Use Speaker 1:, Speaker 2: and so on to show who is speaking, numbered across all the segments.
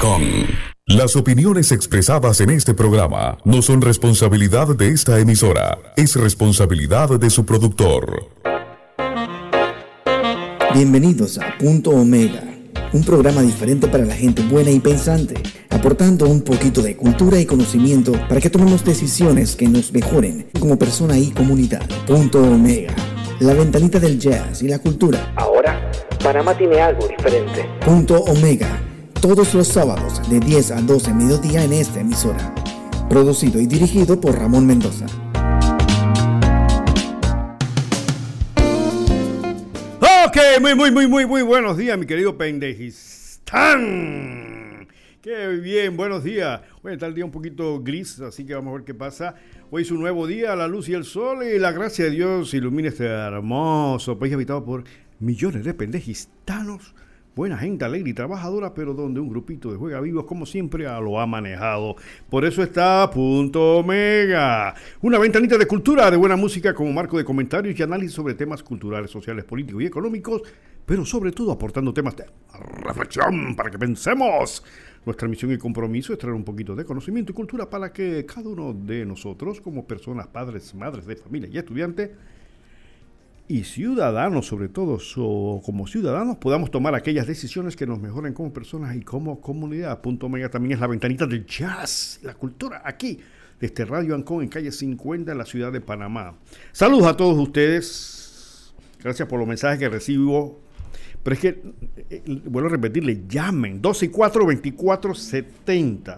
Speaker 1: Ancon. Las opiniones expresadas en este programa no son responsabilidad de esta emisora, es responsabilidad de su productor.
Speaker 2: Bienvenidos a Punto Omega, un programa diferente para la gente buena y pensante, aportando un poquito de cultura y conocimiento para que tomemos decisiones que nos mejoren como persona y comunidad. Punto Omega, la ventanita del jazz y la cultura.
Speaker 3: Ahora, Panamá tiene algo diferente.
Speaker 2: Punto Omega, todos los sábados de 10 a 12 mediodía en esta emisora. Producido y dirigido por Ramón Mendoza.
Speaker 4: Ok, muy buenos días, mi querido Pendejistán. Qué bien, buenos días. Hoy está el día un poquito gris, así que vamos a ver qué pasa. Hoy es un nuevo día, la luz y el sol y la gracia de Dios ilumina este hermoso país habitado por millones de pendejistanos. Buena gente, alegre y trabajadora, pero donde un grupito de juega vivos, como siempre, lo ha manejado. Por eso está Punto Omega, una ventanita de cultura, de buena música como marco de comentarios y análisis sobre temas culturales, sociales, políticos y económicos, pero sobre todo aportando temas de reflexión para que pensemos. Nuestra misión y compromiso es traer un poquito de conocimiento y cultura para que cada uno de nosotros, como personas, padres, madres de familia y estudiantes, y ciudadanos, sobre todo, como ciudadanos, podamos tomar aquellas decisiones que nos mejoren como personas y como comunidad. Punto Omega también es la ventanita del jazz, la cultura, aquí, desde Radio Ancon, en calle 50, en la ciudad de Panamá. Saludos a todos ustedes. Gracias por los mensajes que recibo. Pero es que, vuelvo a repetirle, llamen, 264-2470.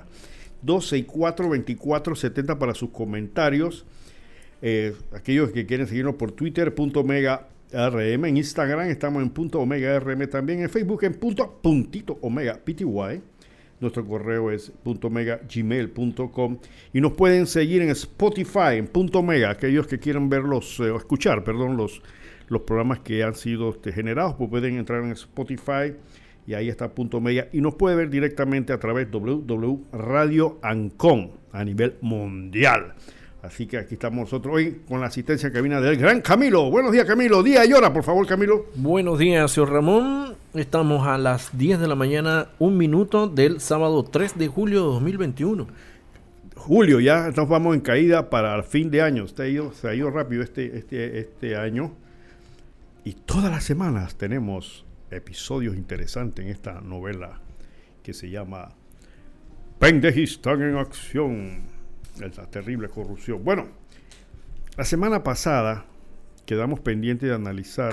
Speaker 4: 264-2470 para sus comentarios. Aquellos que quieren seguirnos por Twitter, Punto Omega RM, en Instagram estamos en Punto Omega RM también, en Facebook en Puntito Omega PTY, nuestro correo es puntoomega@gmail.com y nos pueden seguir en Spotify, en Punto Omega, aquellos que quieran escuchar los programas que han sido generados, pues pueden entrar en Spotify y ahí está Punto Omega y nos puede ver directamente a través de Radio Ancon a nivel mundial. Así que aquí estamos nosotros hoy con la asistencia que viene del gran Camilo. Buenos días, Camilo. Día y hora, por favor, Camilo.
Speaker 5: Buenos días, señor Ramón. Estamos a las 10 de la mañana, 1 minuto del sábado 3 de julio de 2021.
Speaker 4: Julio, ya nos vamos en caída para el fin de año. Se ha ido rápido este año. Y todas las semanas tenemos episodios interesantes en esta novela que se llama Pendejistán en Acción. Esa terrible corrupción. Bueno, la semana pasada quedamos pendientes de analizar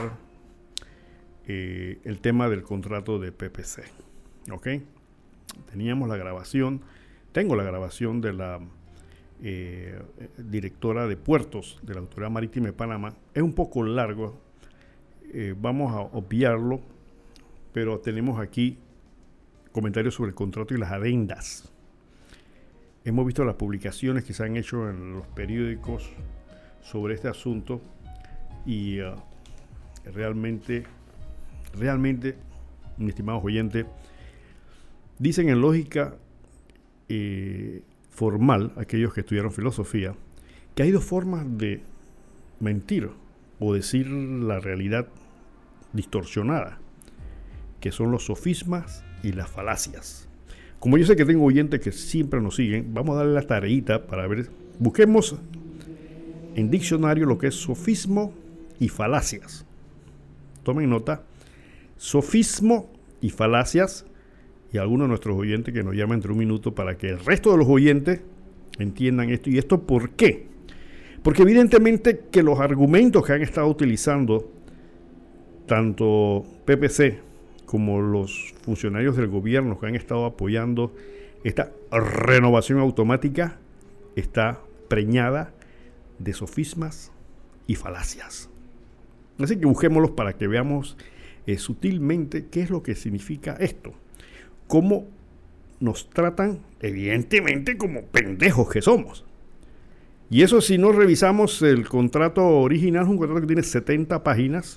Speaker 4: el tema del contrato de PPC. ¿Ok? Tengo la grabación de la directora de puertos de la Autoridad Marítima de Panamá. Es un poco largo, vamos a obviarlo, pero tenemos aquí comentarios sobre el contrato y las adendas. Hemos visto las publicaciones que se han hecho en los periódicos sobre este asunto y realmente, mi estimado oyente, dicen en lógica formal, aquellos que estudiaron filosofía, que hay dos formas de mentir o decir la realidad distorsionada, que son los sofismas y las falacias. Como yo sé que tengo oyentes que siempre nos siguen, vamos a darle la tareita para ver. Busquemos en diccionario lo que es sofismo y falacias. Tomen nota. Sofismo y falacias. Y algunos de nuestros oyentes que nos llamen entre un minuto para que el resto de los oyentes entiendan esto. ¿Y esto por qué? Porque evidentemente que los argumentos que han estado utilizando tanto PPC como los funcionarios del gobierno que han estado apoyando esta renovación automática, está preñada de sofismas y falacias. Así que busquémoslos para que veamos sutilmente qué es lo que significa esto. Cómo nos tratan, evidentemente, como pendejos que somos. Y eso si no revisamos el contrato original, es un contrato que tiene 70 páginas,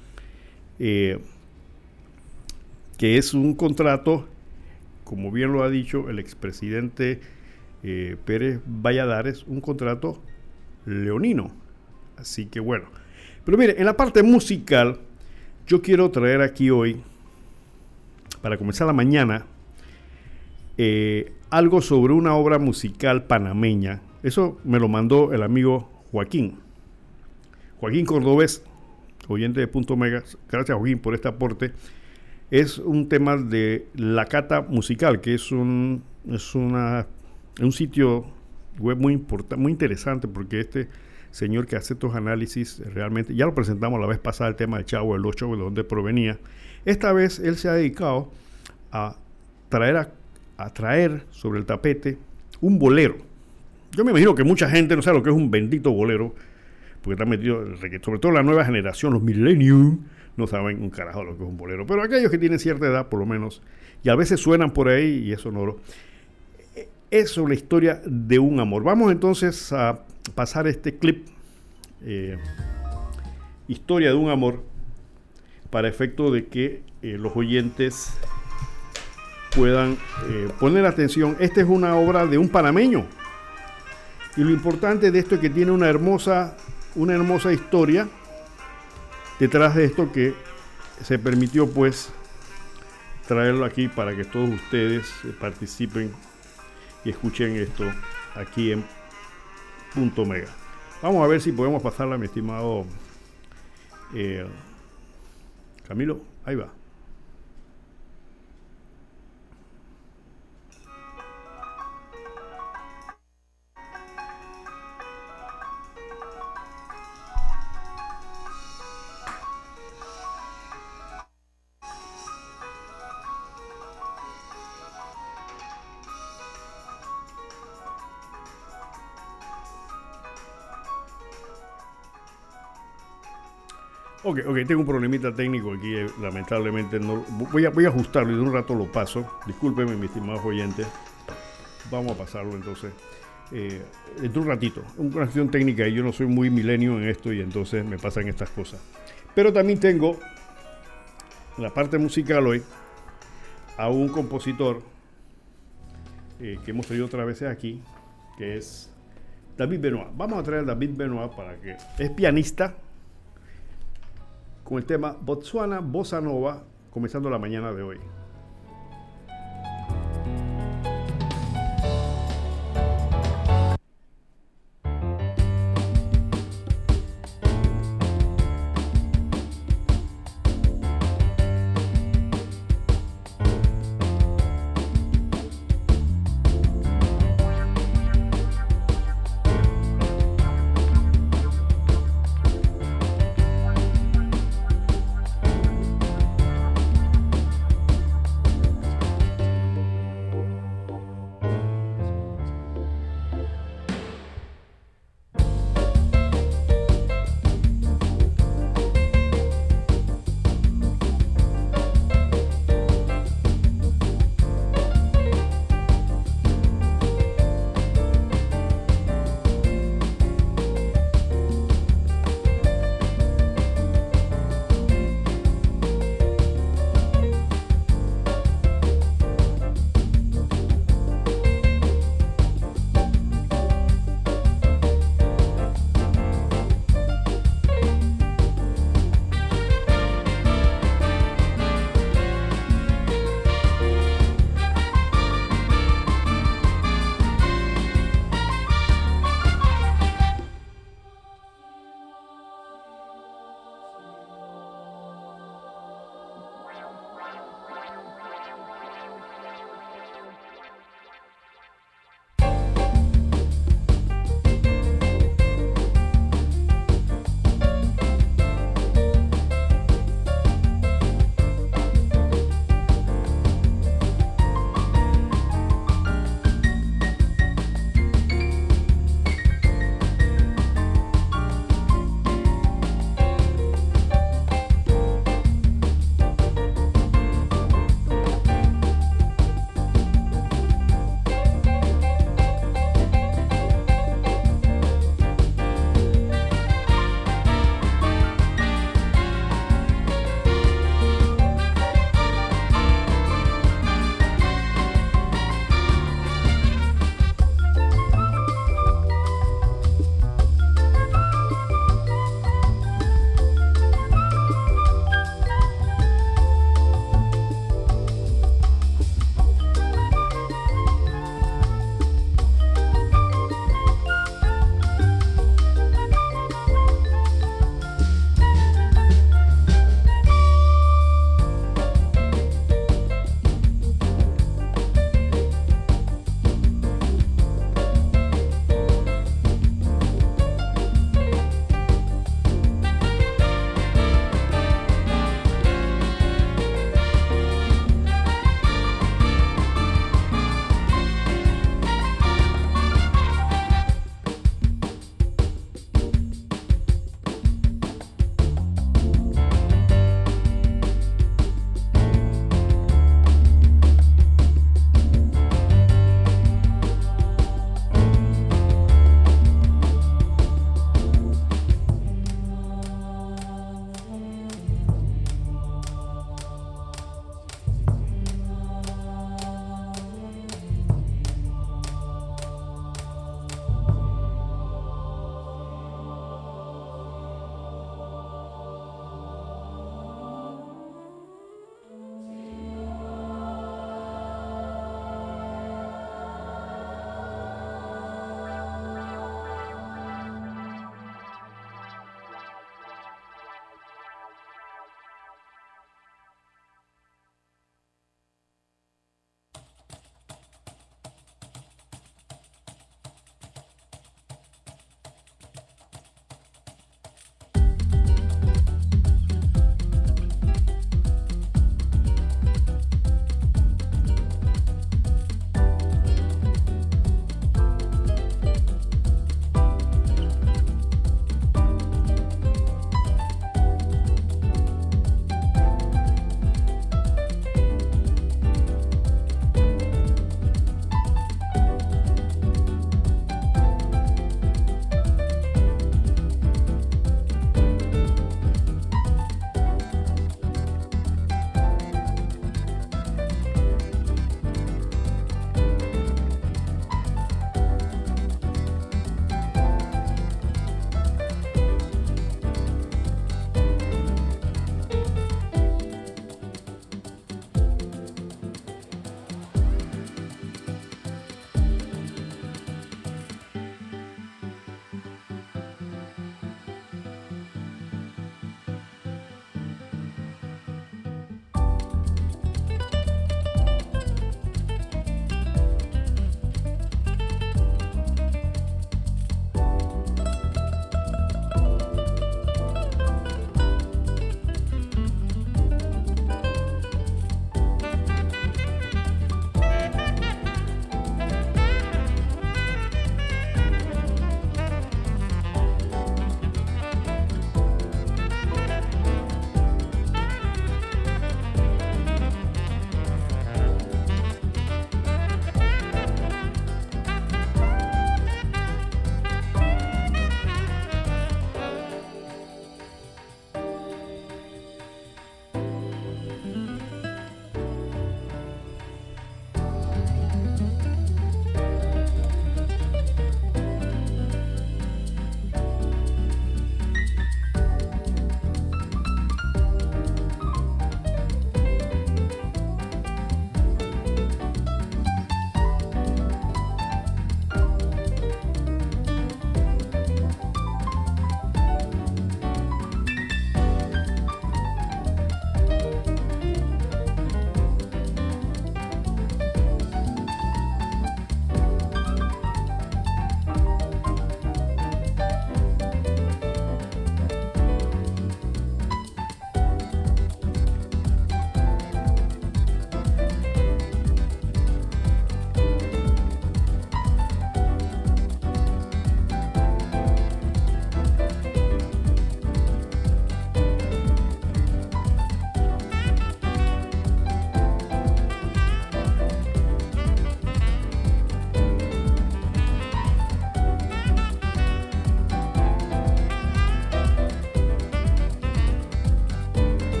Speaker 4: que es un contrato, como bien lo ha dicho el expresidente Pérez Valladares, un contrato leonino. Así que bueno. Pero mire, en la parte musical, yo quiero traer aquí hoy, para comenzar la mañana, algo sobre una obra musical panameña. Eso me lo mandó el amigo Joaquín Cordobés, oyente de Punto Omega. Gracias, Joaquín, por este aporte. Es un tema de La Cata Musical, que es un sitio web muy importante, muy interesante, porque este señor que hace estos análisis realmente, ya lo presentamos la vez pasada, el tema de Chavo del 8, de dónde provenía. Esta vez él se ha dedicado a traer sobre el tapete un bolero. Yo me imagino que mucha gente no sabe lo que es un bendito bolero, porque está metido, sobre todo la nueva generación, los millennials, no saben un carajo lo que es un bolero, pero aquellos que tienen cierta edad, por lo menos, y a veces suenan por ahí y es sonoro, es sobre la historia de un amor. Vamos entonces a pasar este clip, historia de un amor, para efecto de que los oyentes puedan poner atención. Esta es una obra de un panameño, y lo importante de esto es que tiene una hermosa historia detrás de esto, que se permitió pues traerlo aquí para que todos ustedes participen y escuchen esto aquí en Punto Omega. Vamos a ver si podemos pasarla, mi estimado Camilo. Ahí va. Ok, tengo un problemita técnico aquí, lamentablemente no voy a ajustarlo y de un rato lo paso. Discúlpenme, mis estimados oyentes. Vamos a pasarlo entonces dentro un ratito. Una cuestión técnica, y yo no soy muy milenio en esto, y entonces me pasan estas cosas. Pero también tengo en la parte musical hoy a un compositor que hemos traído otras veces aquí, que es David Benoit. Vamos a traer a David Benoit para que es pianista, con el tema Botswana Bossa Nova, comenzando la mañana de hoy.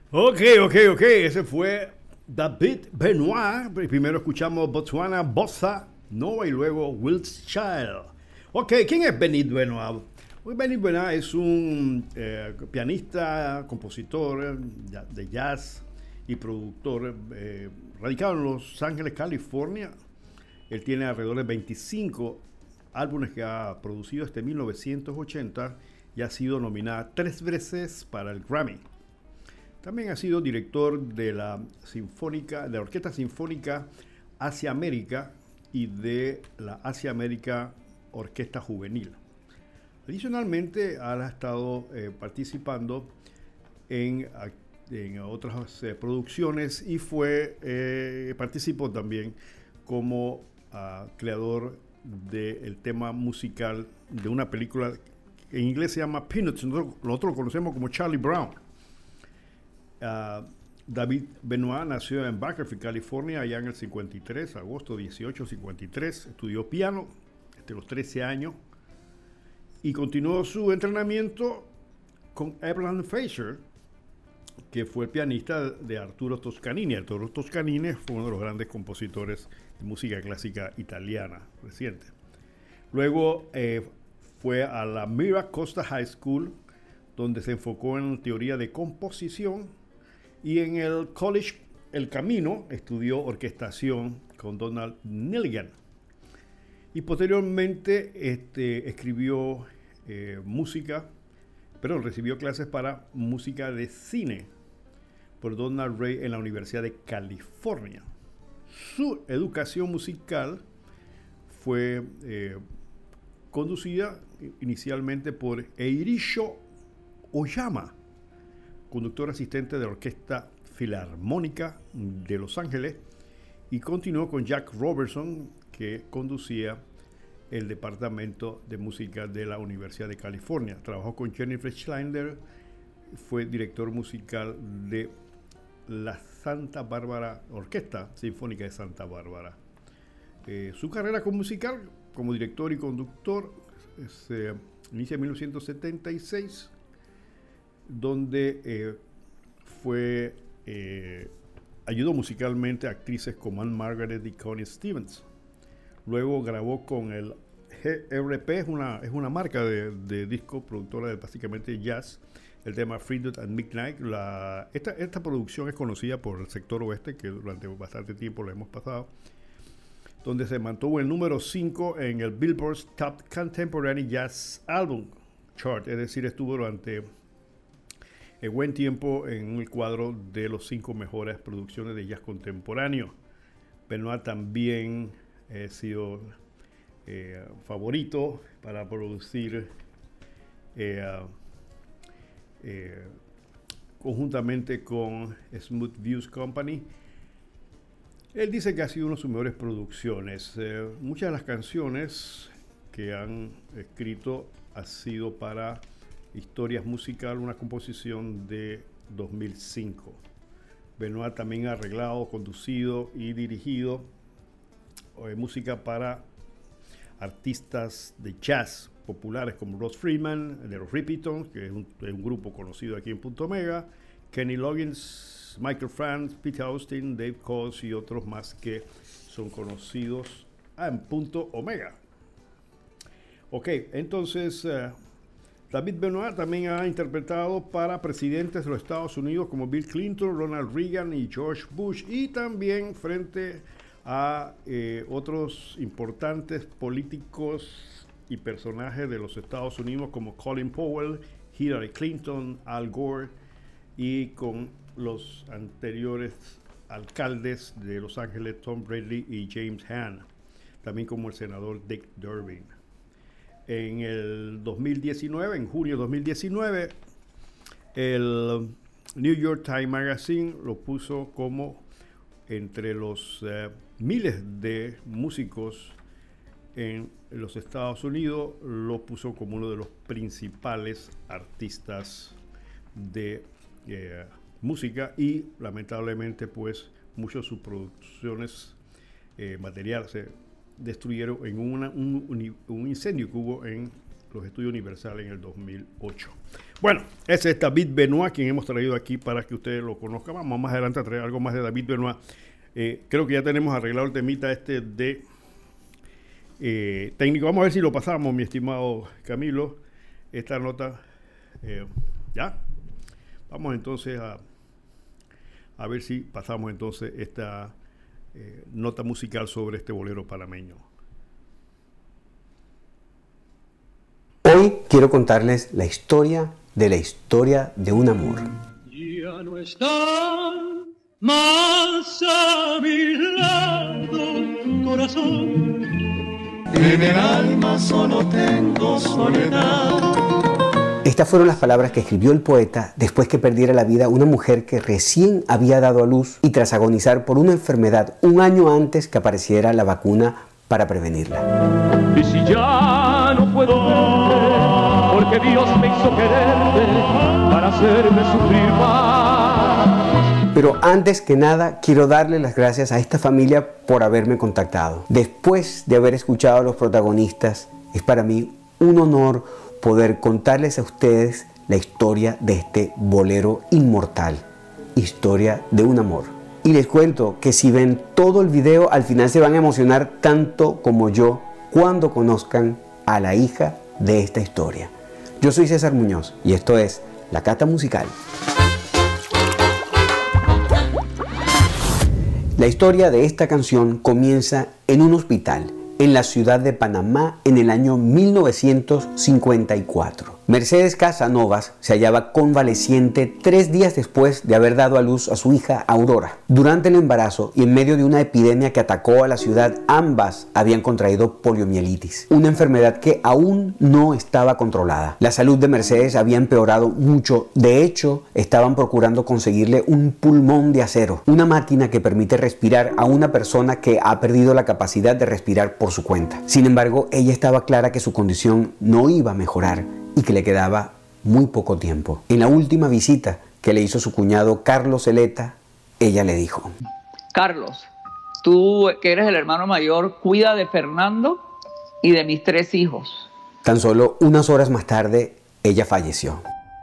Speaker 4: Ok. Ese fue David Benoit. Primero escuchamos Botswana Bossa Nova y luego Will's Child. Ok, ¿quién es David Benoit? David Benoit es un pianista, compositor de jazz y productor radicado en Los Ángeles, California. Él tiene alrededor de 25 álbumes que ha producido desde 1980 y ha sido nominada 3 veces para el Grammy. También ha sido director de la Orquesta Sinfónica Asia América y de la Asia América Orquesta Juvenil. Adicionalmente, ha estado participando en otras producciones y participó también como creador del tema musical de una película que en inglés se llama Peanuts. Nosotros lo conocemos como Charlie Brown. David Benoit nació en Bakersfield, California, allá en el 53, agosto 18, 53. Estudió piano desde los 13 años y continuó su entrenamiento con Eberhard Fischer, que fue el pianista de Arturo Toscanini. Arturo Toscanini fue uno de los grandes compositores de música clásica italiana reciente. Luego fue a la Mira Costa High School, donde se enfocó en teoría de composición, y en el College El Camino estudió orquestación con Donald Milligan. Y posteriormente recibió clases para música de cine por Donald Ray en la Universidad de California. Su educación musical fue conducida inicialmente por Eiichiro Oyama, conductor asistente de la Orquesta Filarmónica de Los Ángeles, y continuó con Jack Robertson, que conducía el departamento de música de la Universidad de California. Trabajó con Jennifer Schleider, fue director musical de la Santa Bárbara Orquesta Sinfónica de Santa Bárbara. Su carrera musical como director y conductor se inicia en 1976, donde ayudó musicalmente a actrices como Anne Margaret y Connie Stevens. Luego grabó con el GRP, es una marca de disco productora de básicamente jazz, el tema Freedom at Midnight. Esta producción es conocida por el sector oeste, que durante bastante tiempo lo hemos pasado, donde se mantuvo el número 5 en el Billboard's Top Contemporary Jazz Album Chart, es decir, estuvo durante buen tiempo en el cuadro de los 5 mejores producciones de jazz contemporáneo. Benoit también ha sido favorito para producir conjuntamente con Smooth Views Company. Él dice que ha sido una de sus mejores producciones. Muchas de las canciones que han escrito han sido para Historias Musical, una composición de 2005. Benoit también ha arreglado, conducido y dirigido música para artistas de jazz populares como Ross Freeman, de los Ripitons, que es un grupo conocido aquí en Punto Omega, Kenny Loggins, Michael Franz, Pete Austin, Dave Coase y otros más que son conocidos en Punto Omega. Ok, entonces David Benoit también ha interpretado para presidentes de los Estados Unidos como Bill Clinton, Ronald Reagan y George Bush, y también frente a otros importantes políticos y personajes de los Estados Unidos como Colin Powell, Hillary Clinton, Al Gore, y con los anteriores alcaldes de Los Ángeles, Tom Bradley y James Hahn, también como el senador Dick Durbin. En el 2019, en junio de 2019, el New York Times Magazine lo puso como entre los miles de músicos en los Estados Unidos, lo puso como uno de los principales artistas de música, y lamentablemente pues muchas de sus producciones materiales se destruyeron en un incendio que hubo en los estudios Universal en el 2008. Bueno, ese es David Benoit, quien hemos traído aquí para que ustedes lo conozcan. Vamos más adelante a traer algo más de David Benoit. Creo que ya tenemos arreglado el temita de técnico. Vamos a ver si lo pasamos, mi estimado Camilo, esta nota. ¿Ya? Vamos entonces a ver si pasamos entonces esta nota musical sobre este bolero panameño.
Speaker 6: Hoy quiero contarles la historia de un amor.
Speaker 7: Ya no están más a mi lado, corazón. En el alma solo tengo soledad.
Speaker 6: Estas fueron las palabras que escribió el poeta después que perdiera la vida una mujer que recién había dado a luz y tras agonizar por una enfermedad un año antes que apareciera la vacuna para prevenirla.
Speaker 7: Y si ya no puedo verte, porque Dios me hizo quererte para hacerme sufrir más.
Speaker 6: Pero antes que nada, quiero darle las gracias a esta familia por haberme contactado. Después de haber escuchado a los protagonistas, es para mí un honor poder contarles a ustedes la historia de este bolero inmortal, historia de un amor. Y les cuento que si ven todo el video, al final se van a emocionar tanto como yo cuando conozcan a la hija de esta historia. Yo soy César Muñoz y esto es La Cata Musical. La historia de esta canción comienza en un hospital en la ciudad de Panamá en el año 1954. Mercedes Casanovas se hallaba convaleciente 3 días después de haber dado a luz a su hija Aurora. Durante el embarazo y en medio de una epidemia que atacó a la ciudad, ambas habían contraído poliomielitis, una enfermedad que aún no estaba controlada. La salud de Mercedes había empeorado mucho. De hecho, estaban procurando conseguirle un pulmón de acero, una máquina que permite respirar a una persona que ha perdido la capacidad de respirar por su cuenta. Sin embargo, ella estaba clara que su condición no iba a mejorar y que le quedaba muy poco tiempo. En la última visita que le hizo su cuñado Carlos Zeleta, ella le dijo:
Speaker 8: Carlos, tú que eres el hermano mayor, cuida de Fernando y de mis 3 hijos.
Speaker 6: Tan solo unas horas más tarde, ella falleció.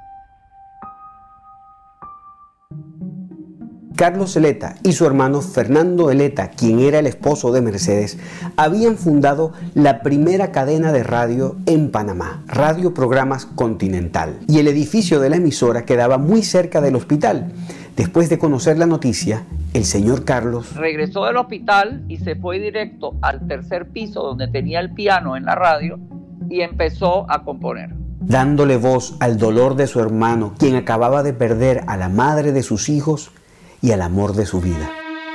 Speaker 6: Carlos Zeleta y su hermano Fernando Zeleta, quien era el esposo de Mercedes, habían fundado la primera cadena de radio en Panamá, Radio Programas Continental, y el edificio de la emisora quedaba muy cerca del hospital. Después de conocer la noticia, el señor Carlos
Speaker 8: regresó del hospital y se fue directo al 3er piso donde tenía el piano en la radio y empezó a componer.
Speaker 6: Dándole voz al dolor de su hermano, quien acababa de perder a la madre de sus hijos y al amor de su vida.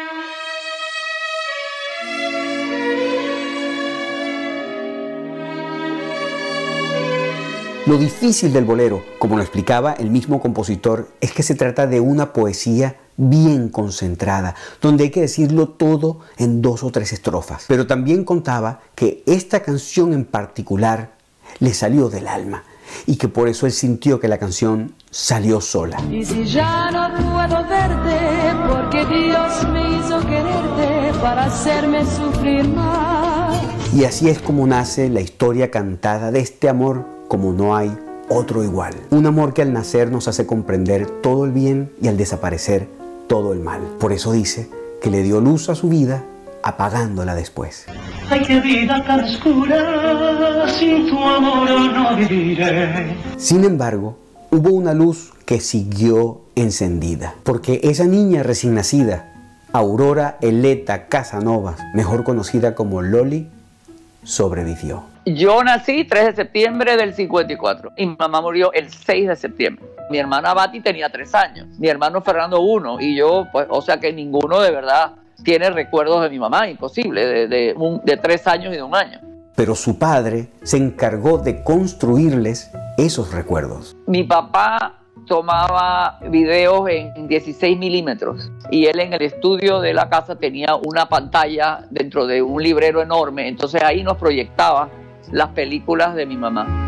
Speaker 6: Lo difícil del bolero, como lo explicaba el mismo compositor, es que se trata de una poesía bien concentrada, donde hay que decirlo todo en 2 o 3 estrofas. Pero también contaba que esta canción en particular le salió del alma y que por eso él sintió que la canción salió sola.
Speaker 9: Y si ya no puedo verte, porque Dios me hizo quererte para hacerme sufrir más.
Speaker 6: Y así es como nace la historia cantada de este amor como no hay otro igual. Un amor que al nacer nos hace comprender todo el bien y al desaparecer todo el mal. Por eso dice que le dio luz a su vida apagándola después.
Speaker 7: Ay, qué vida tan oscura, sin tu amor no viviré.
Speaker 6: Sin embargo, hubo una luz que siguió encendida, porque esa niña recién nacida, Aurora Zeleta Casanovas, mejor conocida como Loli, sobrevivió.
Speaker 8: Yo nací 3 de septiembre del 54 y mi mamá murió el 6 de septiembre. Mi hermana Bati tenía 3 años, mi hermano Fernando 1 y yo, pues, o sea que ninguno de verdad tiene recuerdos de mi mamá, imposible, de 3 años y de 1 año.
Speaker 6: Pero su padre se encargó de construirles esos recuerdos.
Speaker 8: Mi papá tomaba videos en 16 milímetros y él en el estudio de la casa tenía una pantalla dentro de un librero enorme, entonces ahí nos proyectaba las películas de mi mamá.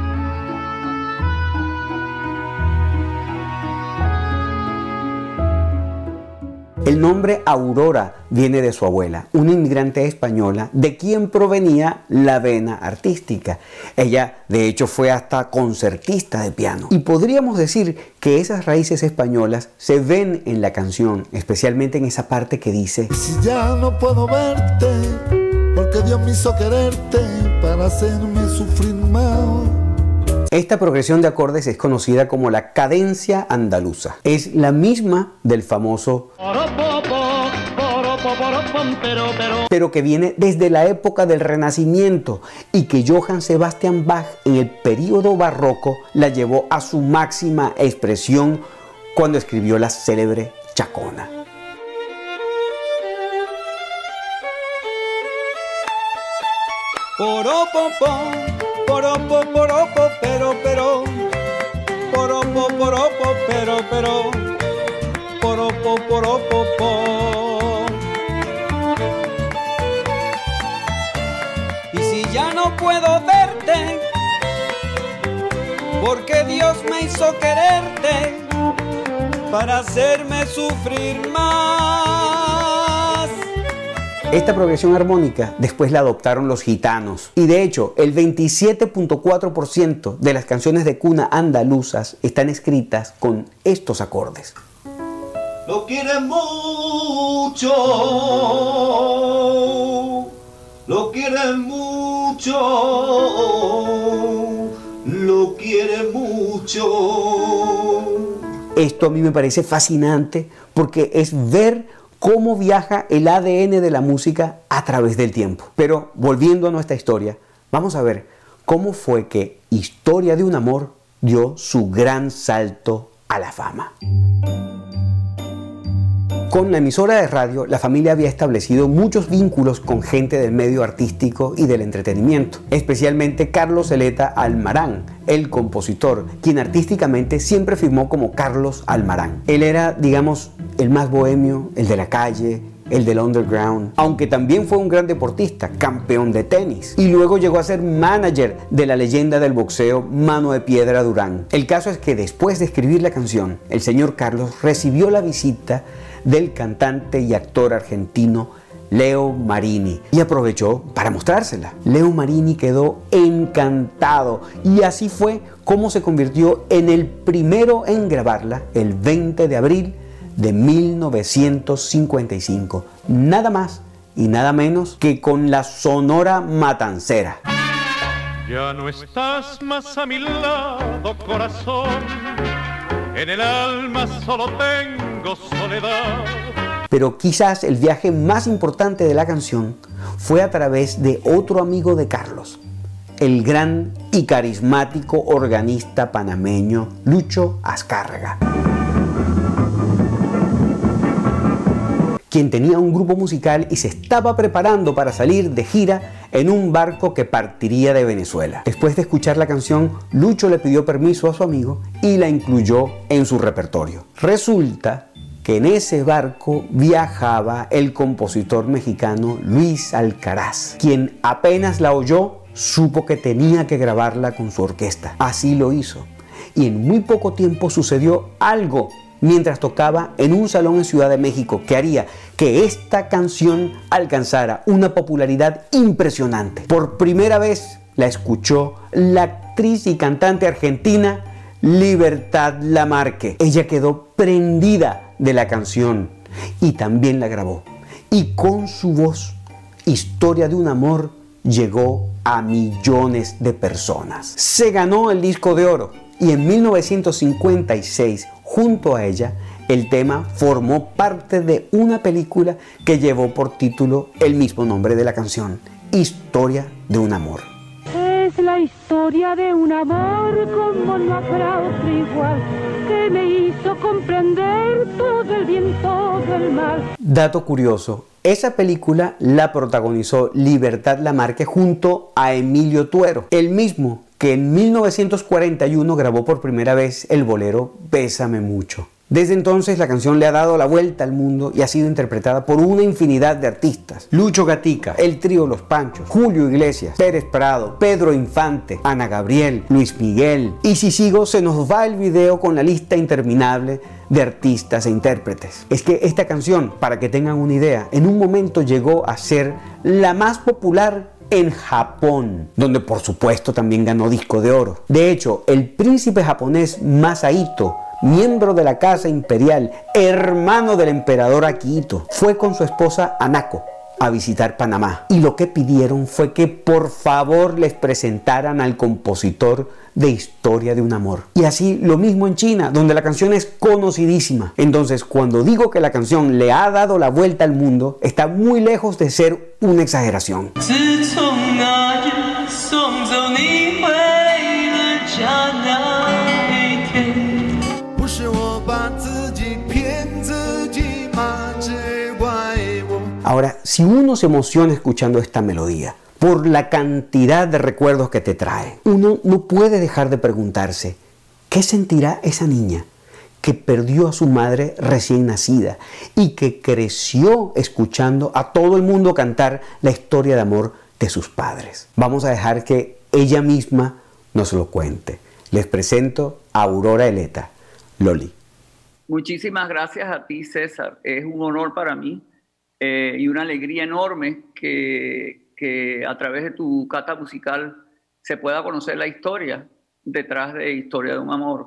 Speaker 6: El nombre Aurora viene de su abuela, una inmigrante española de quien provenía la vena artística. Ella, de hecho, fue hasta concertista de piano. Y podríamos decir que esas raíces españolas se ven en la canción, especialmente en esa parte que dice:
Speaker 10: si ya no puedo verte, porque Dios me hizo quererte para hacerme sufrir más.
Speaker 6: Esta progresión de acordes es conocida como la cadencia andaluza. Es la misma del famoso pero que viene desde la época del Renacimiento y que Johann Sebastian Bach en el período barroco la llevó a su máxima expresión cuando escribió la célebre Chacona.
Speaker 11: Poropo, poropo, pero, poropo, poropo, pero, poropo, poropo, y si ya no puedo verte, porque Dios me hizo quererte para hacerme sufrir más.
Speaker 6: Esta progresión armónica después la adoptaron los gitanos y de hecho el 27.4% de las canciones de cuna andaluzas están escritas con estos acordes.
Speaker 11: Lo quiere mucho, lo quiere mucho, lo quiere mucho.
Speaker 6: Esto a mí me parece fascinante porque es ver cómo viaja el ADN de la música a través del tiempo. Pero volviendo a nuestra historia, vamos a ver cómo fue que Historia de un amor dio su gran salto a la fama. Con la emisora de radio, la familia había establecido muchos vínculos con gente del medio artístico y del entretenimiento, especialmente Carlos Zeleta Almarán, el compositor, quien artísticamente siempre firmó como Carlos Almarán. Él era, digamos, el más bohemio, el de la calle, el del underground, aunque también fue un gran deportista, campeón de tenis, y luego llegó a ser manager de la leyenda del boxeo Mano de Piedra Durán. El caso es que después de escribir la canción, el señor Carlos recibió la visita del cantante y actor argentino Leo Marini y aprovechó para mostrársela. Leo Marini quedó encantado y así fue como se convirtió en el primero en grabarla el 20 de abril de 1955, nada más y nada menos que con la Sonora Matancera.
Speaker 7: Ya no estás más a mi lado, corazón, en el alma solo tengo soledad.
Speaker 6: Pero quizás el viaje más importante de la canción fue a través de otro amigo de Carlos, el gran y carismático organista panameño Lucho Azcárraga, quien tenía un grupo musical y se estaba preparando para salir de gira en un barco que partiría de Venezuela. Después de escuchar la canción, Lucho le pidió permiso a su amigo y la incluyó en su repertorio. Resulta que en ese barco viajaba el compositor mexicano Luis Alcaraz, quien apenas la oyó, supo que tenía que grabarla con su orquesta. Así lo hizo. Y en muy poco tiempo sucedió algo mientras tocaba en un salón en Ciudad de México que haría que esta canción alcanzara una popularidad impresionante. Por primera vez la escuchó la actriz y cantante argentina Libertad Lamarque. Ella quedó prendida de la canción y también la grabó. Y con su voz, Historia de un amor llegó a millones de personas. Se ganó el disco de oro y en 1956, junto a ella, el tema formó parte de una película que llevó por título el mismo nombre de la canción, Historia de un amor.
Speaker 9: Es la historia de un amor como no habrá otro igual, que me hizo comprender todo el bien, todo el mal.
Speaker 6: Dato curioso, esa película la protagonizó Libertad Lamarque junto a Emilio Tuero, el mismo que en 1941 grabó por primera vez el bolero Bésame Mucho. Desde entonces la canción le ha dado la vuelta al mundo y ha sido interpretada por una infinidad de artistas. Lucho Gatica, el trío Los Panchos, Julio Iglesias, Pérez Prado, Pedro Infante, Ana Gabriel, Luis Miguel. Y si sigo, se nos va el video con la lista interminable de artistas e intérpretes. Es que esta canción, para que tengan una idea, en un momento llegó a ser la más popular en Japón, donde por supuesto también ganó disco de oro. De hecho, el príncipe japonés Masahito, miembro de la casa imperial, hermano del emperador Akihito, fue con su esposa Hanako a visitar Panamá. Y lo que pidieron fue que por favor les presentaran al compositor de Historia de un Amor. Y así lo mismo en China, donde la canción es conocidísima. Entonces, cuando digo que la canción le ha dado la vuelta al mundo, está muy lejos de ser una exageración. Ahora, si uno se emociona escuchando esta melodía, por la cantidad de recuerdos que te trae, uno no puede dejar de preguntarse, ¿qué sentirá esa niña que perdió a su madre recién nacida y que creció escuchando a todo el mundo cantar la historia de amor de sus padres? Vamos a dejar que ella misma nos lo cuente. Les presento a Aurora Eleta, Loli.
Speaker 8: Muchísimas gracias a ti, César. Es un honor para mí y una alegría enorme que a través de tu cata musical se pueda conocer la historia detrás de Historia de un Amor.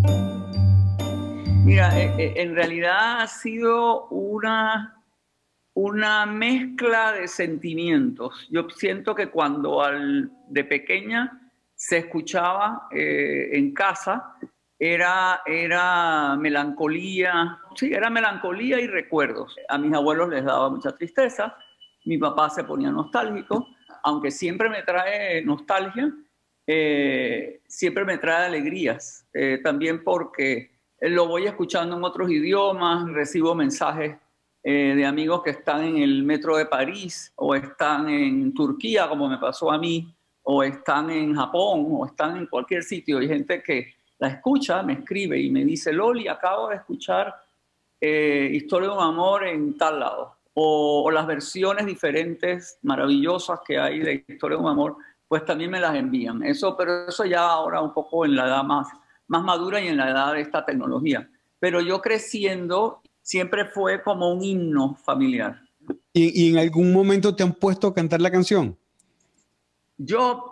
Speaker 8: Mira, en realidad ha sido una mezcla de sentimientos. Yo siento que cuando de pequeña se escuchaba en casa, era melancolía, sí, era melancolía y recuerdos. A mis abuelos les daba mucha tristeza, mi papá se ponía nostálgico, aunque siempre me trae nostalgia, siempre me trae alegrías, también porque lo voy escuchando en otros idiomas, recibo mensajes de amigos que están en el metro de París, o están en Turquía, como me pasó a mí, o están en Japón, o están en cualquier sitio. Hay gente que la escucha, me escribe y me dice, Loli, acabo de escuchar Historia de un Amor en tal lado. O las versiones diferentes, maravillosas que hay de Historia de un Amor, pues también me las envían. Pero eso ya ahora un poco en la edad más madura y en la edad de esta tecnología. Pero yo creciendo siempre fue como un himno familiar.
Speaker 12: ¿Y en algún momento te han puesto a cantar la canción?
Speaker 8: Yo,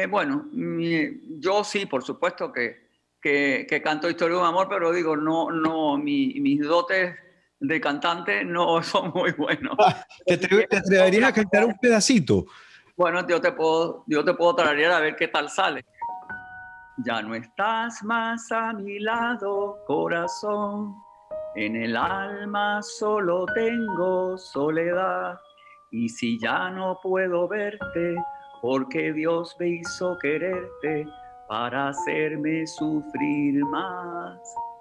Speaker 8: yo sí, por supuesto que canto Historia de un Amor, pero digo, no, mis dotes de cantante no son muy buenos.
Speaker 12: ¿Te atreverías a cantar un pedacito?
Speaker 8: Bueno, yo te puedo tararear a ver qué tal sale. Ya no estás más a mi lado, corazón. En el alma solo tengo soledad. Y si ya no puedo verte, porque Dios me hizo quererte para hacerme sufrir más.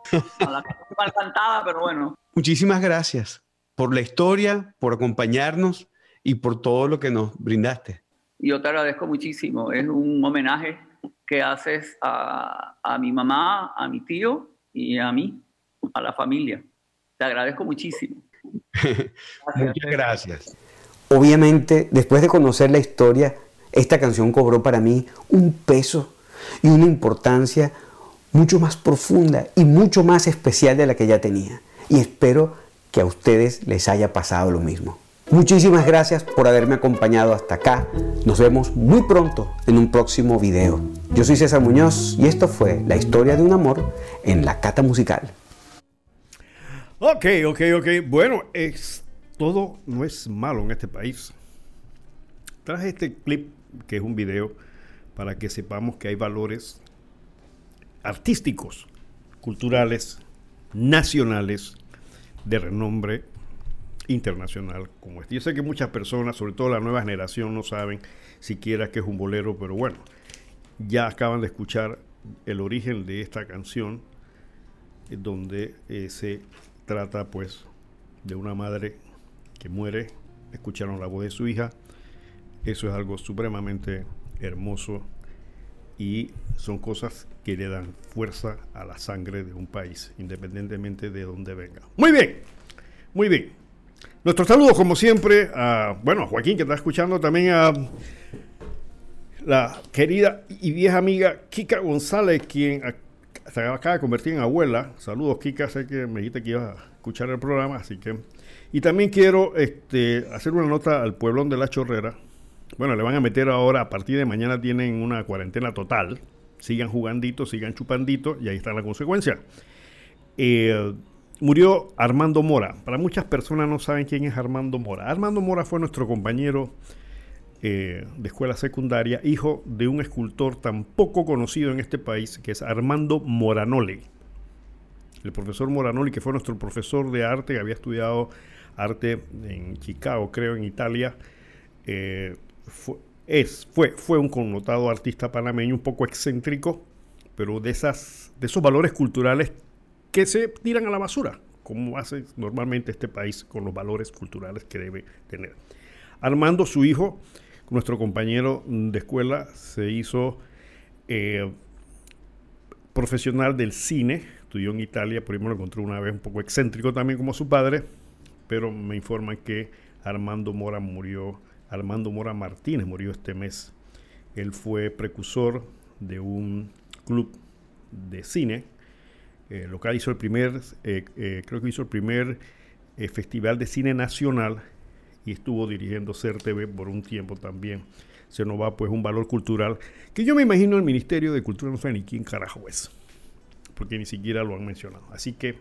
Speaker 8: Mal cantada, pero bueno.
Speaker 12: Muchísimas gracias por la historia, por acompañarnos y por todo lo que nos brindaste.
Speaker 8: Yo te agradezco muchísimo. Es un homenaje que haces a mi mamá, a mi tío y a mí, a la familia. Te agradezco muchísimo.
Speaker 12: Muchas gracias.
Speaker 6: Obviamente, después de conocer la historia, esta canción cobró para mí un peso y una importancia mucho más profunda y mucho más especial de la que ya tenía. Y espero que a ustedes les haya pasado lo mismo. Muchísimas gracias por haberme acompañado hasta acá. Nos vemos muy pronto en un próximo video. Yo soy César Muñoz y esto fue La Historia de un Amor en la Cata Musical.
Speaker 4: Ok. Bueno, todo no es malo en este país. Traje este clip, que es un video, para que sepamos que hay valores artísticos, culturales, nacionales, de renombre internacional como este. Yo sé que muchas personas, sobre todo la nueva generación, no saben siquiera qué es un bolero, pero bueno, ya acaban de escuchar el origen de esta canción, donde se trata pues de una madre que muere. Escucharon la voz de su hija. Eso es algo supremamente hermoso y son cosas que le dan fuerza a la sangre de un país, independientemente de dónde venga. Muy bien, muy bien. Nuestros saludos, como siempre, a Joaquín, que está escuchando, también a la querida y vieja amiga Kika González, quien se acaba de convertir en abuela. Saludos, Kika, sé que me dijiste que ibas a escuchar el programa, así que... Y también quiero hacer una nota al pueblón de La Chorrera. Bueno, le van a meter ahora, a partir de mañana tienen una cuarentena total. Sigan jugandito, sigan chupandito, y ahí está la consecuencia. Murió Armando Mora. Para muchas personas no saben quién es Armando Mora. Armando Mora fue nuestro compañero de escuela secundaria, hijo de un escultor tan poco conocido en este país, que es Armando Moranoli. El profesor Moranoli, que fue nuestro profesor de arte, que había estudiado arte en Chicago, creo, en Italia, fue un connotado artista panameño, un poco excéntrico, pero de esos valores culturales que se tiran a la basura, como hace normalmente este país con los valores culturales que debe tener. Armando, su hijo, nuestro compañero de escuela, se hizo profesional del cine, estudió en Italia, por ahí me lo encontré una vez, un poco excéntrico también como su padre, pero me informan que Armando Mora Martínez murió este mes. Él fue precursor de un club de cine local, hizo el primer, creo que hizo el primer festival de cine nacional, y estuvo dirigiendo CERTV por un tiempo también. Se nos va pues un valor cultural que yo me imagino el Ministerio de Cultura no sabe ni quién carajo es, porque ni siquiera lo han mencionado. Así que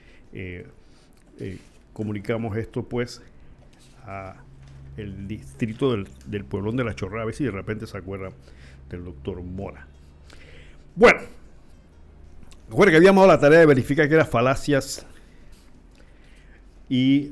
Speaker 4: comunicamos esto pues a el distrito del pueblón de La Chorrera, a ver si de repente se acuerda del doctor Mora. Bueno, recuerda que habíamos dado la tarea de verificar que eran falacias y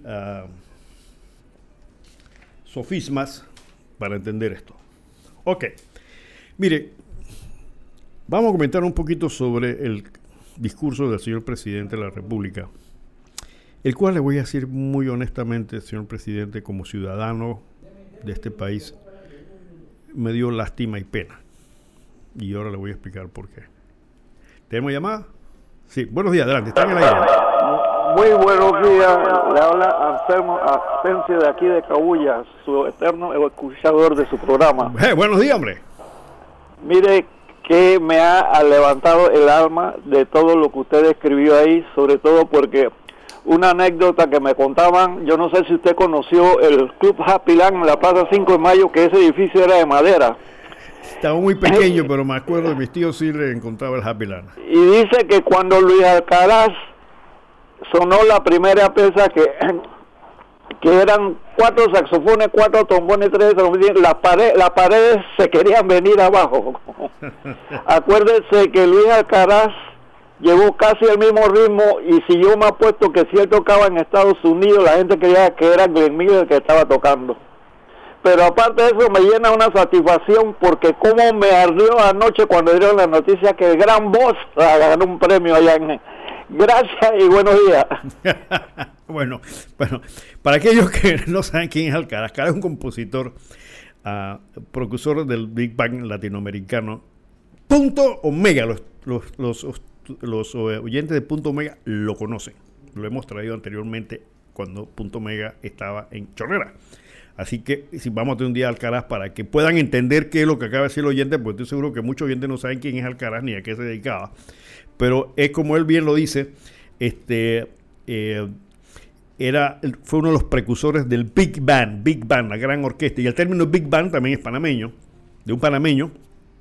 Speaker 4: sofismas para entender esto. Ok, mire, vamos a comentar un poquito sobre el discurso del señor presidente de la República, el cual le voy a decir muy honestamente, señor presidente, como ciudadano de este país, me dio lástima y pena. Y ahora le voy a explicar por qué. ¿Tenemos llamada? Sí, buenos días, adelante, está en el aire.
Speaker 13: Muy buenos días, le habla Anselmo Asensio de aquí de Cabuya, su eterno escuchador de su programa.
Speaker 4: Buenos días, hombre.
Speaker 13: Mire que me ha levantado el alma de todo lo que usted escribió ahí, sobre todo porque una anécdota que me contaban, yo no sé si usted conoció el Club Happy Land en la Plaza 5 de Mayo, que ese edificio era de madera.
Speaker 4: Estaba muy pequeño, pero me acuerdo de mis tíos sí le encontraba el Happy Land.
Speaker 13: Y dice que cuando Luis Alcaraz sonó la primera pieza, que eran 4 saxofones, 4 trombones, 3 trombones, las paredes se querían venir abajo. Acuérdese que Luis Alcaraz llegó casi al mismo ritmo, y si yo me apuesto que si él tocaba en Estados Unidos, la gente creía que era Glenn Miller el que estaba tocando. Pero aparte de eso, me llena una satisfacción, porque como me ardió anoche cuando dieron la noticia que el gran Boss ganó un premio allá en... Gracias y buenos días.
Speaker 4: Bueno, para aquellos que no saben quién es Alcaraz, Alcaraz es un compositor, precursor del Big Bang latinoamericano. Punto Omega, los oyentes de Punto Omega lo conocen. Lo hemos traído anteriormente cuando Punto Omega estaba en Chorrera. Así que si vamos a tener un día Alcaraz para que puedan entender qué es lo que acaba de decir el oyente, porque estoy seguro que muchos oyentes no saben quién es Alcaraz ni a qué se dedicaba. Pero es como él bien lo dice, fue uno de los precursores del Big Band, la gran orquesta. Y el término Big Band también es panameño, de un panameño,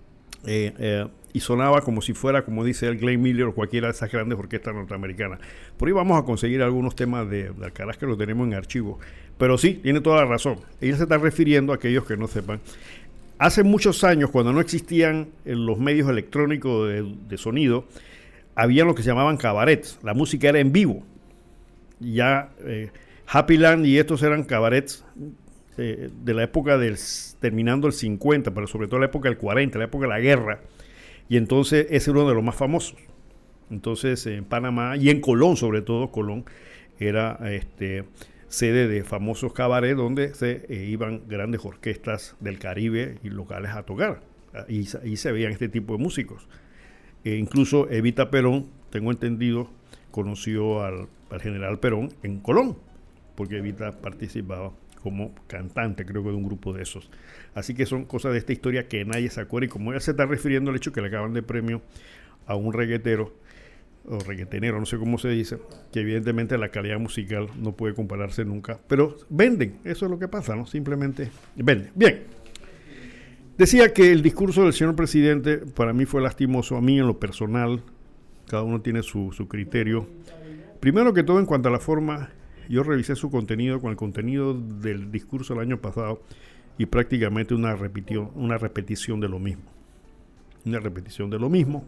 Speaker 4: y sonaba como si fuera, como dice el Glenn Miller o cualquiera de esas grandes orquestas norteamericanas. Por ahí vamos a conseguir algunos temas de Alcaraz que lo tenemos en archivo. Pero sí, tiene toda la razón. Ella se está refiriendo a aquellos que no sepan. Hace muchos años, cuando no existían los medios electrónicos de sonido, había lo que se llamaban cabarets. La música era en vivo. Ya Happy Land y estos eran cabarets de la época terminando el 50, pero sobre todo la época del 40, la época de la guerra. Y entonces ese era uno de los más famosos. Entonces en Panamá y en Colón, sobre todo Colón, era sede de famosos cabarets donde se iban grandes orquestas del Caribe y locales a tocar. Ahí se veían este tipo de músicos. Incluso Evita Perón, tengo entendido, conoció al general Perón en Colón, porque Evita participaba como cantante, creo que de un grupo de esos. Así que son cosas de esta historia que nadie se acuerda, y como ella se está refiriendo al hecho que le acaban de premio a un reggaetero, o reggaetenero, no sé cómo se dice, que evidentemente la calidad musical no puede compararse nunca, pero venden, eso es lo que pasa, ¿no? Simplemente venden. Bien, decía que el discurso del señor presidente para mí fue lastimoso. A mí en lo personal, cada uno tiene su criterio. Primero que todo, en cuanto a la forma, yo revisé su contenido con el contenido del discurso del año pasado y prácticamente una repetición de lo mismo. Una repetición de lo mismo.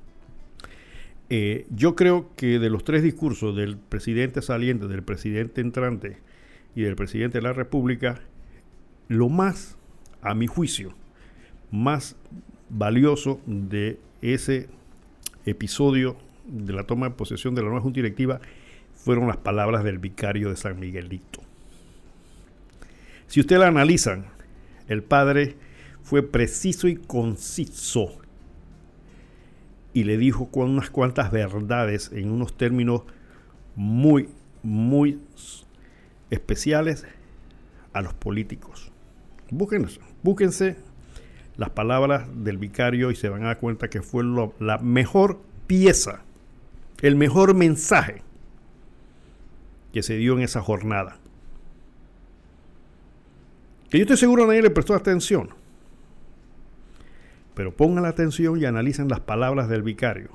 Speaker 4: Yo creo que de los tres discursos, del presidente saliente, del presidente entrante y del presidente de la República, lo más, a mi juicio, más valioso de ese episodio de la toma de posesión de la nueva Junta Directiva fueron las palabras del vicario de San Miguelito. Si ustedes la analizan, el padre fue preciso y conciso y le dijo con unas cuantas verdades en unos términos muy, muy especiales a los políticos. Búsquense las palabras del vicario y se van a dar cuenta que fue la mejor pieza, el mejor mensaje que se dio en esa jornada. Que yo estoy seguro nadie le prestó atención, pero pongan la atención y analicen las palabras del vicario.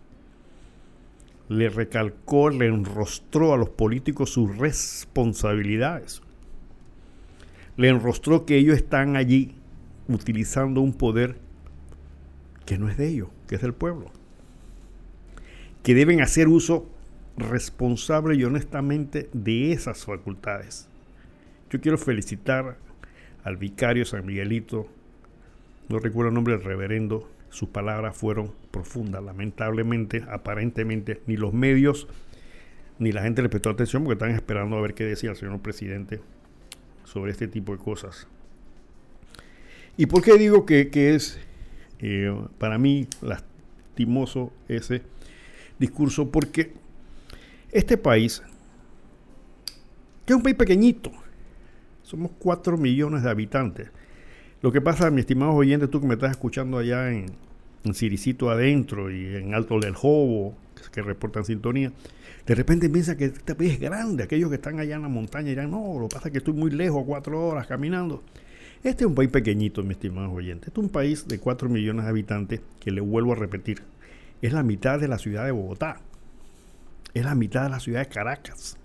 Speaker 4: Le recalcó, le enrostró a los políticos sus responsabilidades. Le enrostró que ellos están allí utilizando un poder que no es de ellos, que es del pueblo. Que deben hacer uso responsable y honestamente de esas facultades. Yo quiero felicitar al vicario San Miguelito. No recuerdo el nombre del reverendo. Sus palabras fueron profundas. Lamentablemente, aparentemente, ni los medios ni la gente le prestó atención porque estaban esperando a ver qué decía el señor presidente sobre este tipo de cosas. ¿Y por qué digo que es para mí lastimoso ese discurso? Porque este país, que es un país pequeñito, somos 4 millones de habitantes. Lo que pasa, mi estimado oyente, tú que me estás escuchando allá en Siricito adentro y en Alto del Jobo, que reportan sintonía, de repente piensa que este país es grande. Aquellos que están allá en la montaña dirán, no, lo que pasa es que estoy muy lejos, 4 horas caminando. Este es un país pequeñito, mi estimado oyente. Este es un país de 4 millones de habitantes que, le vuelvo a repetir, es la mitad de la ciudad de Bogotá. Es la mitad de la ciudad de Caracas.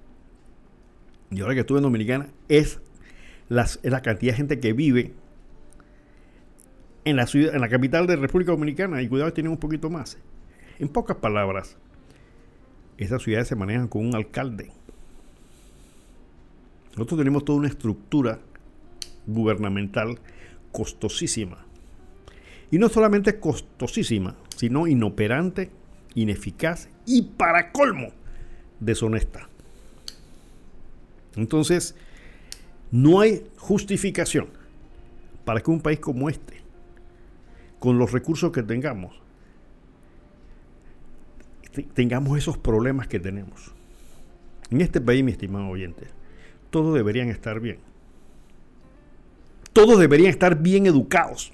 Speaker 4: Y ahora que estuve en Dominicana, es la cantidad de gente que vive en la ciudad, en la capital de República Dominicana, y cuidado, tienen un poquito más. En pocas palabras, esas ciudades se manejan con un alcalde. Nosotros tenemos toda una estructura gubernamental costosísima. Y no solamente costosísima, sino inoperante, ineficaz y, para colmo, deshonesta. Entonces, no hay justificación para que un país como este, con los recursos que tengamos esos problemas que tenemos. En este país, mi estimado oyente, todos deberían estar bien. Todos deberían estar bien educados.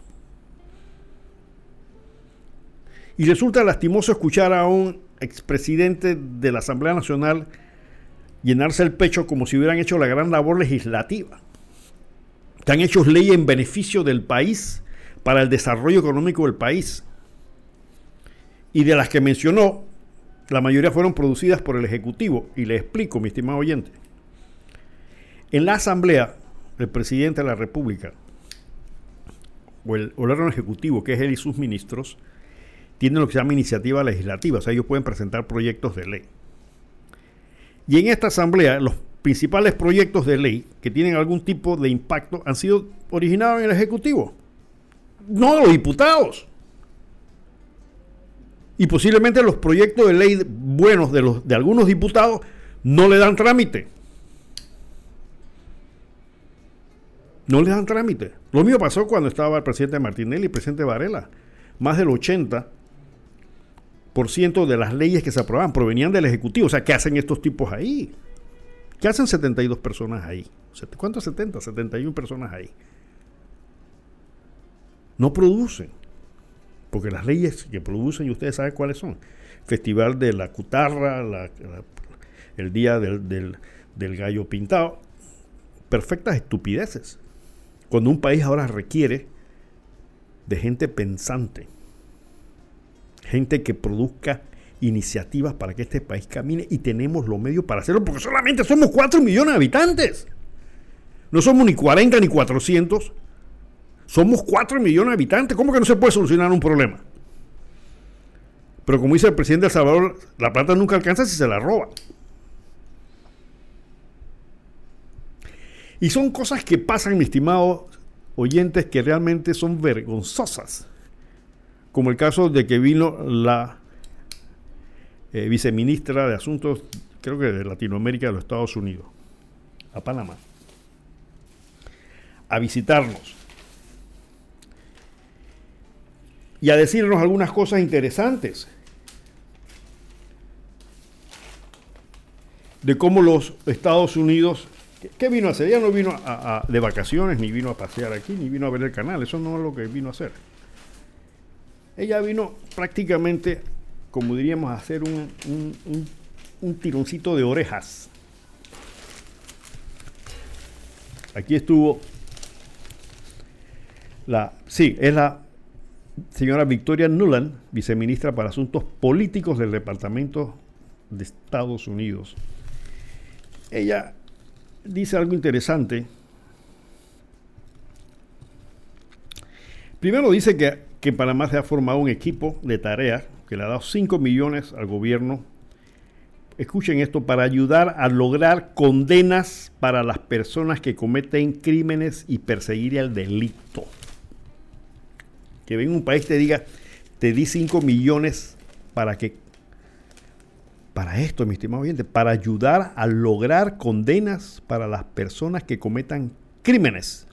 Speaker 4: Y resulta lastimoso escuchar a un expresidente de la Asamblea Nacional llenarse el pecho como si hubieran hecho la gran labor legislativa. Que han hecho leyes en beneficio del país, para el desarrollo económico del país. Y de las que mencionó, la mayoría fueron producidas por el Ejecutivo. Y le explico, mi estimado oyente. En la Asamblea, el presidente de la República, o el órgano ejecutivo, que es él y sus ministros, tienen lo que se llama iniciativa legislativa. O sea, ellos pueden presentar proyectos de ley. Y en esta Asamblea, los principales proyectos de ley que tienen algún tipo de impacto han sido originados en el Ejecutivo, no de los diputados. Y posiblemente los proyectos de ley buenos de algunos diputados no le dan trámite. No les dan trámite. Lo mismo pasó cuando estaba el presidente Martinelli y el presidente Varela. Más del 80% de las leyes que se aprobaban provenían del Ejecutivo. O sea, ¿qué hacen estos tipos ahí? ¿Qué hacen 72 personas ahí? ¿Cuántos 70? 71 personas ahí. No producen. Porque las leyes que producen, y ustedes saben cuáles son. Festival de la Cutarra, el día del gallo pintado. Perfectas estupideces. Cuando un país ahora requiere de gente pensante, gente que produzca iniciativas para que este país camine, y tenemos los medios para hacerlo, porque solamente somos 4 millones de habitantes. No somos ni 40 ni 400. Somos 4 millones de habitantes. ¿Cómo que no se puede solucionar un problema? Pero como dice el presidente de El Salvador, la plata nunca alcanza si se la roba. Y son cosas que pasan, mis estimados oyentes, que realmente son vergonzosas. Como el caso de que vino la viceministra de Asuntos, creo que de Latinoamérica, de los Estados Unidos, a Panamá, a visitarnos y a decirnos algunas cosas interesantes de cómo los Estados Unidos... ¿Qué vino a hacer? Ella no vino de vacaciones, ni vino a pasear aquí, ni vino a ver el canal. Eso no es lo que vino a hacer. Ella vino prácticamente, como diríamos, a hacer un tironcito de orejas. Aquí estuvo es la señora Victoria Nuland, viceministra para Asuntos Políticos del Departamento de Estados Unidos. Ella dice algo interesante. Primero dice que en Panamá se ha formado un equipo de tarea que le ha dado 5 millones al gobierno. Escuchen esto: para ayudar a lograr condenas para las personas que cometen crímenes y perseguir el delito. Que venga un país te diga, te di 5 millones para esto, mi estimado oyente, para ayudar a lograr condenas para las personas que cometan crímenes.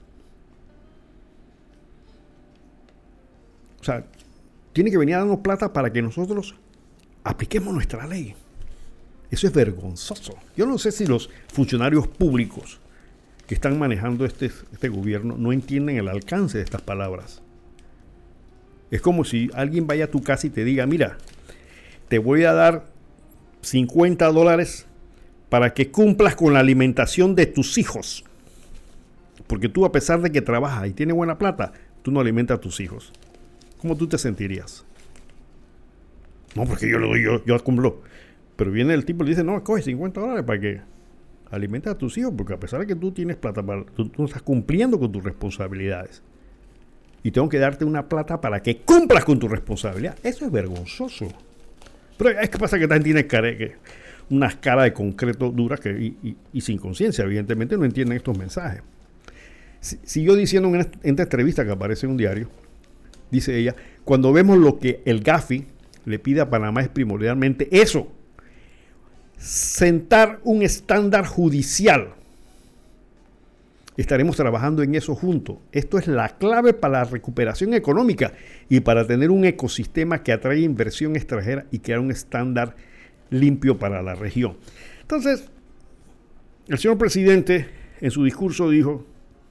Speaker 4: O sea, tiene que venir a darnos plata para que nosotros apliquemos nuestra ley. Eso es vergonzoso. Yo no sé si los funcionarios públicos que están manejando este gobierno no entienden el alcance de estas palabras. Es como si alguien vaya a tu casa y te diga, mira, te voy a dar $50 para que cumplas con la alimentación de tus hijos. Porque tú, a pesar de que trabajas y tienes buena plata, tú no alimentas a tus hijos. ¿Cómo tú te sentirías? No, porque yo le doy, yo cumplo. Pero viene el tipo y le dice, no, coge $50 para que alimentes a tus hijos, porque a pesar de que tú tienes plata, tú estás cumpliendo con tus responsabilidades. Y tengo que darte una plata para que cumplas con tu responsabilidad. Eso es vergonzoso. Pero es que pasa que también tiene unas caras de concreto duras y sin conciencia, evidentemente no entienden estos mensajes. Siguió diciendo en esta entrevista que aparece en un diario, dice ella, cuando vemos lo que el Gafi le pide a Panamá es primordialmente eso, sentar un estándar judicial. Estaremos trabajando en eso juntos. Esto es la clave para la recuperación económica y para tener un ecosistema que atraiga inversión extranjera y crear un estándar limpio para la región. Entonces, el señor presidente en su discurso dijo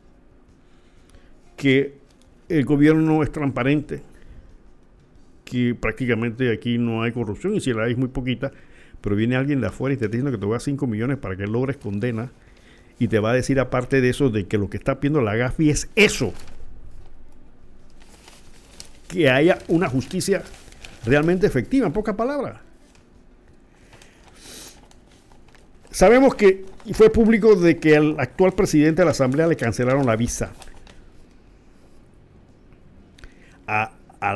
Speaker 4: que el gobierno no es transparente, que prácticamente aquí no hay corrupción, y si la hay es muy poquita, pero viene alguien de afuera y te está diciendo que te voy a dar 5 millones para que logres condena. Y te va a decir, aparte de eso, de que lo que está pidiendo la Gafi es eso. Que haya una justicia realmente efectiva, en pocas palabras. Sabemos que fue público de que al actual presidente de la Asamblea le cancelaron la visa. A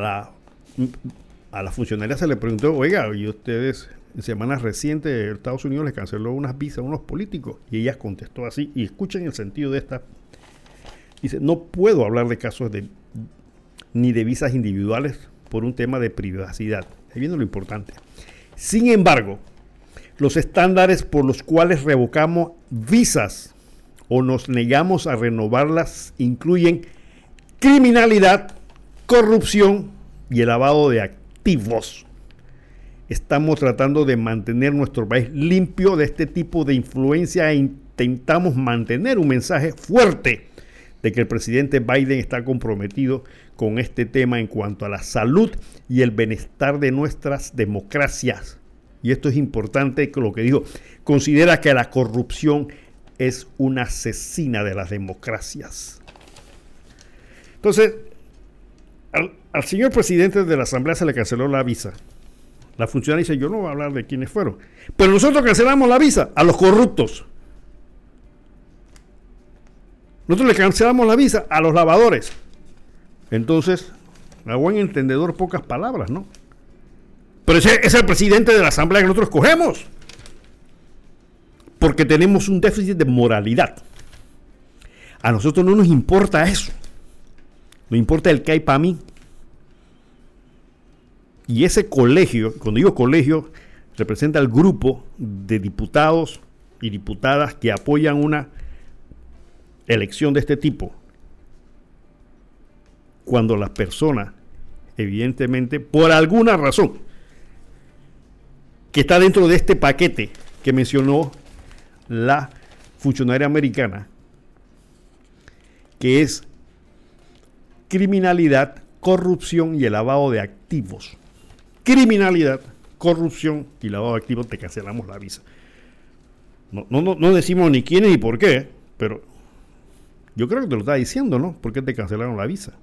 Speaker 4: la funcionaria se le preguntó, oiga, ¿y ustedes en semanas recientes Estados Unidos les canceló unas visas a unos políticos? Y ella contestó así, y escuchen el sentido de esta. Dice, no puedo hablar de casos ni de visas individuales por un tema de privacidad. Ahí viene lo importante. Sin embargo, los estándares por los cuales revocamos visas o nos negamos a renovarlas incluyen criminalidad, corrupción y el lavado de activos. Estamos tratando de mantener nuestro país limpio de este tipo de influencia e intentamos mantener un mensaje fuerte de que el presidente Biden está comprometido con este tema en cuanto a la salud y el bienestar de nuestras democracias. Y esto es importante, lo que dijo, considera que la corrupción es una asesina de las democracias. Entonces, al señor presidente de la Asamblea se le canceló la visa. La funcionaria dice, yo no voy a hablar de quiénes fueron, pero nosotros cancelamos la visa a los corruptos. Nosotros le cancelamos la visa a los lavadores. Entonces, a buen entendedor, pocas palabras, ¿no? Pero ese es el presidente de la Asamblea que nosotros escogemos. Porque tenemos un déficit de moralidad. A nosotros no nos importa eso. Nos importa el que hay para mí. Y ese colegio, cuando digo colegio, representa al grupo de diputados y diputadas que apoyan una elección de este tipo. Cuando las personas, evidentemente, por alguna razón, que está dentro de este paquete que mencionó la funcionaria americana, que es criminalidad, corrupción y el lavado de activos. Criminalidad, corrupción y lavado de activos, te cancelamos la visa. No decimos ni quién ni por qué, pero yo creo que te lo está diciendo, ¿no? ¿Por qué te cancelaron la visa?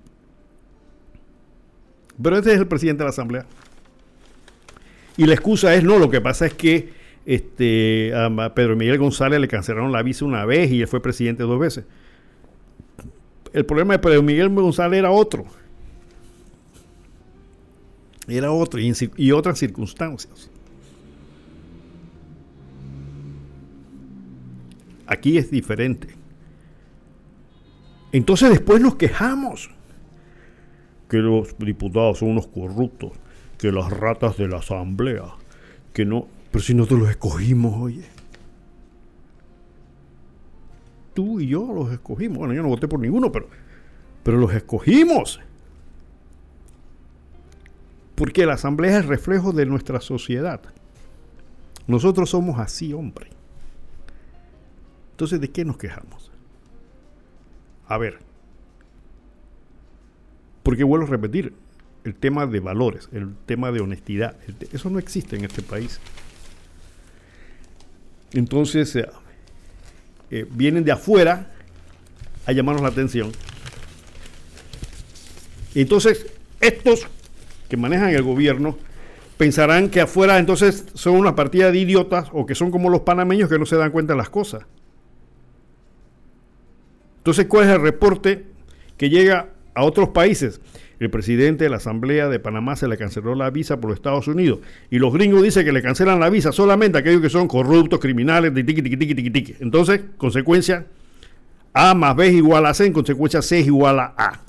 Speaker 4: Pero ese es el presidente de la Asamblea. Y la excusa es, no, lo que pasa es que a Pedro Miguel González le cancelaron la visa una vez y él fue presidente 2 veces. El problema de Pedro Miguel González era otro. Era otro y otras circunstancias. Aquí es diferente. Entonces después nos quejamos que los diputados son unos corruptos, que las ratas de la Asamblea, que no, pero si nosotros los escogimos, oye. Tú y yo los escogimos. Bueno, yo no voté por ninguno, pero los escogimos. Porque la Asamblea es el reflejo de nuestra sociedad. Nosotros somos así, hombre. Entonces, ¿de qué nos quejamos? A ver. Porque vuelvo a repetir, el tema de valores, el tema de honestidad, eso no existe en este país. Entonces, vienen de afuera a llamarnos la atención. Entonces, estos que manejan el gobierno pensarán que afuera entonces son una partida de idiotas o que son como los panameños que no se dan cuenta de las cosas. Entonces, ¿cuál es el reporte que llega a otros países? El presidente de la Asamblea de Panamá se le canceló la visa por los Estados Unidos y los gringos dicen que le cancelan la visa solamente a aquellos que son corruptos, criminales, tiqui. Entonces, consecuencia, A más B es igual a C, en consecuencia C es igual a A.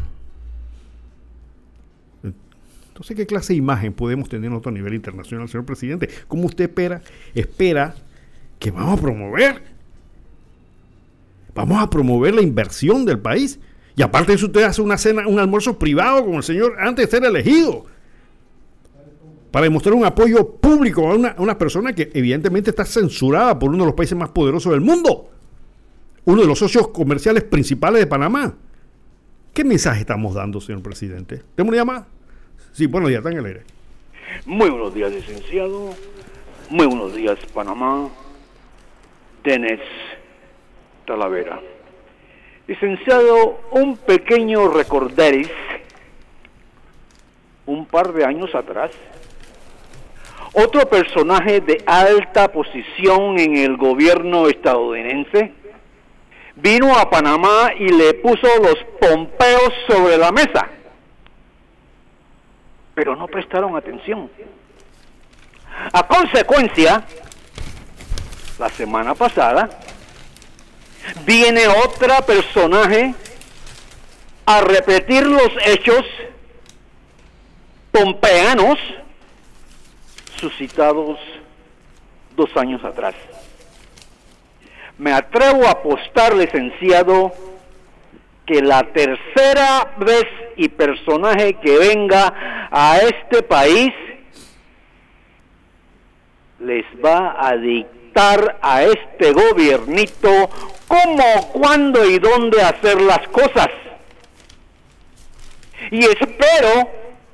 Speaker 4: Entonces, ¿qué clase de imagen podemos tener a otro nivel internacional, señor presidente? ¿Cómo usted espera que vamos a promover? Vamos a promover la inversión del país. Y aparte de eso, usted hace una cena, un almuerzo privado con el señor antes de ser elegido. Para demostrar un apoyo público a una persona que evidentemente está censurada por uno de los países más poderosos del mundo. Uno de los socios comerciales principales de Panamá. ¿Qué mensaje estamos dando, señor presidente? ¿Tenemos una llamada? Sí, buenos días, está en el aire.
Speaker 14: Muy buenos días, licenciado. Muy buenos días, Panamá. Denis Talavera. Licenciado, un pequeño recorderis. Un par de años atrás, otro personaje de alta posición en el gobierno estadounidense vino a Panamá y le puso los pompeos sobre la mesa. Pero no prestaron atención. A consecuencia, la semana pasada, viene otra personaje a repetir los hechos pompeanos suscitados 2 años atrás. Me atrevo a apostar, licenciado, que la tercera vez y personaje que venga a este país les va a dictar a este gobiernito cómo, cuándo y dónde hacer las cosas. Y espero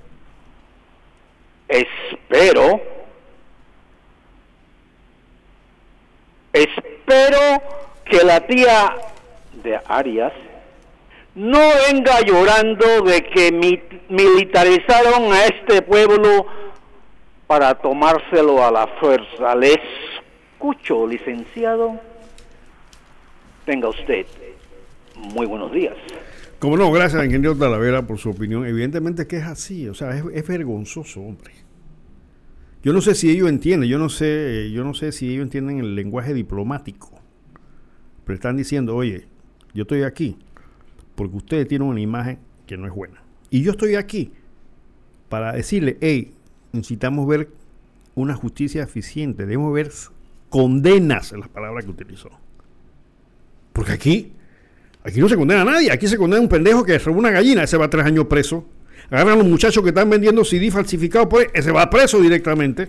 Speaker 14: que la tía de Arias no venga llorando de que militarizaron a este pueblo para tomárselo a la fuerza. Le escucho, licenciado. Tenga usted muy buenos días.
Speaker 4: Como no, gracias, ingeniero Talavera, por su opinión. Evidentemente que es así, o sea, es vergonzoso, hombre. Yo no sé si ellos entienden, yo no sé si ellos entienden el lenguaje diplomático. Pero están diciendo, oye, yo estoy aquí porque ustedes tienen una imagen que no es buena. Y yo estoy aquí para decirle, hey, necesitamos ver una justicia eficiente, debemos ver condenas, en las palabras que utilizó. Porque aquí no se condena a nadie, aquí se condena a un pendejo que robó una gallina, ese va 3 años preso. Agarran a los muchachos que están vendiendo CD falsificados, pues ese va preso directamente.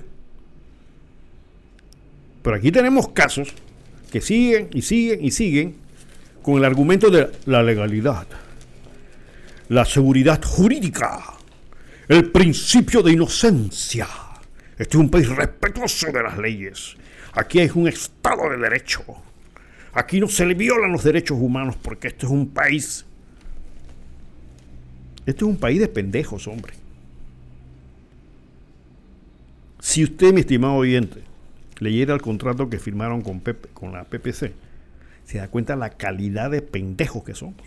Speaker 4: Pero aquí tenemos casos que siguen y siguen y siguen con el argumento de la legalidad, la seguridad jurídica, el principio de inocencia. Este es un país respetuoso de las leyes. Aquí hay un Estado de Derecho. Aquí no se le violan los derechos humanos porque este es un país de pendejos, hombre. Si usted, mi estimado oyente, leyera el contrato que firmaron con la PPC, se da cuenta de la calidad de pendejos que somos.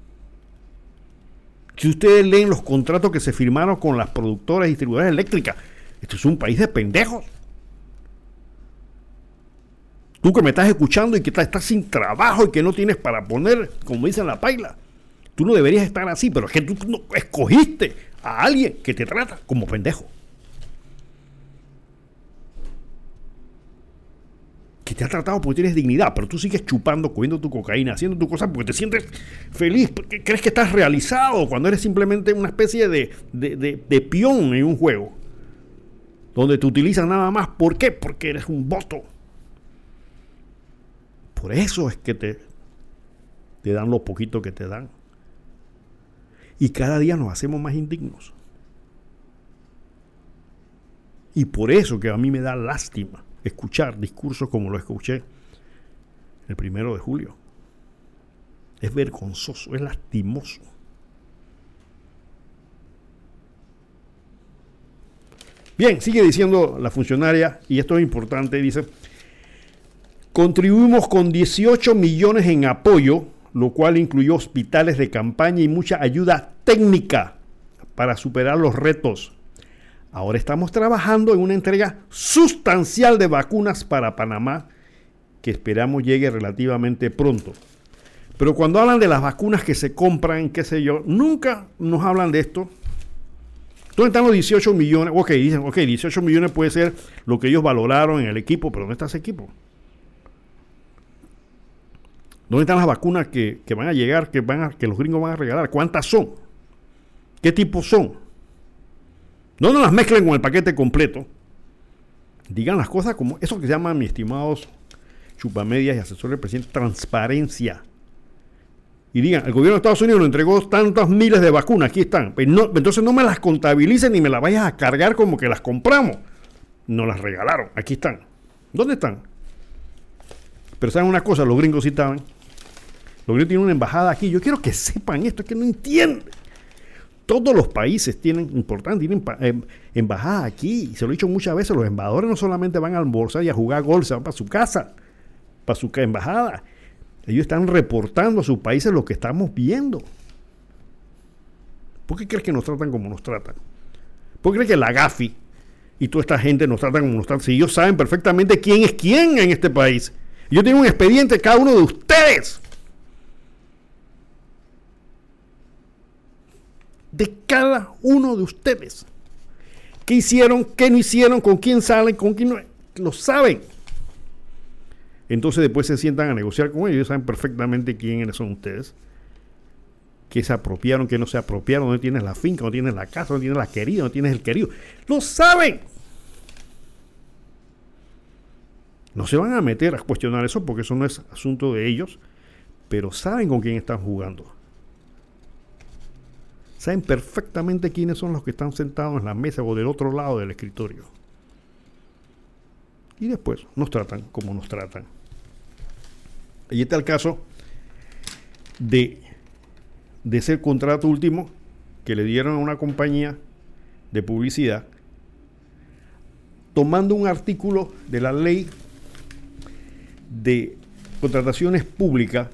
Speaker 4: Si ustedes leen los contratos que se firmaron con las productoras y distribuidoras eléctricas, esto es un país de pendejos. Tú que me estás escuchando y que estás sin trabajo y que no tienes para poner, como dicen la paila, tú no deberías estar así, pero es que tú no escogiste a alguien que te trata como pendejo. Que te ha tratado porque tienes dignidad, pero tú sigues chupando, cogiendo tu cocaína, haciendo tu cosa porque te sientes feliz, porque crees que estás realizado cuando eres simplemente una especie de peón en un juego donde te utilizan nada más. ¿Por qué? Porque eres un voto. Por eso es que te dan lo poquito que te dan. Y cada día nos hacemos más indignos. Y por eso que a mí me da lástima escuchar discursos como lo escuché el 1 de julio. Es vergonzoso, es lastimoso. Bien, sigue diciendo la funcionaria, y esto es importante, dice: contribuimos con 18 millones en apoyo, lo cual incluyó hospitales de campaña y mucha ayuda técnica para superar los retos. Ahora estamos trabajando en una entrega sustancial de vacunas para Panamá, que esperamos llegue relativamente pronto. Pero cuando hablan de las vacunas que se compran, qué sé yo, nunca nos hablan de esto. ¿Dónde están los 18 millones? Dicen, 18 millones puede ser lo que ellos valoraron en el equipo, pero ¿dónde está ese equipo? ¿Dónde están las vacunas que van a llegar, que los gringos van a regalar? ¿Cuántas son? ¿Qué tipo son? No las mezclen con el paquete completo. Digan las cosas como eso que se llama, mis estimados chupamedias y asesores del presidente, transparencia. Y digan, el gobierno de Estados Unidos nos entregó tantas miles de vacunas, aquí están. Entonces no me las contabilicen ni me las vayas a cargar como que las compramos. Nos las regalaron, aquí están. ¿Dónde están? Pero saben una cosa, los gringos sí estaban. Los gringos tienen una embajada aquí. Yo quiero que sepan esto, es que no entienden. Todos los países tienen embajada aquí. Se lo he dicho muchas veces, los embajadores no solamente van a almorzar y a jugar golf, se van para su casa, para su embajada. Ellos están reportando a sus países lo que estamos viendo. ¿Por qué crees que nos tratan como nos tratan? ¿Por qué crees que la Gafi y toda esta gente nos tratan como nos tratan? Si ellos saben perfectamente quién es quién en este país. Yo tengo un expediente cada uno de ustedes. De cada uno de ustedes. ¿Qué hicieron? ¿Qué no hicieron? ¿Con quién salen? ¿Con quién no? Lo saben. Entonces después se sientan a negociar con ellos, saben perfectamente quiénes son ustedes, que se apropiaron, que no se apropiaron, dónde tienes la finca, dónde tienes la casa, dónde tienes la querida, dónde tienes el querido. ¡Lo saben! No se van a meter a cuestionar eso porque eso no es asunto de ellos, pero saben con quién están jugando. Saben perfectamente quiénes son los que están sentados en la mesa o del otro lado del escritorio. Y después nos tratan como nos tratan. Y este es el caso de ese contrato último que le dieron a una compañía de publicidad, tomando un artículo de la ley de contrataciones públicas,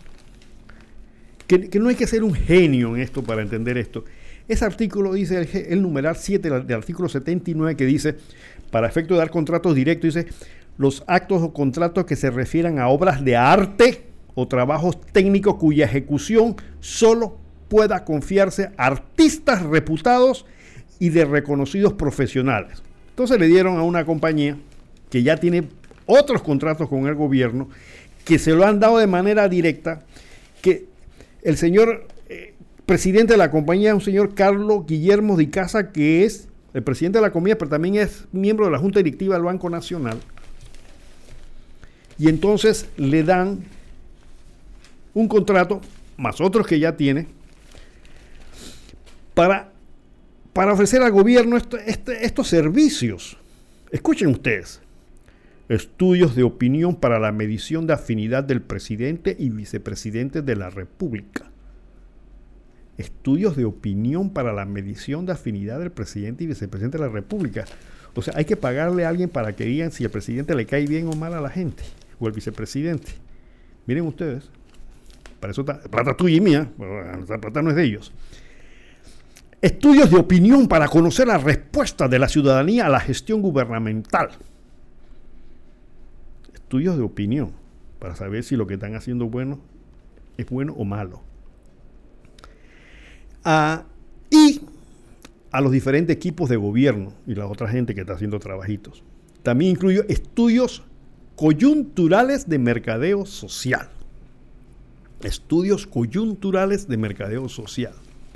Speaker 4: que no hay que ser un genio en esto para entender esto. Ese artículo dice, el numeral 7 del artículo 79, que dice, para efecto de dar contratos directos, dice, los actos o contratos que se refieran a obras de arte o trabajos técnicos cuya ejecución solo pueda confiarse a artistas reputados y de reconocidos profesionales. Entonces le dieron a una compañía que ya tiene otros contratos con el gobierno, que se lo han dado de manera directa, que el señor presidente de la compañía es un señor Carlos Guillermo de Casa, que es el presidente de la compañía, pero también es miembro de la Junta Directiva del Banco Nacional. Y entonces le dan un contrato, más otros que ya tiene, para ofrecer al gobierno estos servicios. Escuchen ustedes. Estudios de opinión para la medición de afinidad del presidente y vicepresidente de la República. Estudios de opinión para la medición de afinidad del presidente y vicepresidente de la República. O sea, hay que pagarle a alguien para que digan si el presidente le cae bien o mal a la gente, o el vicepresidente. Miren ustedes, para eso está plata tuya y mía, la plata no es de ellos. Estudios de opinión para conocer la respuesta de la ciudadanía a la gestión gubernamental. Estudios de opinión para saber si lo que están haciendo es bueno o malo. Y a los diferentes equipos de gobierno y la otra gente que está haciendo trabajitos. También incluye estudios coyunturales de mercadeo social. Estudios coyunturales de mercadeo social.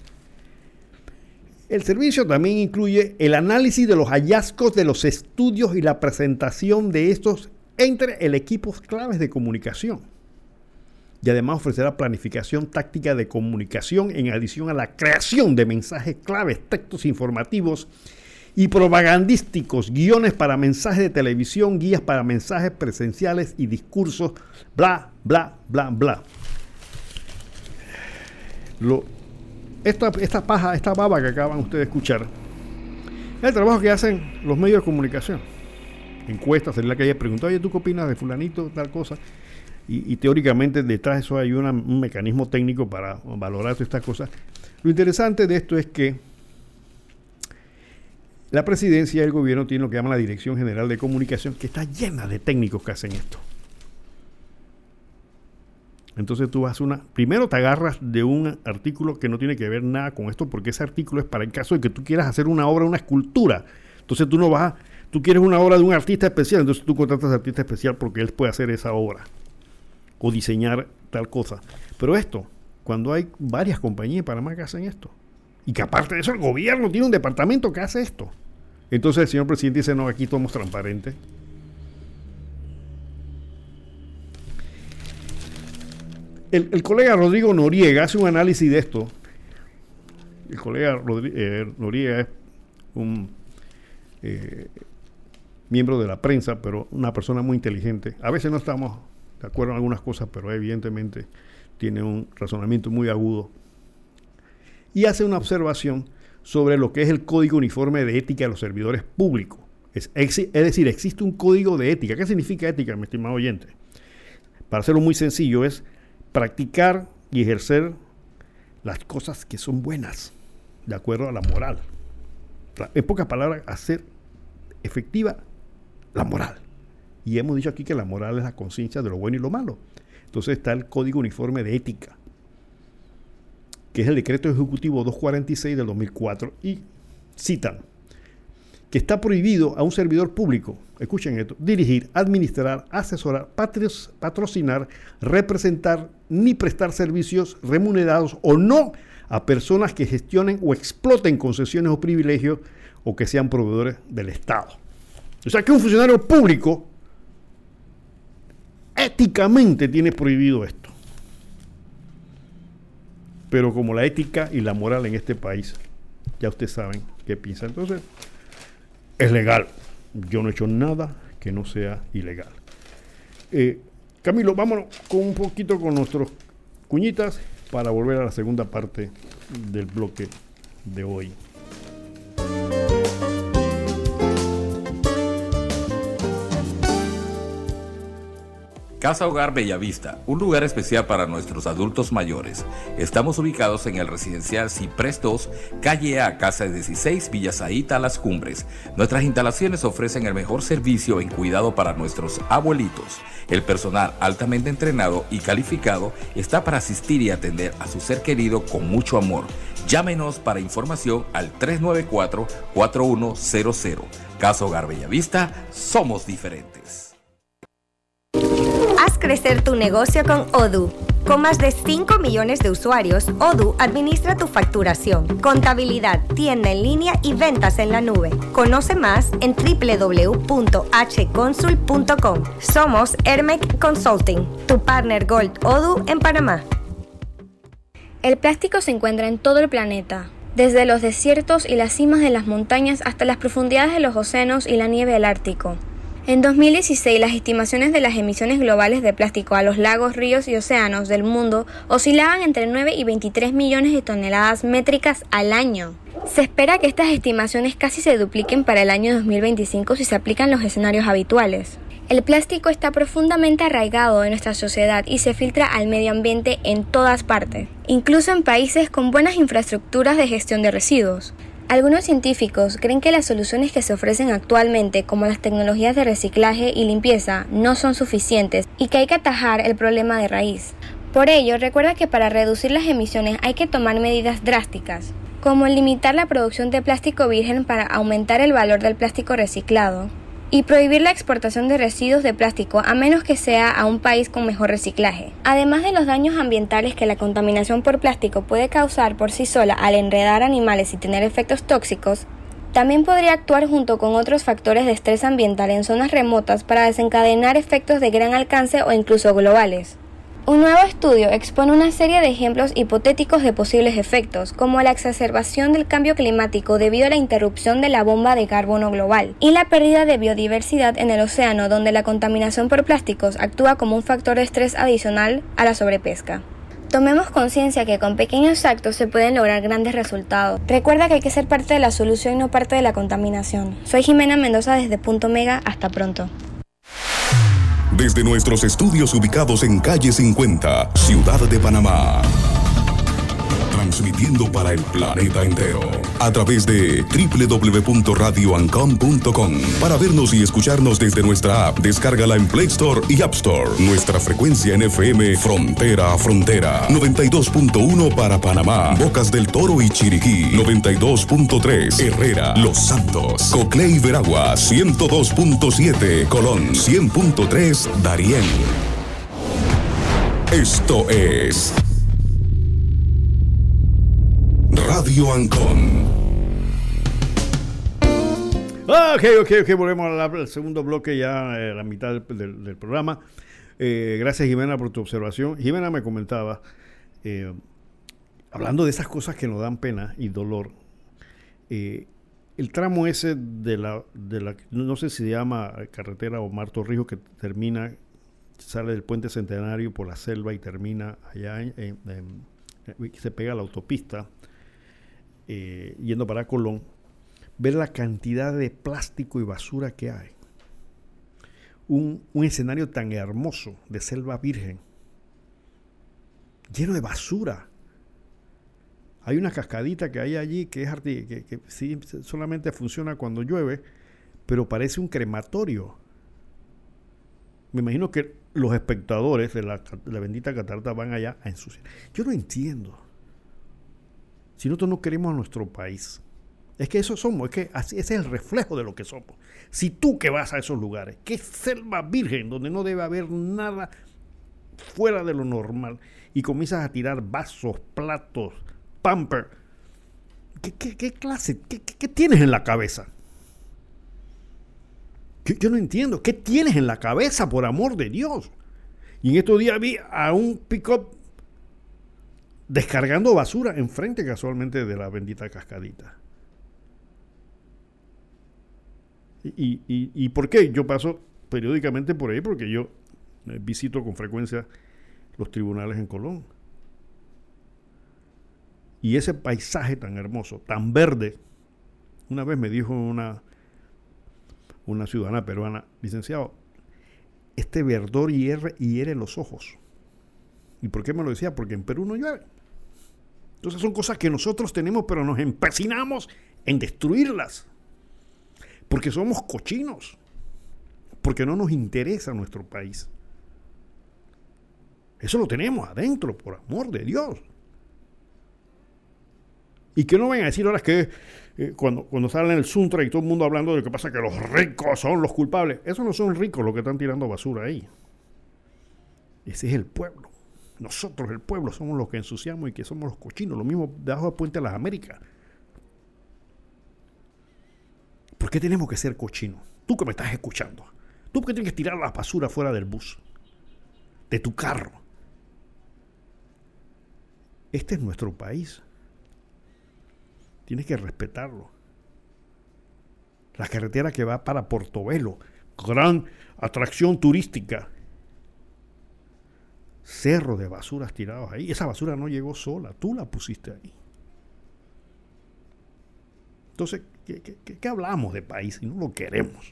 Speaker 4: El servicio también incluye el análisis de los hallazgos de los estudios y la presentación de estos entre el equipo claves de comunicación. Y además ofrecerá planificación táctica de comunicación en adición a la creación de mensajes claves, textos informativos y propagandísticos, guiones para mensajes de televisión, guías para mensajes presenciales y discursos, bla, bla, bla, bla. Esta baba que acaban ustedes de escuchar es el trabajo que hacen los medios de comunicación. Encuestas, en la que haya preguntado, oye, ¿tú qué opinas de fulanito, tal cosa? Y teóricamente detrás de eso hay un mecanismo técnico para valorar todas estas cosas. Lo interesante de esto es que la presidencia y el gobierno tienen lo que llaman la Dirección General de Comunicación, que está llena de técnicos que hacen esto. Entonces tú vas primero te agarras de un artículo que no tiene que ver nada con esto, porque ese artículo es para el caso de que tú quieras hacer una obra, una escultura. Entonces tú quieres una obra de un artista especial, entonces tú contratas al artista especial porque él puede hacer esa obra o diseñar tal cosa. Pero esto, cuando hay varias compañías en Panamá que hacen esto, y que aparte de eso el gobierno tiene un departamento que hace esto, entonces el señor presidente dice, no, aquí somos transparentes. El colega Rodrigo Noriega hace un análisis de esto. El colega Noriega es un miembro de la prensa, pero una persona muy inteligente. A veces no estamos de acuerdo en algunas cosas, pero evidentemente tiene un razonamiento muy agudo. Y hace una observación sobre lo que es el Código Uniforme de Ética de los Servidores Públicos. Es decir, existe un código de ética. ¿Qué significa ética, mi estimado oyente? Para hacerlo muy sencillo, es practicar y ejercer las cosas que son buenas, de acuerdo a la moral. En pocas palabras, hacer efectiva la moral. Y hemos dicho aquí que la moral es la conciencia de lo bueno y lo malo. Entonces está el Código Uniforme de Ética, que es el Decreto Ejecutivo 246 del 2004, y citan que está prohibido a un servidor público, escuchen esto, dirigir, administrar, asesorar, patrocinar, representar, ni prestar servicios remunerados o no a personas que gestionen o exploten concesiones o privilegios o que sean proveedores del Estado. O sea que un funcionario público éticamente tiene prohibido esto. Pero como la ética y la moral en este país, ya ustedes saben qué piensa. Entonces, es legal. Yo no he hecho nada que no sea ilegal. Camilo, vámonos con un poquito con nuestros cuñitas para volver a la segunda parte del bloque de hoy.
Speaker 15: Casa Hogar Bellavista, un lugar especial para nuestros adultos mayores. Estamos ubicados en el residencial Ciprés 2, calle A, Casa 16, Villa Zaita, Las Cumbres. Nuestras instalaciones ofrecen el mejor servicio en cuidado para nuestros abuelitos. El personal altamente entrenado y calificado está para asistir y atender a su ser querido con mucho amor. Llámenos para información al 394-4100. Casa Hogar Bellavista, somos diferentes.
Speaker 16: Haz crecer tu negocio con Odoo. Con más de 5 millones de usuarios, Odoo administra tu facturación, contabilidad, tienda en línea y ventas en la nube. Conoce más en www.hconsul.com. Somos Hermec Consulting, tu partner Gold Odoo en Panamá.
Speaker 17: El plástico se encuentra en todo el planeta, desde los desiertos y las cimas de las montañas hasta las profundidades de los océanos y la nieve del Ártico. En 2016, las estimaciones de las emisiones globales de plástico a los lagos, ríos y océanos del mundo oscilaban entre 9 y 23 millones de toneladas métricas al año. Se espera que estas estimaciones casi se dupliquen para el año 2025 si se aplican los escenarios habituales. El plástico está profundamente arraigado en nuestra sociedad y se filtra al medio ambiente en todas partes, incluso en países con buenas infraestructuras de gestión de residuos. Algunos científicos creen que las soluciones que se ofrecen actualmente, como las tecnologías de reciclaje y limpieza, no son suficientes y que hay que atajar el problema de raíz. Por ello, recuerda que para reducir las emisiones hay que tomar medidas drásticas, como limitar la producción de plástico virgen para aumentar el valor del plástico reciclado, y prohibir la exportación de residuos de plástico a menos que sea a un país con mejor reciclaje. Además de los daños ambientales que la contaminación por plástico puede causar por sí sola al enredar animales y tener efectos tóxicos, también podría actuar junto con otros factores de estrés ambiental en zonas remotas para desencadenar efectos de gran alcance o incluso globales. Un nuevo estudio expone una serie de ejemplos hipotéticos de posibles efectos, como la exacerbación del cambio climático debido a la interrupción de la bomba de carbono global y la pérdida de biodiversidad en el océano, donde la contaminación por plásticos actúa como un factor de estrés adicional a la sobrepesca. Tomemos conciencia que con pequeños actos se pueden lograr grandes resultados. Recuerda que hay que ser parte de la solución y no parte de la contaminación. Soy Jimena Mendoza desde Punto Mega. Hasta pronto.
Speaker 1: Desde nuestros estudios ubicados en calle 50, Ciudad de Panamá. Transmitiendo para el planeta entero a través de www.radioancom.com. Para vernos y escucharnos desde nuestra app, descárgala en Play Store y App Store. Nuestra frecuencia en FM frontera a frontera. 92.1 para Panamá, Bocas del Toro y Chiriquí. 92.3 Herrera, Los Santos, Coclé y Veraguas. 102.7 Colón. 100.3 Darién. Esto es Radio Ancon.
Speaker 4: Ok, volvemos al segundo bloque, ya la mitad del programa. Gracias, Jimena, por tu observación. Jimena me comentaba, hablando de esas cosas que nos dan pena y dolor, el tramo ese de la no sé si se llama carretera Omar Torrijos, que termina, sale del Puente Centenario por la selva y termina allá se pega a la autopista, yendo para Colón, ver la cantidad de plástico y basura que hay. Un escenario tan hermoso de selva virgen, lleno de basura. Hay una cascadita que hay allí que sí, solamente funciona cuando llueve, pero parece un crematorio. Me imagino que los espectadores de la bendita catarata van allá a ensuciar. Yo no entiendo. Si nosotros no queremos a nuestro país, Es que eso somos, es que ese es el reflejo de lo que somos. Si tú que vas a esos lugares, que es selva virgen, donde no debe haber nada fuera de lo normal, y comienzas a tirar vasos, platos, pamper, ¿qué clase, qué tienes en la cabeza? Yo no entiendo, ¿qué tienes en la cabeza, por amor de Dios? Y en estos días vi a un pick-up descargando basura enfrente casualmente de la bendita cascadita. ¿Y por qué? Yo paso periódicamente por ahí porque yo visito con frecuencia los tribunales en Colón. Y ese paisaje tan hermoso, tan verde, una vez me dijo una ciudadana peruana, licenciado, este verdor hiere los ojos. ¿Y por qué me lo decía? Porque en Perú no llueve. Entonces son cosas que nosotros tenemos, pero nos empecinamos en destruirlas. Porque somos cochinos. Porque no nos interesa nuestro país. Eso lo tenemos adentro, por amor de Dios. Y que no vengan a decir ahora que cuando salen el Suntra y todo el mundo hablando de lo que pasa, que los ricos son los culpables. Esos no son ricos los que están tirando basura ahí. Ese es el pueblo. Nosotros, el pueblo, somos los que ensuciamos y que somos los cochinos. Lo mismo debajo del Puente de las Américas. ¿Por qué tenemos que ser cochinos? Tú que me estás escuchando. Tú que tienes que tirar la basura fuera del bus, de tu carro. Este es nuestro país. Tienes que respetarlo. La carretera que va para Portobelo, gran atracción turística. Cerro de basuras tirados ahí. Esa basura no llegó sola, tú la pusiste ahí. Entonces, ¿qué hablamos de país si no lo queremos?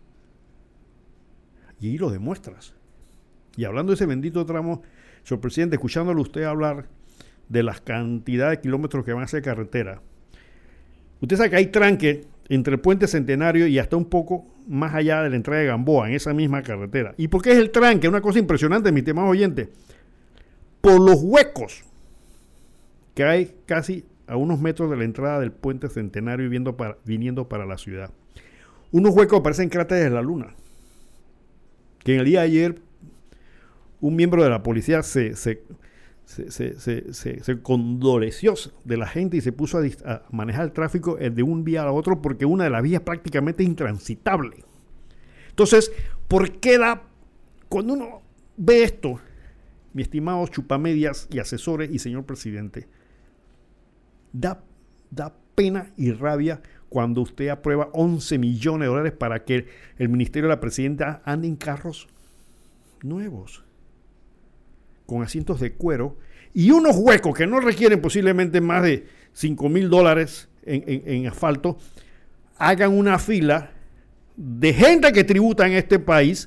Speaker 4: Y ahí lo demuestras. Y hablando de ese bendito tramo, señor presidente, escuchándolo usted hablar de las cantidades de kilómetros que van a ser carretera, usted sabe que hay tranque entre el Puente Centenario y hasta un poco más allá de la entrada de Gamboa, en esa misma carretera. ¿Y por qué es el tranque? Una cosa impresionante, mis estimados oyentes. Por los huecos que hay casi a unos metros de la entrada del Puente Centenario viniendo para la ciudad. Unos huecos que parecen cráteres de la luna. Que en el día de ayer un miembro de la policía se condoleció de la gente y se puso a manejar el tráfico de un vía a otro porque una de las vías prácticamente intransitable. Entonces, ¿por qué cuando uno ve esto, mi estimado chupamedias y asesores y señor presidente, da pena y rabia cuando usted aprueba 11 millones de dólares para que el ministerio de la presidenta ande en carros nuevos, con asientos de cuero y unos huecos que no requieren posiblemente más de $5,000 en asfalto, hagan una fila de gente que tributa en este país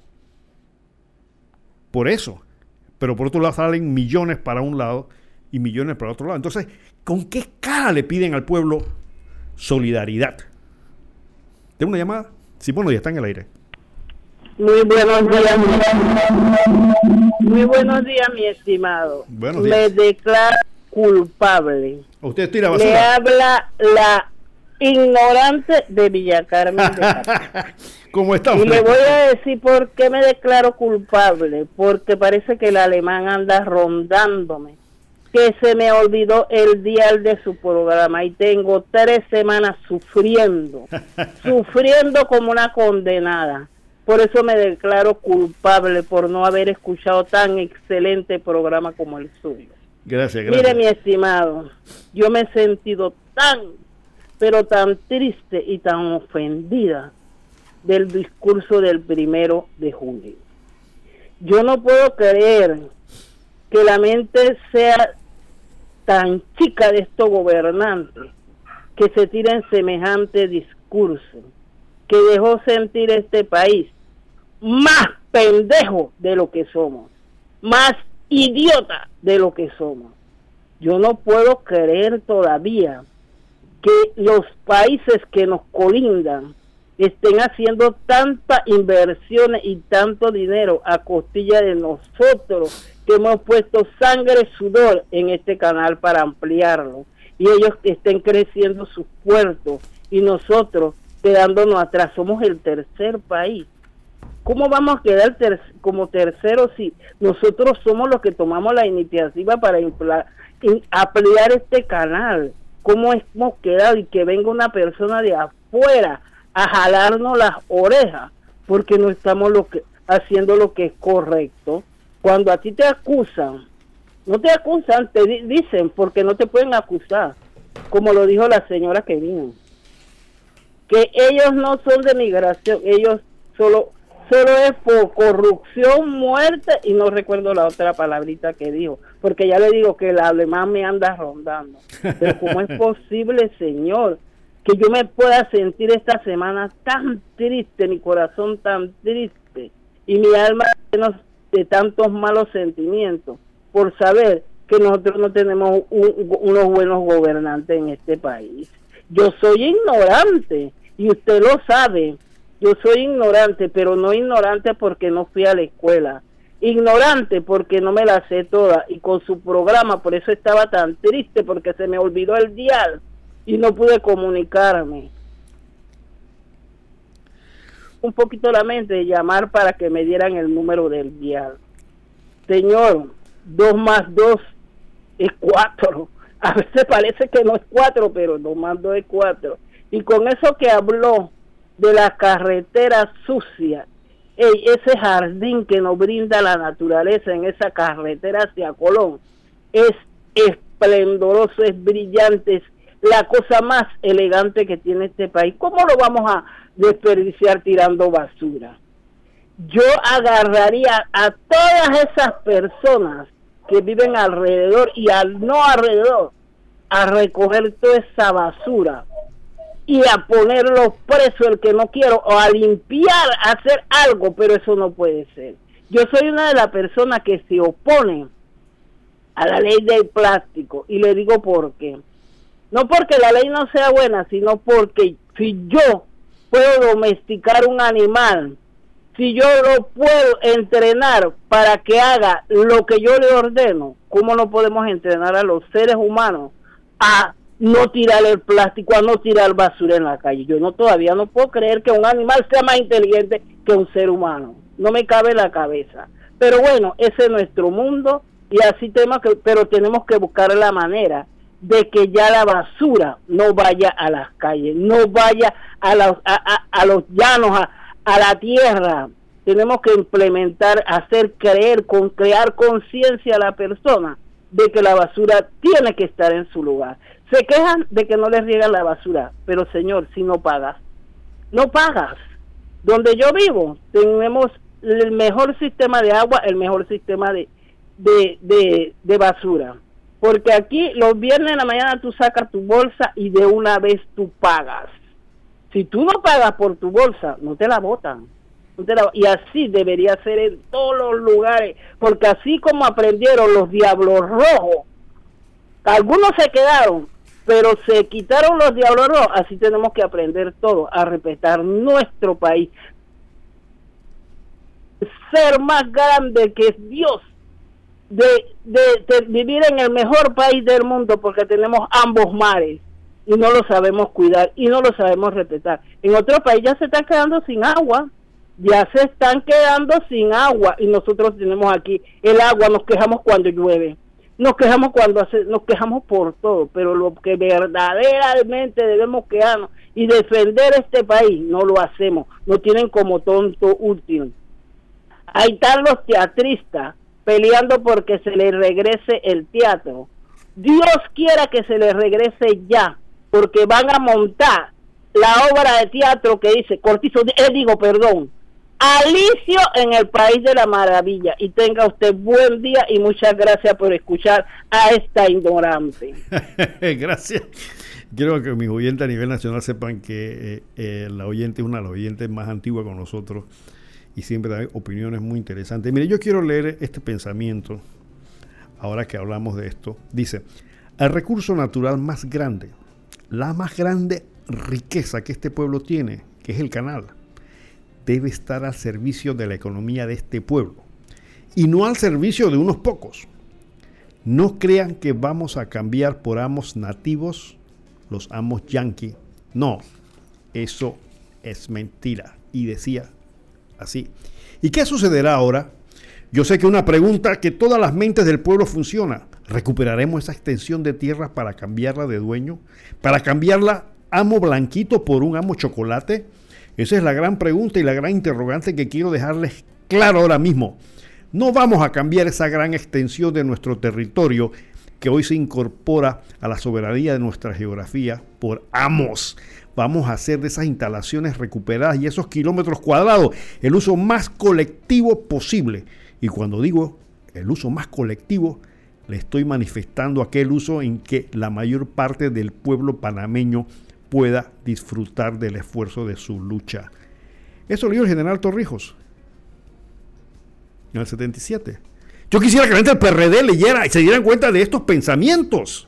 Speaker 4: por eso. Pero por otro lado salen millones para un lado y millones para otro lado. Entonces, ¿con qué cara le piden al pueblo solidaridad? ¿Tengo una llamada? Sí, bueno, ya está en el aire.
Speaker 18: Muy buenos días. Muy buenos días, mi estimado.
Speaker 4: Buenos días.
Speaker 18: Me declaro culpable.
Speaker 4: ¿Usted tira basura?
Speaker 18: Le habla la ignorante de Villa Carmen de Caracas.
Speaker 4: ¿Cómo está?
Speaker 18: Y le voy a decir por qué me declaro culpable. Porque parece que el alemán anda rondándome. Que se me olvidó el dial de su programa y tengo 3 semanas sufriendo como una condenada. Por eso me declaro culpable por no haber escuchado tan excelente programa como el suyo.
Speaker 4: Gracias.
Speaker 18: Mire, mi estimado, yo me he sentido pero tan triste y tan ofendida del discurso del 1 de julio. Yo no puedo creer que la mente sea tan chica de estos gobernantes que se tiren semejante discurso que dejó sentir este país más pendejo de lo que somos, más idiota de lo que somos. Yo no puedo creer todavía que los países que nos colindan estén haciendo tantas inversiones y tanto dinero a costilla de nosotros que hemos puesto sangre y sudor en este canal para ampliarlo y ellos estén creciendo sus puertos y nosotros quedándonos atrás. Somos el tercer país. ¿Cómo vamos a quedar como tercero si nosotros somos los que tomamos la iniciativa para ampliar este canal? ¿Cómo hemos quedado y que venga una persona de afuera a jalarnos las orejas porque no estamos haciendo lo que es correcto? Cuando a ti te acusan, no te acusan, te dicen porque no te pueden acusar, como lo dijo la señora que vino, que ellos no son de migración, ellos solo es por corrupción, muerte, y no recuerdo la otra palabrita que dijo, porque ya le digo que el alemán me anda rondando. Pero ¿cómo es posible, señor, que yo me pueda sentir esta semana tan triste, mi corazón tan triste, y mi alma llena de tantos malos sentimientos, por saber que nosotros no tenemos unos buenos gobernantes en este país? Yo soy ignorante, y usted lo sabe. Yo soy ignorante, pero no ignorante porque no fui a la escuela. Ignorante porque no me la sé toda. Y con su programa, por eso estaba tan triste, porque se me olvidó el dial y no pude comunicarme. Un poquito la mente de llamar para que me dieran el número del dial. Señor, 2 más 2 es 4. A veces parece que no es 4, pero 2 más 2 es 4. Y con eso que habló de la carretera sucia, ese jardín que nos brinda la naturaleza en esa carretera hacia Colón, es esplendoroso, es brillante, es la cosa más elegante que tiene este país. ¿Cómo lo vamos a desperdiciar tirando basura? Yo agarraría a todas esas personas que viven alrededor y al no alrededor a recoger toda esa basura y a ponerlos presos el que no quiero, o a limpiar, a hacer algo, pero eso no puede ser. Yo soy una de las personas que se oponen a la ley del plástico, y le digo por qué. No porque la ley no sea buena, sino porque si yo puedo domesticar un animal, si yo lo puedo entrenar para que haga lo que yo le ordeno, ¿cómo no podemos entrenar a los seres humanos a no tirar el plástico, a no tirar basura en la calle? Yo todavía no puedo creer que un animal sea más inteligente que un ser humano. No me cabe en la cabeza. Pero bueno, ese es nuestro mundo, y así pero tenemos que buscar la manera de que ya la basura no vaya a las calles, no vaya a los llanos, a la tierra. Tenemos que implementar, crear conciencia a la persona de que la basura tiene que estar en su lugar. Se quejan de que no les riegan la basura, pero señor, si no pagas, no pagas. Donde yo vivo tenemos el mejor sistema de agua, el mejor sistema de basura, porque aquí los viernes en la mañana tú sacas tu bolsa y de una vez tú pagas. Si tú no pagas por tu bolsa, no te la botan. Y así debería ser en todos los lugares, porque así como aprendieron los Diablos Rojos, algunos se quedaron, pero se quitaron los Diablos Rojos, así tenemos que aprender todos a respetar nuestro país. Ser más grande que Dios, de vivir en el mejor país del mundo, porque tenemos ambos mares y no lo sabemos cuidar y no lo sabemos respetar. En otros países ya se están quedando sin agua, y nosotros tenemos aquí el agua. Nos quejamos cuando llueve, nos quejamos nos quejamos por todo, pero lo que verdaderamente debemos quedarnos y defender este país no lo hacemos. Nos tienen como tonto útil. Ahí están los teatristas peleando porque se les regrese el teatro. Dios quiera que se les regrese ya, porque van a montar la obra de teatro que dice Alicio en el País de la Maravilla. Y tenga usted buen día y muchas gracias por escuchar a esta ignorante.
Speaker 4: Gracias. Quiero que mis oyentes a nivel nacional sepan que la oyente es una de las oyentes más antiguas con nosotros y siempre da opiniones muy interesantes. Mire, yo quiero leer este pensamiento ahora que hablamos de esto. Dice: el recurso natural más grande, la más grande riqueza que este pueblo tiene, que es el canal, debe estar al servicio de la economía de este pueblo y no al servicio de unos pocos. No crean que vamos a cambiar por amos nativos, los amos yanqui. No, eso es mentira. Y decía así. ¿Y qué sucederá ahora? Yo sé que una pregunta que todas las mentes del pueblo funciona. ¿Recuperaremos esa extensión de tierras para cambiarla de dueño? ¿Para cambiarla amo blanquito por un amo chocolate? Esa es la gran pregunta y la gran interrogante que quiero dejarles claro ahora mismo. No vamos a cambiar esa gran extensión de nuestro territorio que hoy se incorpora a la soberanía de nuestra geografía por amos. Vamos a hacer de esas instalaciones recuperadas y esos kilómetros cuadrados el uso más colectivo posible. Y cuando digo el uso más colectivo, le estoy manifestando aquel uso en que la mayor parte del pueblo panameño pueda disfrutar del esfuerzo de su lucha. Eso lo dijo el general Torrijos en el 77. Yo quisiera que la gente del PRD leyera y se dieran cuenta de estos pensamientos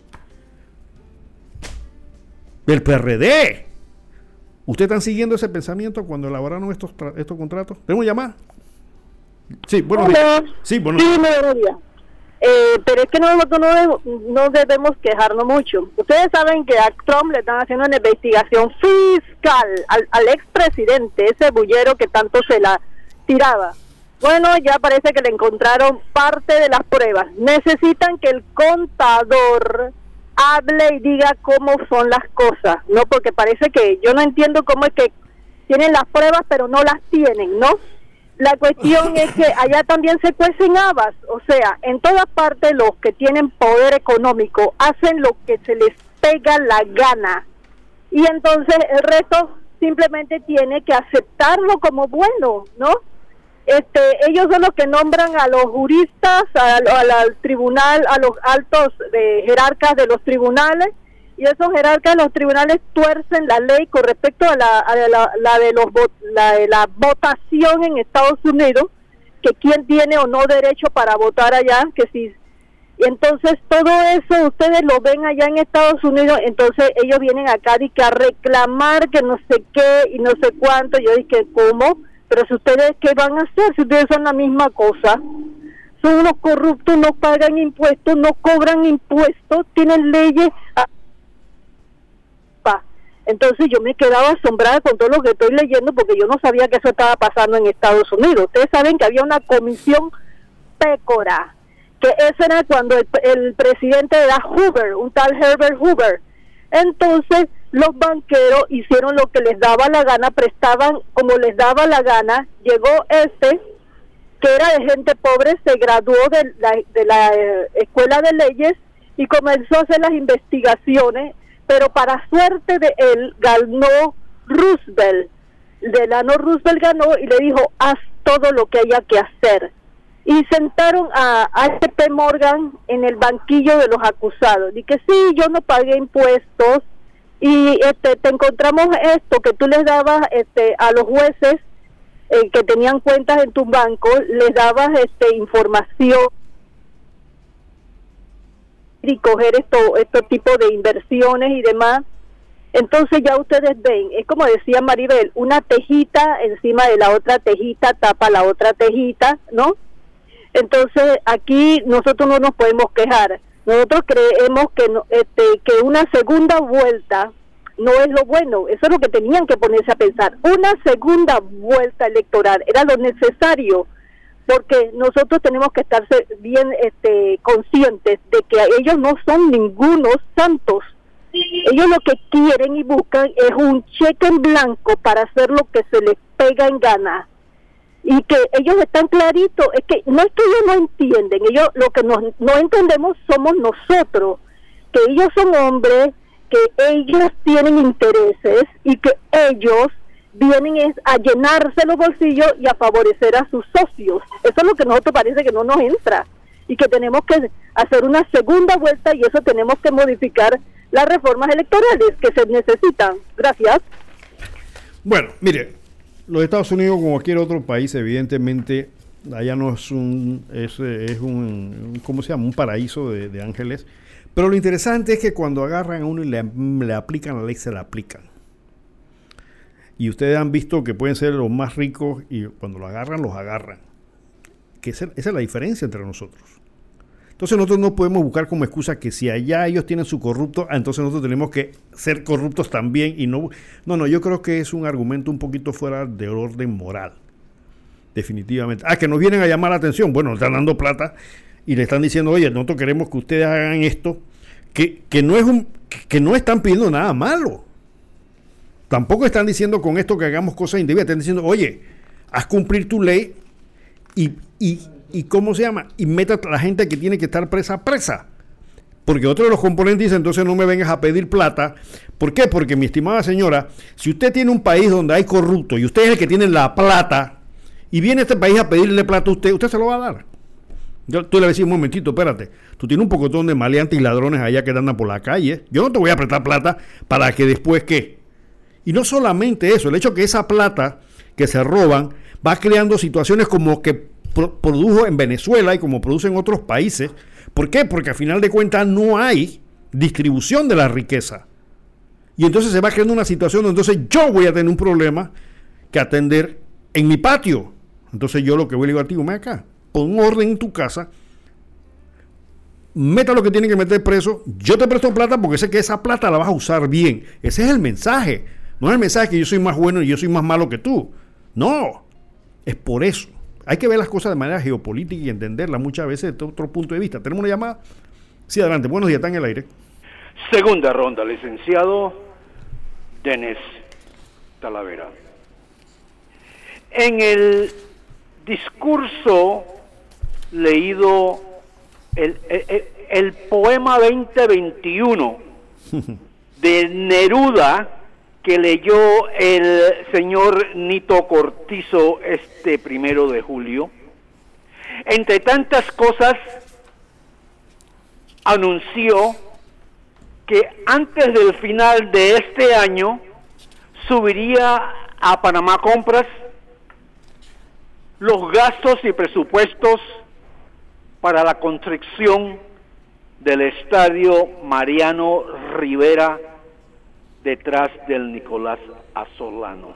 Speaker 4: del PRD. ¿Ustedes están siguiendo ese pensamiento cuando elaboraron estos contratos? ¿Tenemos llamada? Sí, buenos días. Sí, buenos días.
Speaker 19: Pero es que no debemos quejarnos mucho. Ustedes saben que a Trump le están haciendo una investigación fiscal al expresidente, ese bullero que tanto se la tiraba. Bueno, ya parece que le encontraron parte de las pruebas. Necesitan que el contador hable y diga cómo son las cosas, ¿no? Porque parece que yo no entiendo cómo es que tienen las pruebas pero no las tienen, ¿no? La cuestión es que allá también se cuecen habas, o sea, en todas partes los que tienen poder económico hacen lo que se les pega la gana y entonces el resto simplemente tiene que aceptarlo como bueno, ¿no? Ellos son los que nombran a los juristas, al tribunal, a los altos jerarcas de los tribunales, y esos jerarcas de los tribunales tuercen la ley con respecto a la votación en Estados Unidos, que quién tiene o no derecho para votar allá, que si, y entonces todo eso ustedes lo ven allá en Estados Unidos, entonces ellos vienen acá y que a reclamar que no sé qué y no sé cuánto. Yo dije, ¿cómo? Pero si ustedes, ¿qué van a hacer? Si ustedes son la misma cosa, son unos corruptos, no pagan impuestos, no cobran impuestos, tienen leyes. Entonces yo me quedaba asombrada con todo lo que estoy leyendo porque yo no sabía que eso estaba pasando en Estados Unidos. Ustedes saben que había una comisión pécora, que eso era cuando el presidente era Hoover, un tal Herbert Hoover. Entonces los banqueros hicieron lo que les daba la gana, prestaban como les daba la gana. Llegó que era de gente pobre, se graduó de la escuela de leyes y comenzó a hacer las investigaciones, pero para suerte de él ganó Roosevelt. Delano Roosevelt ganó y le dijo, haz todo lo que haya que hacer. Y sentaron a H.P. Morgan en el banquillo de los acusados. Y que sí, yo no pagué impuestos y te encontramos esto que tú les dabas a los jueces que tenían cuentas en tu banco, les dabas información y coger estos tipos de inversiones y demás. Entonces ya ustedes ven, es como decía Maribel, una tejita encima de la otra tejita tapa la otra tejita, ¿no? Entonces aquí nosotros no nos podemos quejar. Nosotros creemos que que una segunda vuelta no es lo bueno. Eso es lo que tenían que ponerse a pensar. Una segunda vuelta electoral era lo necesario, porque nosotros tenemos que estar bien conscientes de que ellos no son ningunos santos. Ellos lo que quieren y buscan es un cheque en blanco para hacer lo que se les pega en gana. Y que ellos están claritos, es que ellos no entienden, ellos lo que no entendemos somos nosotros, que ellos son hombres, que ellos tienen intereses y que ellos vienen a llenarse los bolsillos y a favorecer a sus socios. Eso es lo que nosotros parece que no nos entra y que tenemos que hacer una segunda vuelta y eso tenemos que modificar las reformas electorales que se necesitan. Gracias.
Speaker 4: Bueno, mire, los Estados Unidos, como cualquier otro país, evidentemente, allá no es un ¿cómo se llama? Un paraíso de ángeles. Pero lo interesante es que cuando agarran a uno y le aplican la ley, se la aplican. Y ustedes han visto que pueden ser los más ricos y cuando los agarran, los agarran. Que esa es la diferencia entre nosotros. Entonces nosotros no podemos buscar como excusa que si allá ellos tienen su corrupto, entonces nosotros tenemos que ser corruptos también y no, yo creo que es un argumento un poquito fuera de orden moral, definitivamente. Que nos vienen a llamar la atención, bueno, nos están dando plata y le están diciendo, oye, nosotros queremos que ustedes hagan esto, que no están pidiendo nada malo. Tampoco están diciendo con esto que hagamos cosas indebidas, están diciendo, oye, haz cumplir tu ley y ¿cómo se llama? Y meta a la gente que tiene que estar presa. Porque otro de los componentes dice, entonces no me vengas a pedir plata. ¿Por qué? Porque, mi estimada señora, si usted tiene un país donde hay corrupto y usted es el que tiene la plata y viene a este país a pedirle plata a usted se lo va a dar. Tú le decís, un momentito, espérate, tú tienes un pocotón de maleantes y ladrones allá que andan por la calle. Yo no te voy a prestar plata para que después, ¿qué? Y no solamente eso, el hecho que esa plata que se roban va creando situaciones como que produjo en Venezuela y como produce en otros países. ¿Por qué? Porque al final de cuentas no hay distribución de la riqueza. Y entonces se va creando una situación donde entonces yo voy a tener un problema que atender en mi patio. Entonces yo lo que voy a decir a ti, ven acá, pon orden en tu casa, meta lo que tienen que meter preso, yo te presto plata porque sé que esa plata la vas a usar bien. Ese es el mensaje. No es el mensaje que yo soy más bueno y yo soy más malo que tú. No, es por eso. Hay que ver las cosas de manera geopolítica y entenderlas muchas veces desde otro punto de vista. ¿Tenemos una llamada? Sí, adelante. Buenos días, está en el aire.
Speaker 14: Segunda ronda, licenciado Denis Talavera. En el discurso leído, el poema 2021 de Neruda, que leyó el señor Nito Cortizo este 1 de julio, entre tantas cosas anunció que antes del final de este año subiría a Panamá Compras los gastos y presupuestos para la construcción del estadio Mariano Rivera detrás del Nicolás A. Solano.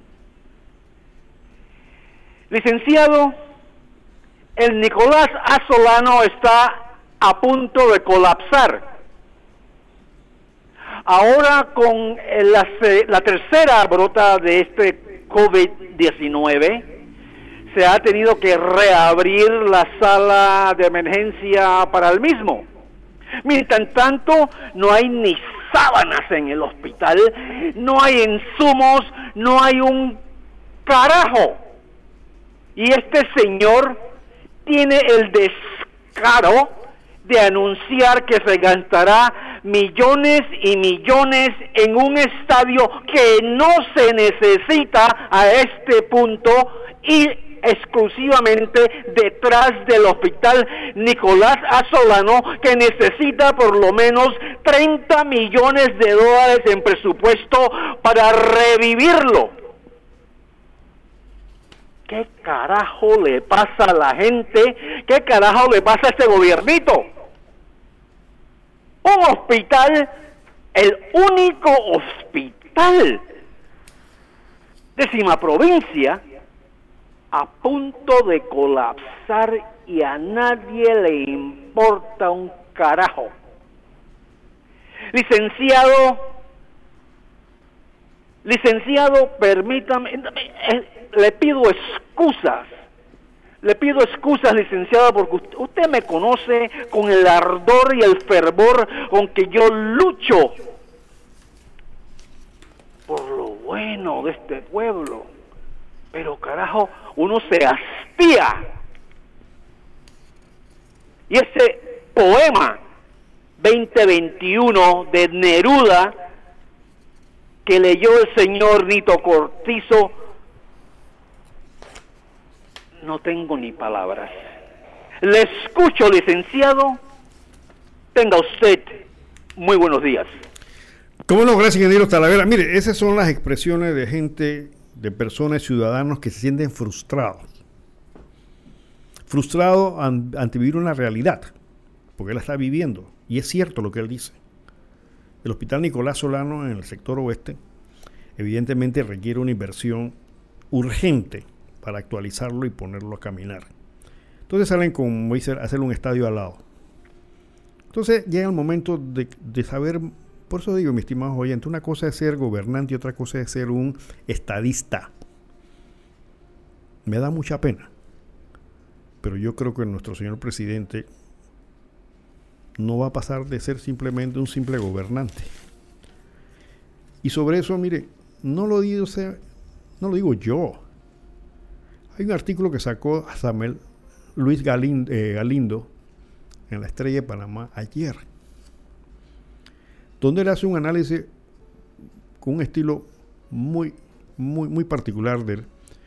Speaker 14: Licenciado, el Nicolás A. Solano está a punto de colapsar. Ahora con la tercera brota de este COVID-19, se ha tenido que reabrir la sala de emergencia para el mismo. Mientras tanto, no hay ni sábanas en el hospital, no hay insumos, no hay un carajo. Y este señor tiene el descaro de anunciar que se gastará millones y millones en un estadio que no se necesita a este punto y exclusivamente detrás del hospital Nicolás A. Solano, que necesita por lo menos 30 millones de dólares en presupuesto para revivirlo. ¿Qué carajo le pasa a la gente? ¿Qué carajo le pasa a este gobiernito? Un hospital, el único hospital décima provincia, a punto de colapsar y a nadie le importa un carajo. Licenciado, permítame, le pido excusas, licenciado, porque usted me conoce con el ardor y el fervor con que yo lucho por lo bueno de este pueblo. Pero carajo, uno se hastía. Y ese poema 2021 de Neruda que leyó el señor Nito Cortizo, no tengo ni palabras. Le escucho, licenciado. Tenga usted muy buenos días.
Speaker 4: ¿Cómo no? Gracias, ingeniero Talavera. Mire, esas son las expresiones de gente, de personas, ciudadanos que se sienten frustrados ante vivir una realidad, porque él la está viviendo, y es cierto lo que él dice. El hospital Nicolás Solano en el sector oeste evidentemente requiere una inversión urgente para actualizarlo y ponerlo a caminar. Entonces salen con hacer un estadio al lado, Entonces llega el momento de saber, por eso digo, mi estimado oyente, una cosa es ser gobernante y otra cosa es ser un estadista. Me da mucha pena, pero yo creo que nuestro señor presidente no va a pasar de ser simplemente un simple gobernante. Y sobre eso, mire, no lo digo yo. Hay un artículo que sacó Samuel Luis Galindo en La Estrella de Panamá ayer, donde él hace un análisis con un estilo muy particular de él.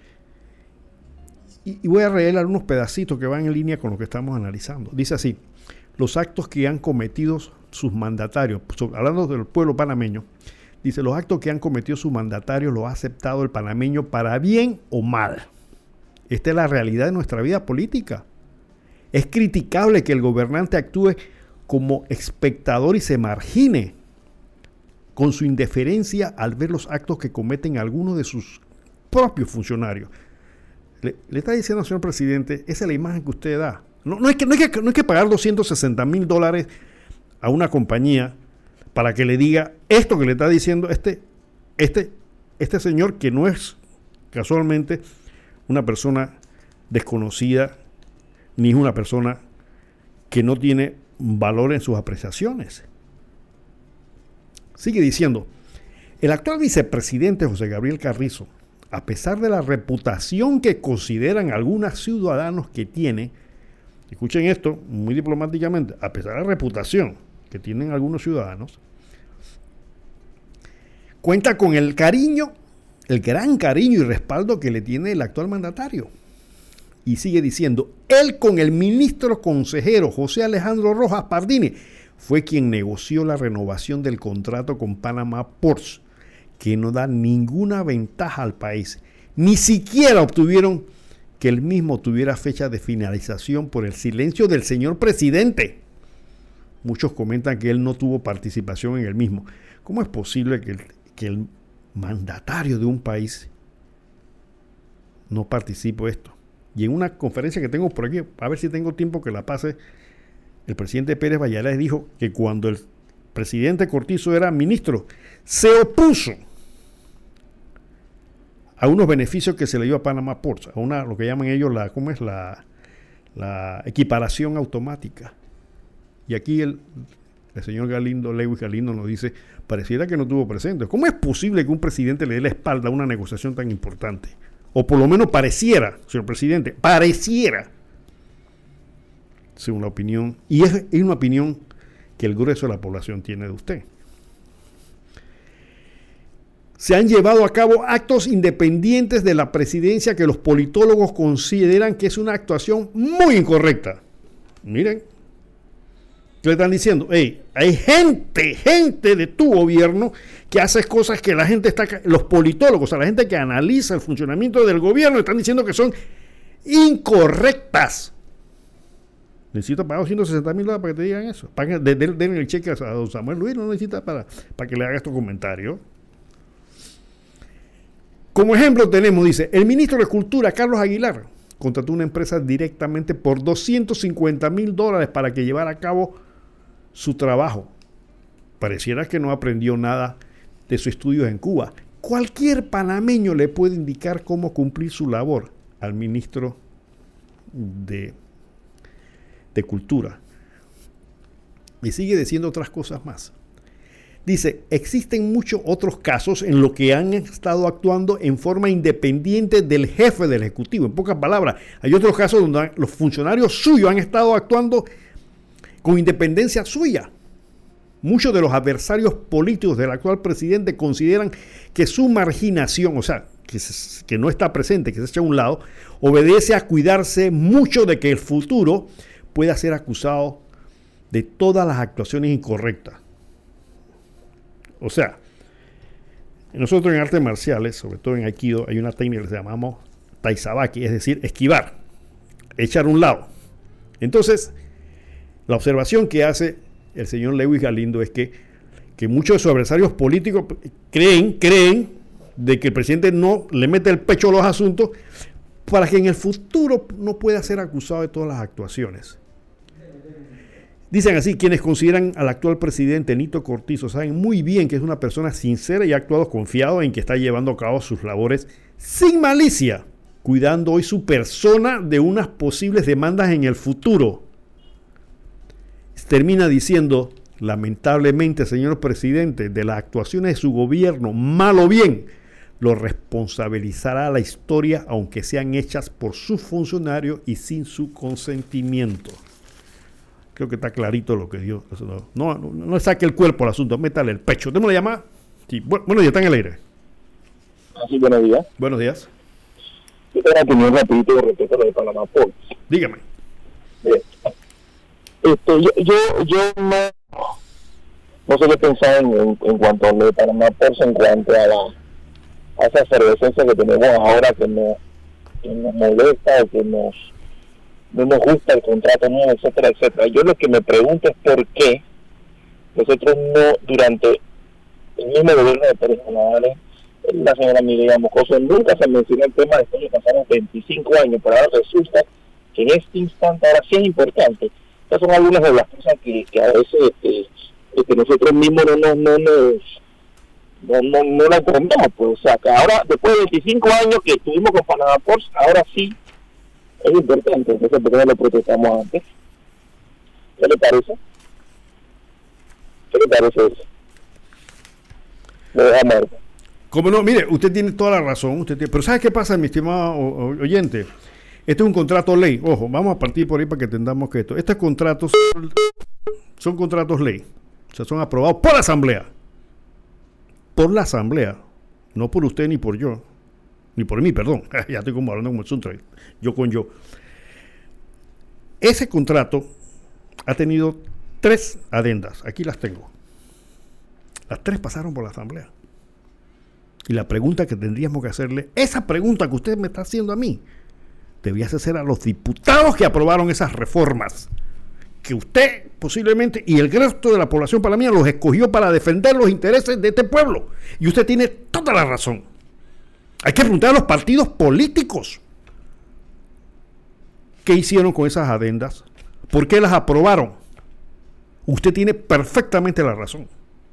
Speaker 4: Y voy a leer algunos pedacitos que van en línea con lo que estamos analizando. Dice así: los actos que han cometido sus mandatarios, hablando del pueblo panameño, dice, los actos que han cometido sus mandatarios los ha aceptado el panameño para bien o mal. Esta es la realidad de nuestra vida política. Es criticable que el gobernante actúe como espectador y se margine con su indiferencia al ver los actos que cometen algunos de sus propios funcionarios. Le está diciendo al señor presidente, esa es la imagen que usted da. No hay que pagar $260,000 a una compañía para que le diga esto que le está diciendo este señor, que no es casualmente una persona desconocida ni es una persona que no tiene valor en sus apreciaciones. Sigue diciendo, el actual vicepresidente José Gabriel Carrizo, a pesar de la reputación que consideran algunos ciudadanos que tiene, escuchen esto muy diplomáticamente, a pesar de la reputación que tienen algunos ciudadanos, cuenta con el cariño, el gran cariño y respaldo que le tiene el actual mandatario. Y sigue diciendo, él con el ministro consejero José Alejandro Rojas Pardini fue quien negoció la renovación del contrato con Panama Ports, que no da ninguna ventaja al país. Ni siquiera obtuvieron que el mismo tuviera fecha de finalización por el silencio del señor presidente. Muchos comentan que él no tuvo participación en el mismo. ¿Cómo es posible que el mandatario de un país no participe en esto? Y en una conferencia que tengo por aquí, a ver si tengo tiempo que la pase, el presidente Pérez Valladares dijo que cuando el presidente Cortizo era ministro, se opuso a unos beneficios que se le dio a Panama Ports, a lo que llaman ellos la equiparación automática. Y aquí el señor Lewis Galindo nos dice, pareciera que no estuvo presente. ¿Cómo es posible que un presidente le dé la espalda a una negociación tan importante? O por lo menos pareciera, señor presidente, pareciera, según la opinión, y es una opinión que el grueso de la población tiene de usted. Se han llevado a cabo actos independientes de la presidencia que los politólogos consideran que es una actuación muy incorrecta. Miren, ¿qué le están diciendo? Hey, hay gente de tu gobierno que hace cosas que la gente los politólogos, o sea, la gente que analiza el funcionamiento del gobierno, están diciendo que son incorrectas. Necesito pagar $160,000 para que te digan eso. Den el cheque a don Samuel Luis, no necesita para que le haga estos comentarios. Como ejemplo tenemos, dice, el ministro de Cultura, Carlos Aguilar, contrató una empresa directamente por $250,000 para que llevara a cabo su trabajo. Pareciera que no aprendió nada de sus estudios en Cuba. Cualquier panameño le puede indicar cómo cumplir su labor al ministro de Cultura. Y sigue diciendo otras cosas más. Dice, existen muchos otros casos en los que han estado actuando en forma independiente del jefe del Ejecutivo. En pocas palabras, hay otros casos donde los funcionarios suyos han estado actuando con independencia suya. Muchos de los adversarios políticos del actual presidente consideran que su marginación, o sea, que no está presente, que se echa a un lado, obedece a cuidarse mucho de que el futuro pueda ser acusado de todas las actuaciones incorrectas. O sea, nosotros en artes marciales, sobre todo en Aikido, hay una técnica que se llamamos Taizabaki, es decir, esquivar, echar a un lado. Entonces, la observación que hace el señor Lewis Galindo es que muchos de sus adversarios políticos creen de que el presidente no le mete el pecho a los asuntos para que en el futuro no pueda ser acusado de todas las actuaciones. Dicen así, quienes consideran al actual presidente Nito Cortizo saben muy bien que es una persona sincera y ha actuado confiado en que está llevando a cabo sus labores sin malicia, cuidando hoy su persona de unas posibles demandas en el futuro. Termina diciendo, lamentablemente, señor presidente, de las actuaciones de su gobierno, mal o bien, lo responsabilizará la historia, aunque sean hechas por sus funcionarios y sin su consentimiento. Creo que está clarito lo que dio. No saque el cuerpo al asunto, métale el pecho. ¿Tenemos la llamada? Sí. Bueno, ya está en el aire.
Speaker 20: Sí, buenos días.
Speaker 4: Buenos días.
Speaker 20: Yo tengo una opinión rapidito con respecto a lo de Panamá Ports.
Speaker 4: Dígame.
Speaker 20: Yo no sé qué pensar en cuanto a lo de Panamá Ports, en cuanto a esa efervescencia que tenemos ahora que nos molesta o que no nos gusta el contrato nuevo, etcétera, etcétera. Yo lo que me pregunto es por qué nosotros no, durante el mismo gobierno de Pérez Managales, la señora Mireya Moscoso, nunca se mencionó el tema después de pasaron 25 años, pero ahora resulta que en este instante ahora sí es importante. Estas son algunas de las cosas que a veces que nosotros mismos no la entendemos, pues. O sea, que ahora, después de 25 años que estuvimos con Panamá Ports, ahora sí es importante. Entonces, ¿por qué no lo protestamos antes? ¿Qué le parece? ¿Qué le parece eso? Lo deja muerto.
Speaker 4: Como no, mire, usted tiene toda la razón, pero ¿sabe qué pasa, mi estimado oyente? Este es un contrato ley. Ojo, vamos a partir por ahí para que entendamos que estos contratos son contratos ley. O sea, son aprobados por la Asamblea. Por la Asamblea. No por usted ni por yo. Ni por mí, perdón. Ya estoy como hablando como el Suntra. Yo con yo. Ese contrato ha tenido 3 adendas. Aquí las tengo. Las 3 pasaron por la Asamblea. Y la pregunta que tendríamos que hacerle, esa pregunta que usted me está haciendo a mí, debías hacer a los diputados que aprobaron esas reformas, que usted posiblemente y el resto de la población panameña los escogió para defender los intereses de este pueblo. Y usted tiene toda la razón. Hay que preguntar a los partidos políticos qué hicieron con esas adendas, por qué las aprobaron. Usted tiene perfectamente la razón.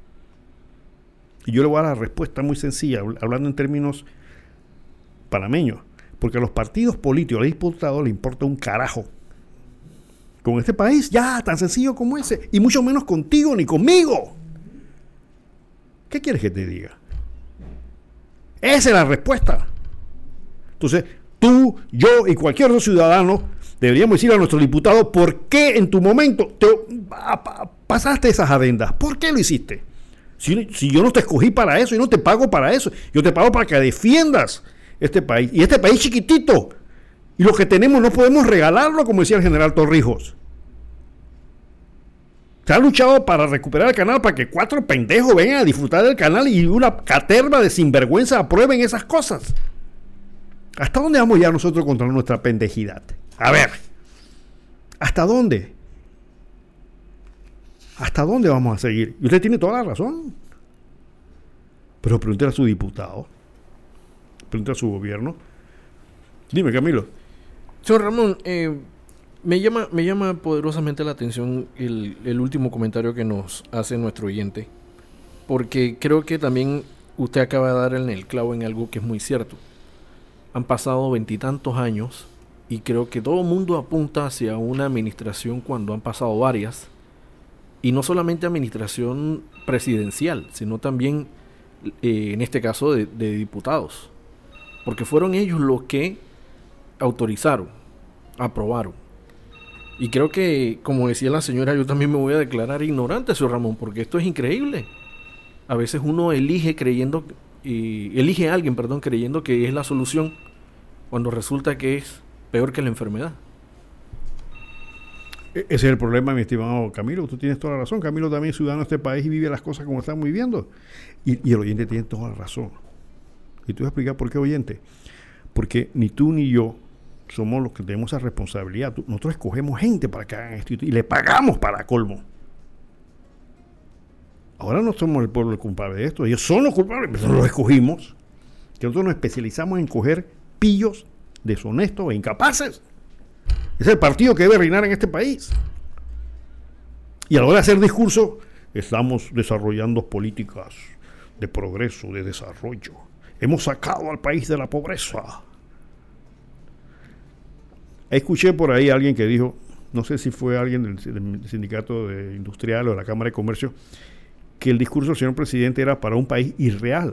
Speaker 4: Y yo le voy a dar la respuesta muy sencilla, hablando en términos panameños. Porque a los partidos políticos, a los diputados, les importa un carajo. Con este país, ya, tan sencillo como ese. Y mucho menos contigo ni conmigo. ¿Qué quieres que te diga? Esa es la respuesta. Entonces, tú, yo y cualquier otro ciudadano deberíamos decir a nuestros diputados por qué en tu momento pasaste esas adendas. ¿Por qué lo hiciste? Si yo no te escogí para eso y no te pago para eso, yo te pago para que defiendas este país. Y este país chiquitito. Y lo que tenemos no podemos regalarlo, como decía el general Torrijos. Se ha luchado para recuperar el canal para que 4 pendejos vengan a disfrutar del canal y una caterva de sinvergüenza aprueben esas cosas. ¿Hasta dónde vamos ya nosotros contra nuestra pendejidad? A ver, ¿hasta dónde? ¿Hasta dónde vamos a seguir? Y usted tiene toda la razón. Pero pregúntele a su diputado. Pregúntele a su gobierno. Dime, Camilo.
Speaker 5: Señor Ramón, me llama poderosamente la atención el último comentario que nos hace nuestro oyente. Porque creo que también usted acaba de dar en el clavo en algo que es muy cierto. Han pasado 20 y tantos años y creo que todo el mundo apunta hacia una administración cuando han pasado varias. Y no solamente administración presidencial, sino también, en este caso, de diputados. Porque fueron ellos los que autorizaron, aprobaron. Y creo que, como decía la señora, yo también me voy a declarar ignorante, señor Ramón, porque esto es increíble. A veces uno elige a alguien, creyendo que es la solución, cuando resulta que es peor que la enfermedad.
Speaker 4: Ese es el problema, mi estimado Camilo. Tú tienes toda la razón. Camilo también es ciudadano de este país y vive las cosas como están viviendo. Y el oyente tiene toda la razón. Y te voy a explicar por qué, oyente. Porque ni tú ni yo somos los que tenemos esa responsabilidad. Nosotros escogemos gente para que hagan esto y le pagamos para colmo. Ahora no somos el pueblo el culpable de esto. Ellos son los culpables, pero nosotros los escogimos. Que nosotros nos especializamos en coger pillos deshonestos e incapaces. Es el partido que debe reinar en este país. Y a la hora de hacer discurso, estamos desarrollando políticas de progreso, de desarrollo. Hemos sacado al país de la pobreza. Escuché por ahí a alguien que dijo, no sé si fue alguien del sindicato de industrial o de la Cámara de Comercio, que el discurso del señor presidente era para un país irreal.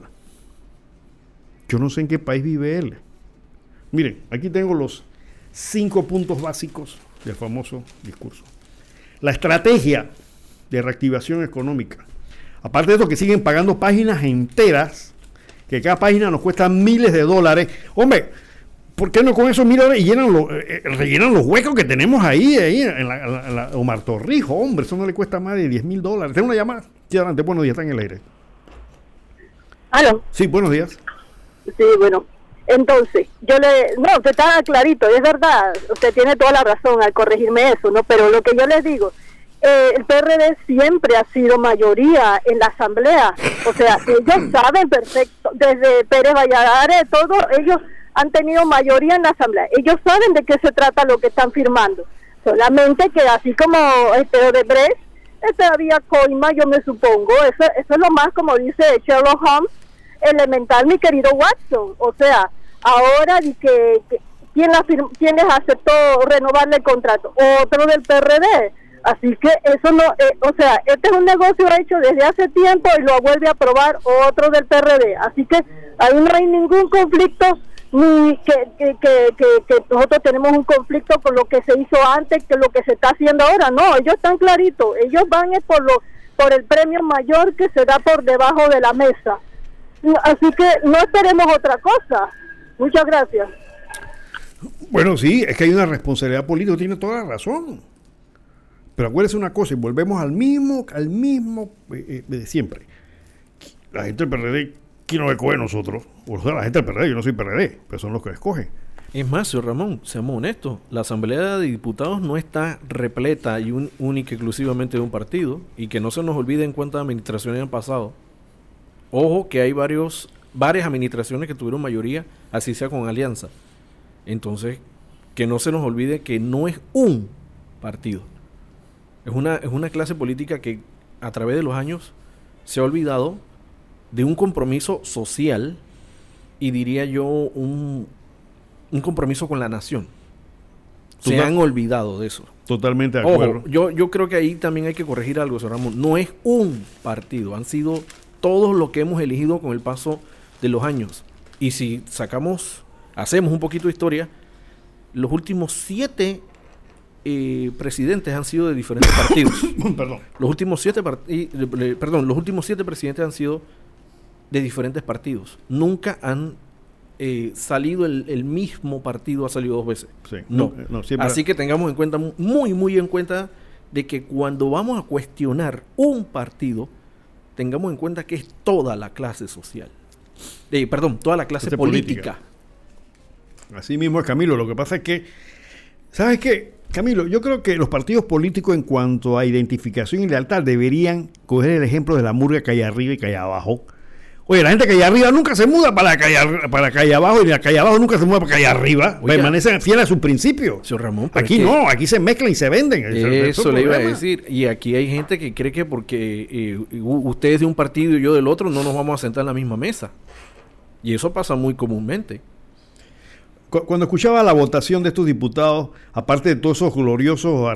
Speaker 4: Yo no sé en qué país vive él. Miren, aquí tengo los 5 puntos básicos del famoso discurso. La estrategia de reactivación económica. Aparte de eso, que siguen pagando páginas enteras, que cada página nos cuesta miles de dólares. Hombre, ¿por qué no con esos $1,000 y rellenan los huecos que tenemos ahí en la Omar Torrijos? Hombre, eso no le cuesta más de $10,000. Tengo una llamada. Sí, adelante, buenos días, está en el aire.
Speaker 19: ¿Aló?
Speaker 4: Sí, buenos días.
Speaker 19: Sí, bueno, entonces, usted está clarito, es verdad, usted tiene toda la razón al corregirme eso, ¿no? Pero lo que yo les digo, el PRD siempre ha sido mayoría en la asamblea, o sea, ellos saben perfecto, desde Pérez Valladares, todos ellos han tenido mayoría en la asamblea, ellos saben de qué se trata lo que están firmando, solamente que así como Odebrecht, había coima, yo me supongo, eso es lo más, como dice Sherlock Holmes, elemental, mi querido Watson. O sea, ahora ¿quién les aceptó renovarle el contrato? Otro del PRD. Así que eso no, o sea, este es un negocio hecho desde hace tiempo y lo vuelve a aprobar otro del PRD. Así que ahí no hay ningún conflicto, ni que nosotros tenemos un conflicto con lo que se hizo antes que lo que se está haciendo ahora. No, ellos están claritos, ellos van por el premio mayor que se da por debajo de la mesa. Así que no esperemos otra cosa. Muchas gracias.
Speaker 4: Bueno, sí, es que hay una responsabilidad política, tiene toda la razón. Pero acuérdese una cosa, y volvemos al mismo de siempre. La gente del PRD, ¿quién nos escoge nosotros? O sea, la gente del PRD, yo no soy PRD, pero son los que escogen.
Speaker 5: Es más, señor Ramón, seamos honestos, la Asamblea de Diputados no está repleta y única exclusivamente de un partido, y que no se nos olvide en cuántas administraciones han pasado. Ojo que hay varias administraciones que tuvieron mayoría, así sea con alianza. Entonces, que no se nos olvide que no es un partido. Es una clase política que a través de los años se ha olvidado de un compromiso social y diría yo un compromiso con la nación. Se han olvidado de eso.
Speaker 4: Totalmente de acuerdo.
Speaker 5: Ojo, yo creo que ahí también hay que corregir algo, señor Ramón. No es un partido, han sido todos los que hemos elegido con el paso de los años. Y si hacemos un poquito de historia, los últimos 7 presidentes han sido de diferentes partidos.
Speaker 4: Perdón.
Speaker 5: Los últimos 7 presidentes han sido de diferentes partidos. Nunca han salido el mismo partido, ha salido 2 veces.
Speaker 4: Sí.
Speaker 5: No
Speaker 4: siempre.
Speaker 5: Así que tengamos en cuenta, muy en cuenta, de que cuando vamos a cuestionar un partido, tengamos en cuenta que es toda la clase social. Toda la clase política.
Speaker 4: Así mismo es, Camilo. Lo que pasa es que, ¿sabes qué, Camilo? Yo creo que los partidos políticos, en cuanto a identificación y lealtad, deberían coger el ejemplo de la murga que hay arriba y que hay abajo. Oye, la gente que hay arriba nunca se muda para que hay abajo, y la que hay abajo nunca se muda para que hay arriba. Permanecen fieles a sus principios.
Speaker 5: Señor Ramón,
Speaker 4: aquí no, aquí se mezclan y se venden.
Speaker 5: Eso le iba a decir. Y aquí hay gente que cree que porque usted es de un partido y yo del otro, no nos vamos a sentar en la misma mesa. Y eso pasa muy comúnmente.
Speaker 4: Cuando escuchaba la votación de estos diputados, aparte de todos esos gloriosos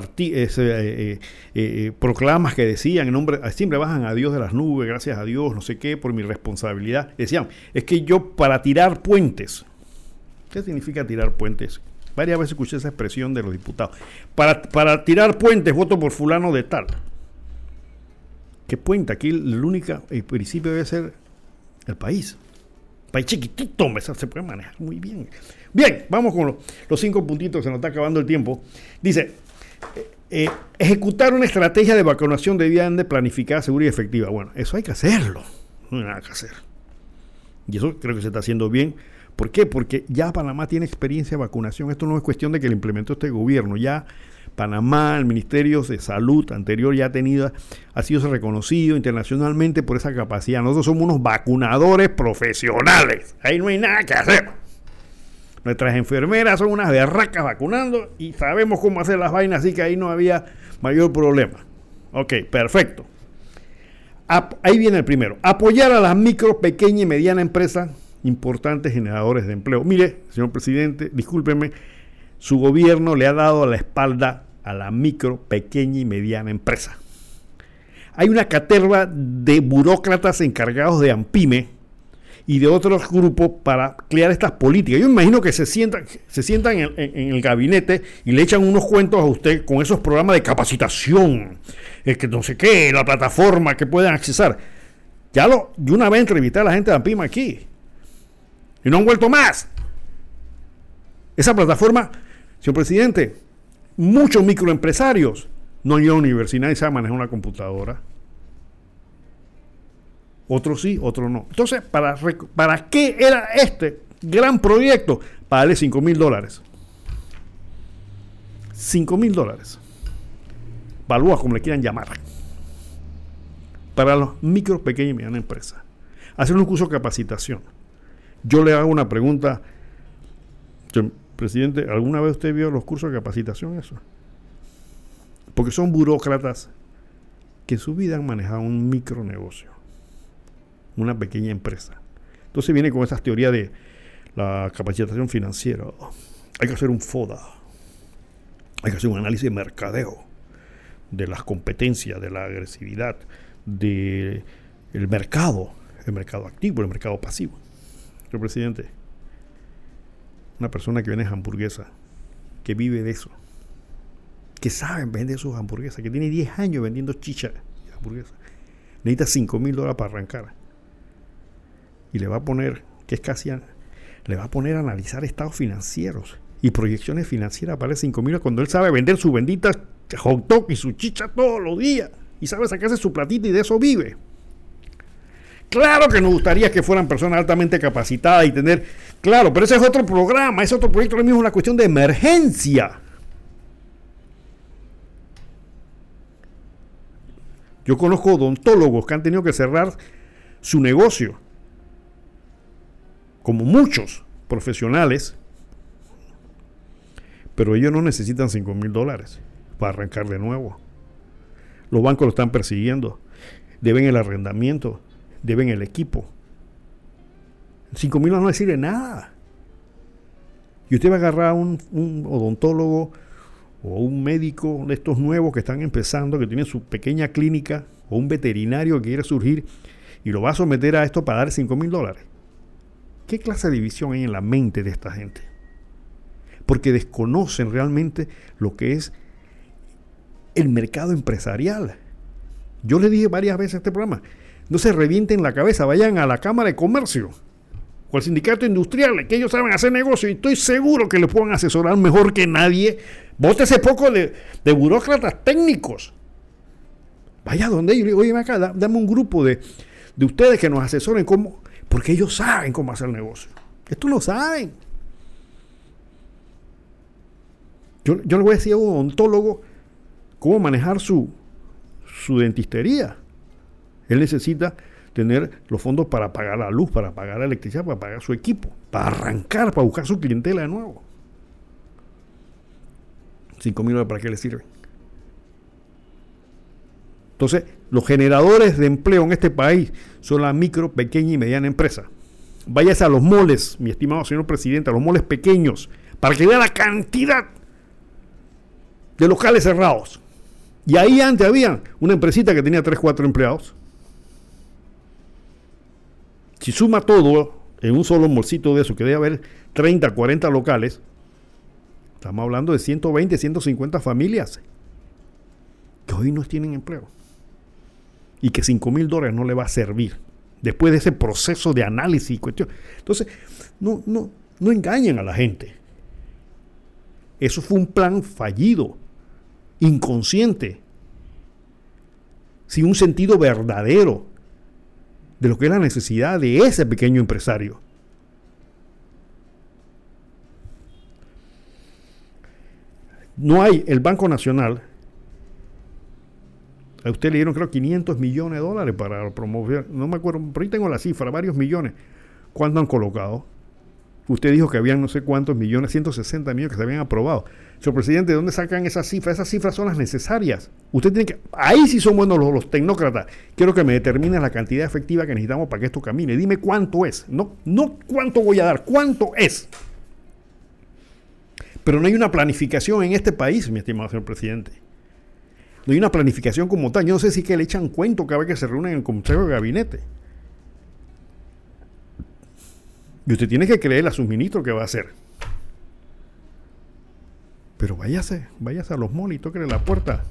Speaker 4: proclamas que decían, en nombre, siempre bajan a Dios de las nubes, gracias a Dios, no sé qué, por mi responsabilidad, decían, es que yo para tirar puentes, ¿qué significa tirar puentes? Varias veces escuché esa expresión de los diputados. Para tirar puentes voto por fulano de tal. ¿Qué puente? Aquí el principio debe ser el país. País chiquitito, se puede manejar muy bien. Bien, vamos con los 5 puntitos, se nos está acabando el tiempo. Dice, ejecutar una estrategia de vacunación debidamente planificada, segura y efectiva. Bueno, eso hay que hacerlo, no hay nada que hacer. Y eso creo que se está haciendo bien. ¿Por qué? Porque ya Panamá tiene experiencia de vacunación. Esto no es cuestión de que lo implementó este gobierno. Ya Panamá, el Ministerio de Salud anterior ya ha sido reconocido internacionalmente por esa capacidad. Nosotros somos unos vacunadores profesionales. Ahí no hay nada que hacer. Nuestras enfermeras son unas berracas vacunando y sabemos cómo hacer las vainas, así que ahí no había mayor problema. Ok, perfecto. Ahí viene el primero. Apoyar a las micro, pequeña y mediana empresas, importantes generadores de empleo. Mire, señor presidente, discúlpeme, su gobierno le ha dado la espalda a la micro, pequeña y mediana empresa. Hay una caterva de burócratas encargados de AMPIME y de otros grupos para crear estas políticas. Yo me imagino que se sientan en el gabinete y le echan unos cuentos a usted con esos programas de capacitación, que no sé qué, la plataforma que puedan accesar. Yo una vez entrevisté a la gente de AMPIME aquí y no han vuelto más. Esa plataforma, señor presidente, muchos microempresarios no han ido a la universidad y saben manejar una computadora. Otros sí, otros no. Entonces, ¿para qué era este gran proyecto? Para darle $5,000. $5,000. Balúa, como le quieran llamar. Para los micro, pequeñas y medianas empresas. Hacer un curso de capacitación. Yo le hago una pregunta. Presidente, ¿alguna vez usted vio los cursos de capacitación? Eso. Porque son burócratas que en su vida han manejado un micronegocio, una pequeña empresa. Entonces viene con esas teorías de la capacitación financiera. Hay que hacer un FODA, hay que hacer un análisis de mercadeo, de las competencias, de la agresividad, del mercado, el mercado activo, el mercado pasivo. Señor presidente, una persona que vende hamburguesas, que vive de eso, que sabe vender sus hamburguesas, que tiene 10 años vendiendo chicha y hamburguesas, necesita $5,000 para arrancar. Y le va a poner, le va a poner a analizar estados financieros y proyecciones financieras para $5,000 cuando él sabe vender su bendita hot dog y su chicha todos los días y sabe sacarse su platita y de eso vive. Claro que nos gustaría que fueran personas altamente capacitadas y tener, claro, pero ese es otro programa, ese otro proyecto, ahora mismo es una cuestión de emergencia. Yo conozco odontólogos que han tenido que cerrar su negocio, como muchos profesionales, pero ellos no necesitan $5,000 para arrancar de nuevo. Los bancos lo están persiguiendo, deben el arrendamiento, deben el equipo. $5,000 no sirve nada. Y usted va a agarrar a un odontólogo o un médico de estos nuevos que están empezando, que tienen su pequeña clínica, o un veterinario que quiere surgir, y lo va a someter a esto para dar $5,000. ¿Qué clase de división hay en la mente de esta gente? Porque desconocen realmente lo que es el mercado empresarial. Yo le dije varias veces a este programa, no se revienten la cabeza, vayan a la Cámara de Comercio o al Sindicato Industrial, que ellos saben hacer negocio y estoy seguro que les puedan asesorar mejor que nadie. Bótese poco de burócratas técnicos. Vaya donde ellos, oye, acá, dame un grupo de ustedes que nos asesoren cómo, porque ellos saben cómo hacer negocio. Esto lo saben. Yo le voy a decir a un odontólogo cómo manejar su dentistería. Él necesita tener los fondos para pagar la luz, para pagar la electricidad, para pagar su equipo, para arrancar, para buscar su clientela de nuevo. $5,000 ¿para qué le sirven? Entonces, los generadores de empleo en este país son la micro, pequeña y mediana empresa. Váyase a los moles, mi estimado señor presidente, a los moles pequeños, para que vea la cantidad de locales cerrados. Y ahí antes había una empresita que tenía 3-4 empleados. Si suma todo en un solo molcito de eso, que debe haber 30, 40 locales, estamos hablando de 120, 150 familias que hoy no tienen empleo. Y que $5,000 no le va a servir después de ese proceso de análisis y cuestión. Entonces, no engañen a la gente. Eso fue un plan fallido, inconsciente, sin un sentido verdadero de lo que es la necesidad de ese pequeño empresario. No hay, el Banco Nacional, a usted le dieron creo $500 millones para promover, no me acuerdo, pero ahí tengo la cifra, varios millones. ¿Cuánto han colocado? Usted dijo que habían no sé cuántos millones, 160 millones que se habían aprobado. Señor presidente, ¿de dónde sacan esas cifras? Esas cifras son las necesarias. Usted tiene que... Ahí sí son buenos los tecnócratas. Quiero que me determinen la cantidad efectiva que necesitamos para que esto camine. Dime cuánto es. No cuánto voy a dar, cuánto es. Pero no hay una planificación en este país, mi estimado señor presidente. No hay una planificación como tal. Yo no sé si es que le echan cuento cada vez que se reúnen en el Consejo de Gabinete. Y usted tiene que creer a su ministro que va a hacer. Pero váyase a los malls y tóquele la puerta.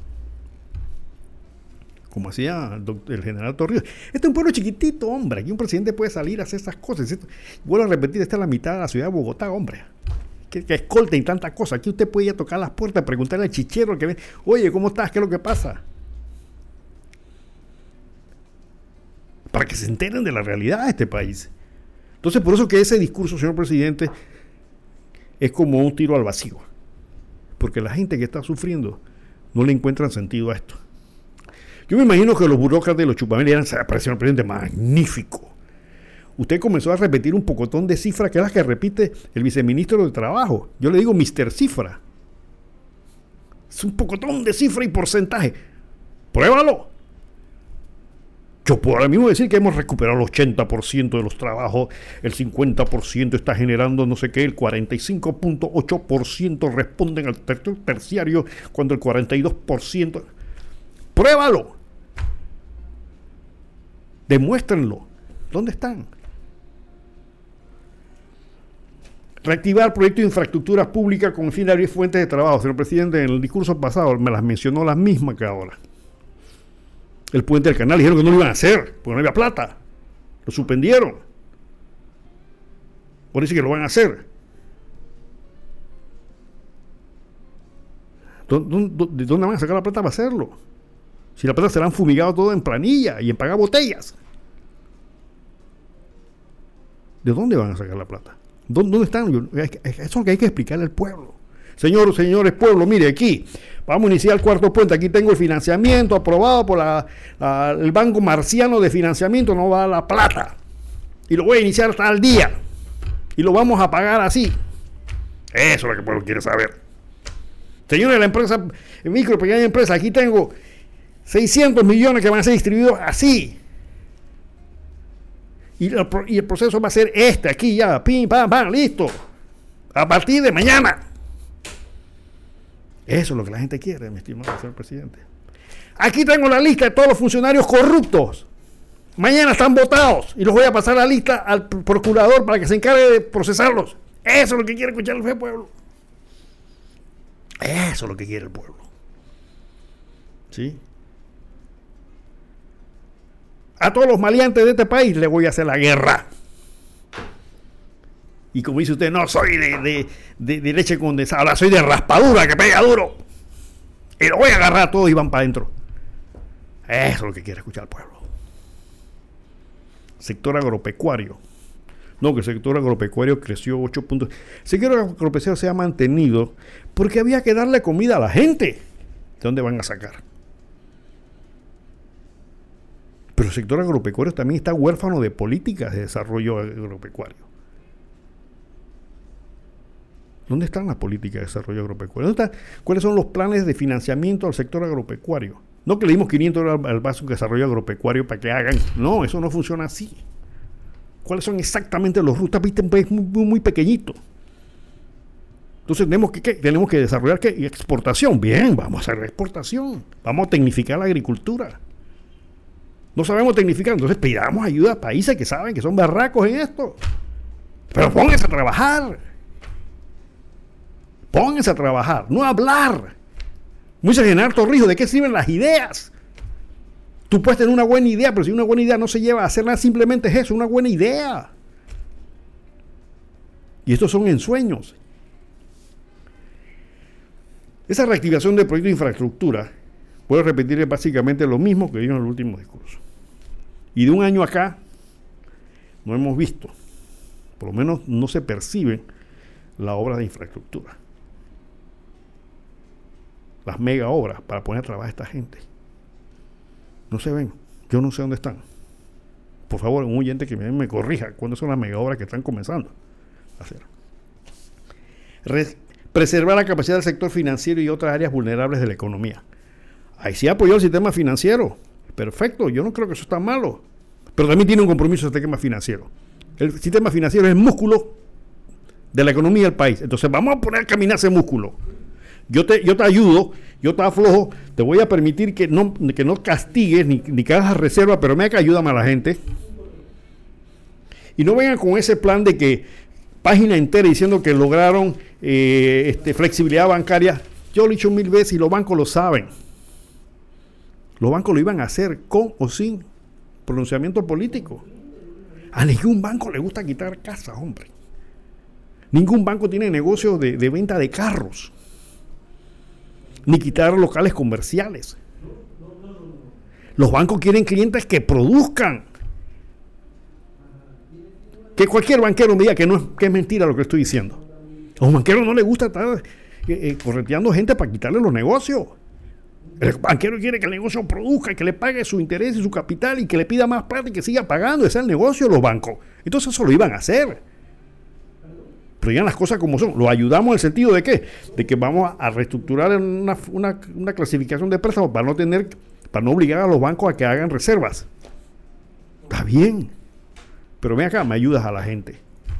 Speaker 4: Como hacía el general Torrijos. Este es un pueblo chiquitito, hombre. Aquí un presidente puede salir a hacer esas cosas. Vuelvo a repetir, esta es la mitad de la ciudad de Bogotá, hombre. Que escolten tantas cosas. Aquí usted puede ir a tocar las puertas, preguntarle al chichero que ve, oye, ¿cómo estás? ¿Qué es lo que pasa? Para que se enteren de la realidad de este país. Entonces, por eso que ese discurso, señor presidente, es como un tiro al vacío. Porque la gente que está sufriendo no le encuentran sentido a esto. Yo me imagino que los burócratas de los chupameles eran, señor presidente, magnífico. Usted comenzó a repetir un pocotón de cifras que es la que repite el viceministro de Trabajo. Yo le digo Mr. Cifra. Es un pocotón de cifra y porcentaje. Pruébalo. Yo puedo ahora mismo decir que hemos recuperado el 80% de los trabajos, el 50% está generando no sé qué, el 45.8% responden al terciario, cuando el 42%... ¡Pruébalo! Demuéstrenlo. ¿Dónde están? Reactivar proyectos de infraestructura pública con el fin de abrir fuentes de trabajo. Señor presidente, en el discurso pasado me las mencionó las mismas que ahora. El puente del canal, dijeron que no lo iban a hacer, porque no había plata. Lo suspendieron. Por eso que lo van a hacer. ¿De dónde van a sacar la plata para hacerlo? Si la plata se la han fumigado todo en planilla y en pagar botellas. ¿De dónde van a sacar la plata? ¿Dónde están? Eso es lo que hay que explicarle al pueblo. Señores, pueblo, mire aquí, vamos a iniciar el cuarto puente, aquí tengo el financiamiento aprobado por el Banco Marciano de Financiamiento, no va a la plata, y lo voy a iniciar hasta el día, y lo vamos a pagar así. Eso es lo que el pueblo quiere saber. Señores de la empresa, micro y pequeña empresa, aquí tengo 600 millones que van a ser distribuidos así. Y el proceso va a ser aquí ya, pim, pam, pam, listo. A partir de mañana. Eso es lo que la gente quiere, mi estimado señor presidente. Aquí tengo la lista de todos los funcionarios corruptos. Mañana están votados y los voy a pasar la lista al procurador para que se encargue de procesarlos. Eso es lo que quiere escuchar el pueblo. Eso es lo que quiere el pueblo. ¿Sí? A todos los maleantes de este país les voy a hacer la guerra. Y como dice usted, no soy de leche condensada, soy de raspadura que pega duro. Y lo voy a agarrar a todos y van para adentro. Eso es lo que quiere escuchar el pueblo. Sector agropecuario. No, que el sector agropecuario creció 8 puntos. El sector agropecuario se ha mantenido porque había que darle comida a la gente. ¿De dónde van a sacar? Pero el sector agropecuario también está huérfano de políticas de desarrollo agropecuario. ¿Dónde están las políticas de desarrollo agropecuario? ¿Cuáles son los planes de financiamiento al sector agropecuario? No que le dimos 500 euros al Banco de Desarrollo Agropecuario para que hagan. No, eso no funciona así. ¿Cuáles son exactamente los rutas? Viste, un país muy pequeñito. Entonces tenemos que desarrollar ¿qué? Exportación. Bien, vamos a hacer exportación. Vamos a tecnificar la agricultura. No sabemos tecnificar, entonces pidamos ayuda a países que saben que son barracos en esto. Pero pónganse a trabajar. Pónganse a trabajar, no a hablar. Muy general Torrijos, ¿de qué sirven las ideas? Tú puedes tener una buena idea, pero si una buena idea no se lleva a hacer nada, simplemente es eso, una buena idea. Y estos son ensueños. Esa reactivación del proyecto de infraestructura, puedo repetir, es básicamente lo mismo que digo en el último discurso. Y de un año acá, no hemos visto, por lo menos no se percibe la obra de infraestructura. Las mega obras para poner a trabajar a esta gente. No se ven. Yo no sé dónde están. Por favor, un oyente que me corrija cuándo son las mega obras que están comenzando. hacer. Preservar la capacidad del sector financiero y otras áreas vulnerables de la economía. Ahí sí apoyó el sistema financiero. Perfecto, yo no creo que eso está malo. Pero también tiene un compromiso el sistema financiero. El sistema financiero es el músculo de la economía del país. Entonces vamos a poner a caminar ese músculo. Yo te ayudo, yo te aflojo, te voy a permitir que no castigues ni que hagas reserva, pero me haga ayúdame a la gente. Y no vengan con ese plan de que página entera diciendo que lograron flexibilidad bancaria. Yo lo he dicho 1000 veces y los bancos lo saben. Los bancos lo iban a hacer con o sin pronunciamiento político. A ningún banco le gusta quitar casas, hombre. Ningún banco tiene negocios de venta de carros, ni quitar locales comerciales. Los bancos quieren clientes que produzcan. Que cualquier banquero me diga que es mentira lo que estoy diciendo. A un banquero no le gusta estar correteando gente para quitarle los negocios. El banquero quiere que el negocio produzca, que le pague su interés y su capital y que le pida más plata y que siga pagando. Ese es el negocio de los bancos. Entonces eso lo iban a hacer. Pero digan las cosas como son. Lo ayudamos en el sentido de ¿qué? De que vamos a reestructurar una clasificación de préstamos para no obligar a los bancos a que hagan reservas. Está bien. Pero ven acá, me ayudas a la gente.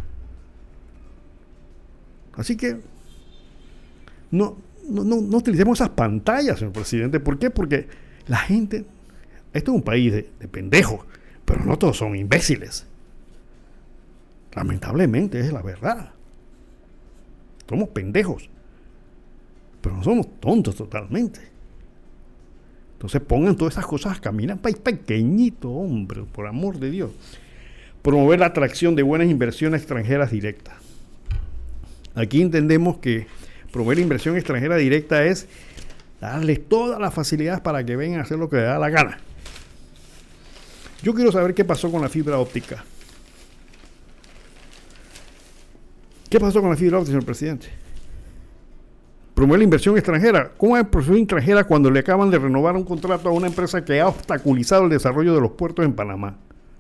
Speaker 4: Así que no utilicemos esas pantallas, señor presidente. ¿Por qué? Porque la gente, esto es un país de pendejos, pero no todos son imbéciles. Lamentablemente es la verdad. Somos pendejos, pero no somos tontos totalmente. Entonces pongan todas esas cosas a caminar. Un país pequeñito, hombre, por amor de Dios. Promover la atracción de buenas inversiones extranjeras directas. Aquí entendemos que promover inversión extranjera directa es darles todas las facilidades para que vengan a hacer lo que les da la gana. Yo quiero saber qué pasó con la fibra óptica. ¿Qué pasó con la fibra óptica, señor presidente? Promover la inversión extranjera. ¿Cómo es inversión extranjera cuando le acaban de renovar un contrato a una empresa que ha obstaculizado el desarrollo de los puertos en Panamá?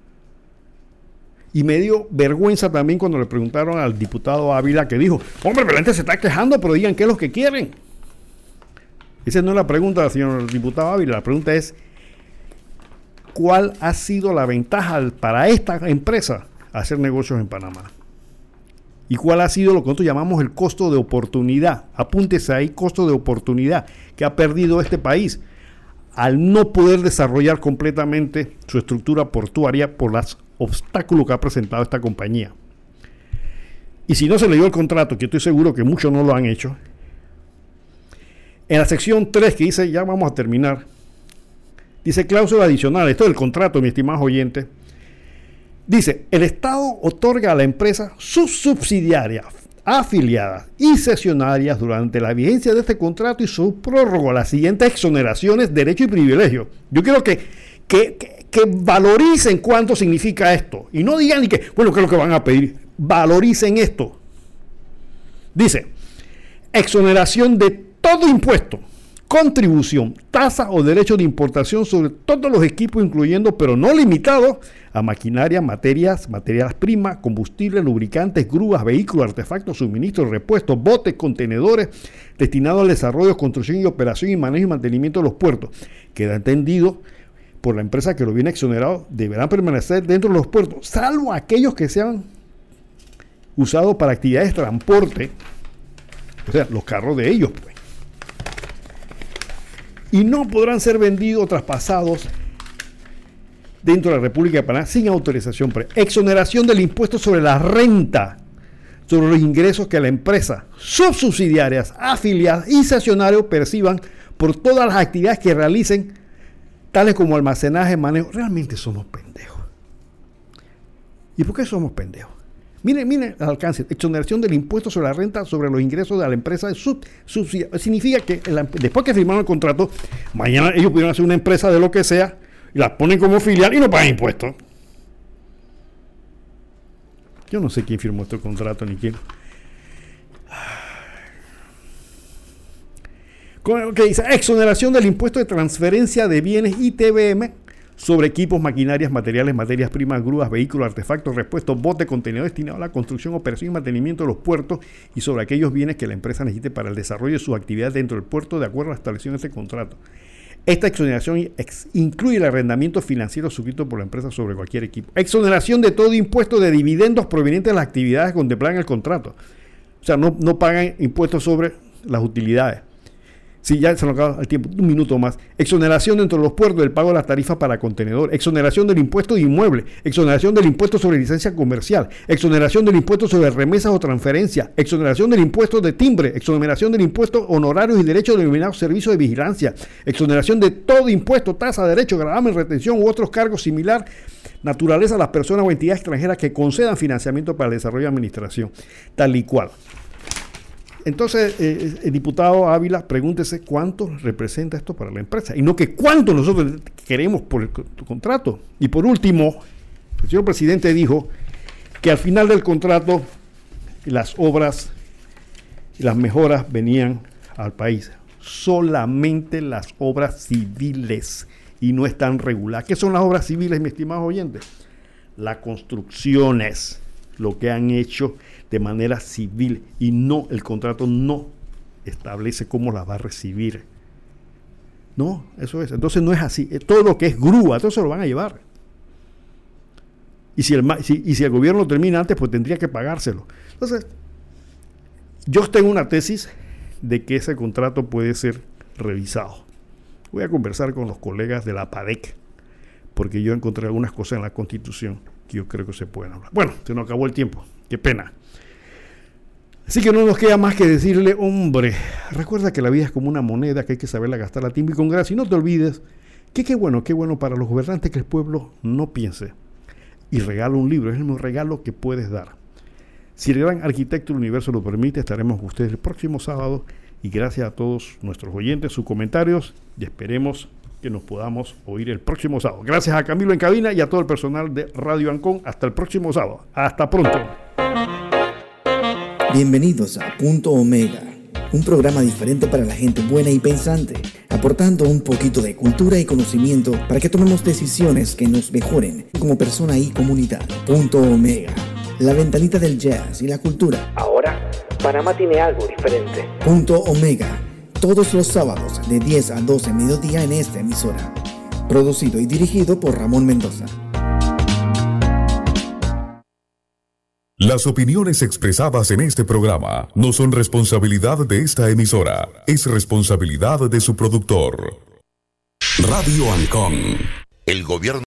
Speaker 4: Y me dio vergüenza también cuando le preguntaron al diputado Ávila, que dijo, hombre, pero la gente se está quejando, pero digan qué es lo que quieren. Esa no es la pregunta, señor diputado Ávila. La pregunta es, ¿cuál ha sido la ventaja para esta empresa hacer negocios en Panamá? ¿Y cuál ha sido lo que nosotros llamamos el costo de oportunidad? Apúntese ahí, costo de oportunidad que ha perdido este país al no poder desarrollar completamente su estructura portuaria por los obstáculos que ha presentado esta compañía. Y si no se leyó el contrato, que estoy seguro que muchos no lo han hecho, en la sección 3 que dice, ya vamos a terminar, dice cláusula adicional, esto es el contrato, mi estimado oyente. Dice, el Estado otorga a la empresa sus subsidiarias, afiliadas y cesionarias durante la vigencia de este contrato y su prórroga las siguientes exoneraciones, derechos y privilegios. Yo quiero que valoricen cuánto significa esto. Y no digan ni que, bueno, ¿qué es lo que van a pedir? Valoricen esto. Dice, exoneración de todo impuesto, contribución, tasa o derecho de importación sobre todos los equipos, incluyendo, pero no limitados, a maquinaria, materias primas, combustible, lubricantes, grúas, vehículos, artefactos, suministros, repuestos, botes, contenedores, destinados al desarrollo, construcción y operación y manejo y mantenimiento de los puertos. Queda entendido por la empresa que lo viene exonerado, deberán permanecer dentro de los puertos, salvo aquellos que sean usados para actividades de transporte, o sea, los carros de ellos, pues. Y no podrán ser vendidos o traspasados dentro de la República de Panamá sin autorización previa. Exoneración del impuesto sobre la renta, sobre los ingresos que la empresa, sus subsidiarias, afiliadas y cesionarios perciban por todas las actividades que realicen, tales como almacenaje, manejo. Realmente somos pendejos. ¿Y por qué somos pendejos? Miren el alcance. Exoneración del impuesto sobre la renta sobre los ingresos de la empresa subsidiaria. Significa que después que firmaron el contrato, mañana ellos pudieron hacer una empresa de lo que sea y la ponen como filial y no pagan impuestos. Yo no sé quién firmó este contrato ni quién. Que dice exoneración del impuesto de transferencia de bienes ITBM sobre equipos, maquinarias, materiales, materias primas, grúas, vehículos, artefactos, repuestos, botes, contenedores destinados a la construcción, operación y mantenimiento de los puertos y sobre aquellos bienes que la empresa necesite para el desarrollo de sus actividades dentro del puerto de acuerdo a la establecido en este contrato. Esta exoneración incluye el arrendamiento financiero suscrito por la empresa sobre cualquier equipo. Exoneración de todo impuesto de dividendos provenientes de las actividades contempladas en el contrato. O sea, no pagan impuestos sobre las utilidades. Sí, ya se nos acaba el tiempo, un minuto más. Exoneración dentro de los puertos del pago de las tarifas para contenedor. Exoneración del impuesto de inmueble. Exoneración del impuesto sobre licencia comercial. Exoneración del impuesto sobre remesas o transferencias. Exoneración del impuesto de timbre. Exoneración del impuesto honorarios y derechos denominados servicios de vigilancia. Exoneración de todo impuesto, tasa, derecho, gravamen, retención u otros cargos similar naturaleza a las personas o entidades extranjeras que concedan financiamiento para el desarrollo de administración. Tal y cual. Entonces, el diputado Ávila, pregúntese cuánto representa esto para la empresa y no que cuánto nosotros queremos por el contrato. Y por último, el señor presidente dijo que al final del contrato las obras y las mejoras venían al país. Solamente las obras civiles y no están reguladas. ¿Qué son las obras civiles, mis estimados oyentes? Las construcciones, lo que han hecho de manera civil y no, el contrato no establece cómo las va a recibir. No, eso es. Entonces no es así. Todo lo que es grúa, todo se lo van a llevar. Y si el gobierno lo termina antes, pues tendría que pagárselo. Entonces, yo tengo una tesis de que ese contrato puede ser revisado. Voy a conversar con los colegas de la PADEC, porque yo encontré algunas cosas en la Constitución que yo creo que se pueden hablar. Bueno, se nos acabó el tiempo. Qué pena. Así que no nos queda más que decirle, hombre, recuerda que la vida es como una moneda que hay que saberla gastar a tiempo y con gracia. Y no te olvides que qué bueno para los gobernantes que el pueblo no piense y regala un libro. Es el mejor regalo que puedes dar. Si el gran arquitecto del universo lo permite, estaremos con ustedes el próximo sábado. Y gracias a todos nuestros oyentes, sus comentarios, y esperemos que nos podamos oír el próximo sábado. Gracias a Camilo en cabina y a todo el personal de Radio Ancon. Hasta el próximo sábado. Hasta pronto.
Speaker 2: Bienvenidos a Punto Omega, un programa diferente para la gente buena y pensante, aportando un poquito de cultura y conocimiento para que tomemos decisiones que nos mejoren como persona y comunidad. Punto Omega, la ventanita del jazz y la cultura.
Speaker 3: Ahora, Panamá tiene algo diferente.
Speaker 2: Punto Omega, todos los sábados de 10 a 12 mediodía en esta emisora. Producido y dirigido por Ramón Mendoza.
Speaker 1: Las opiniones expresadas en este programa no son responsabilidad de esta emisora, es responsabilidad de su productor. Radio Ancon. El gobierno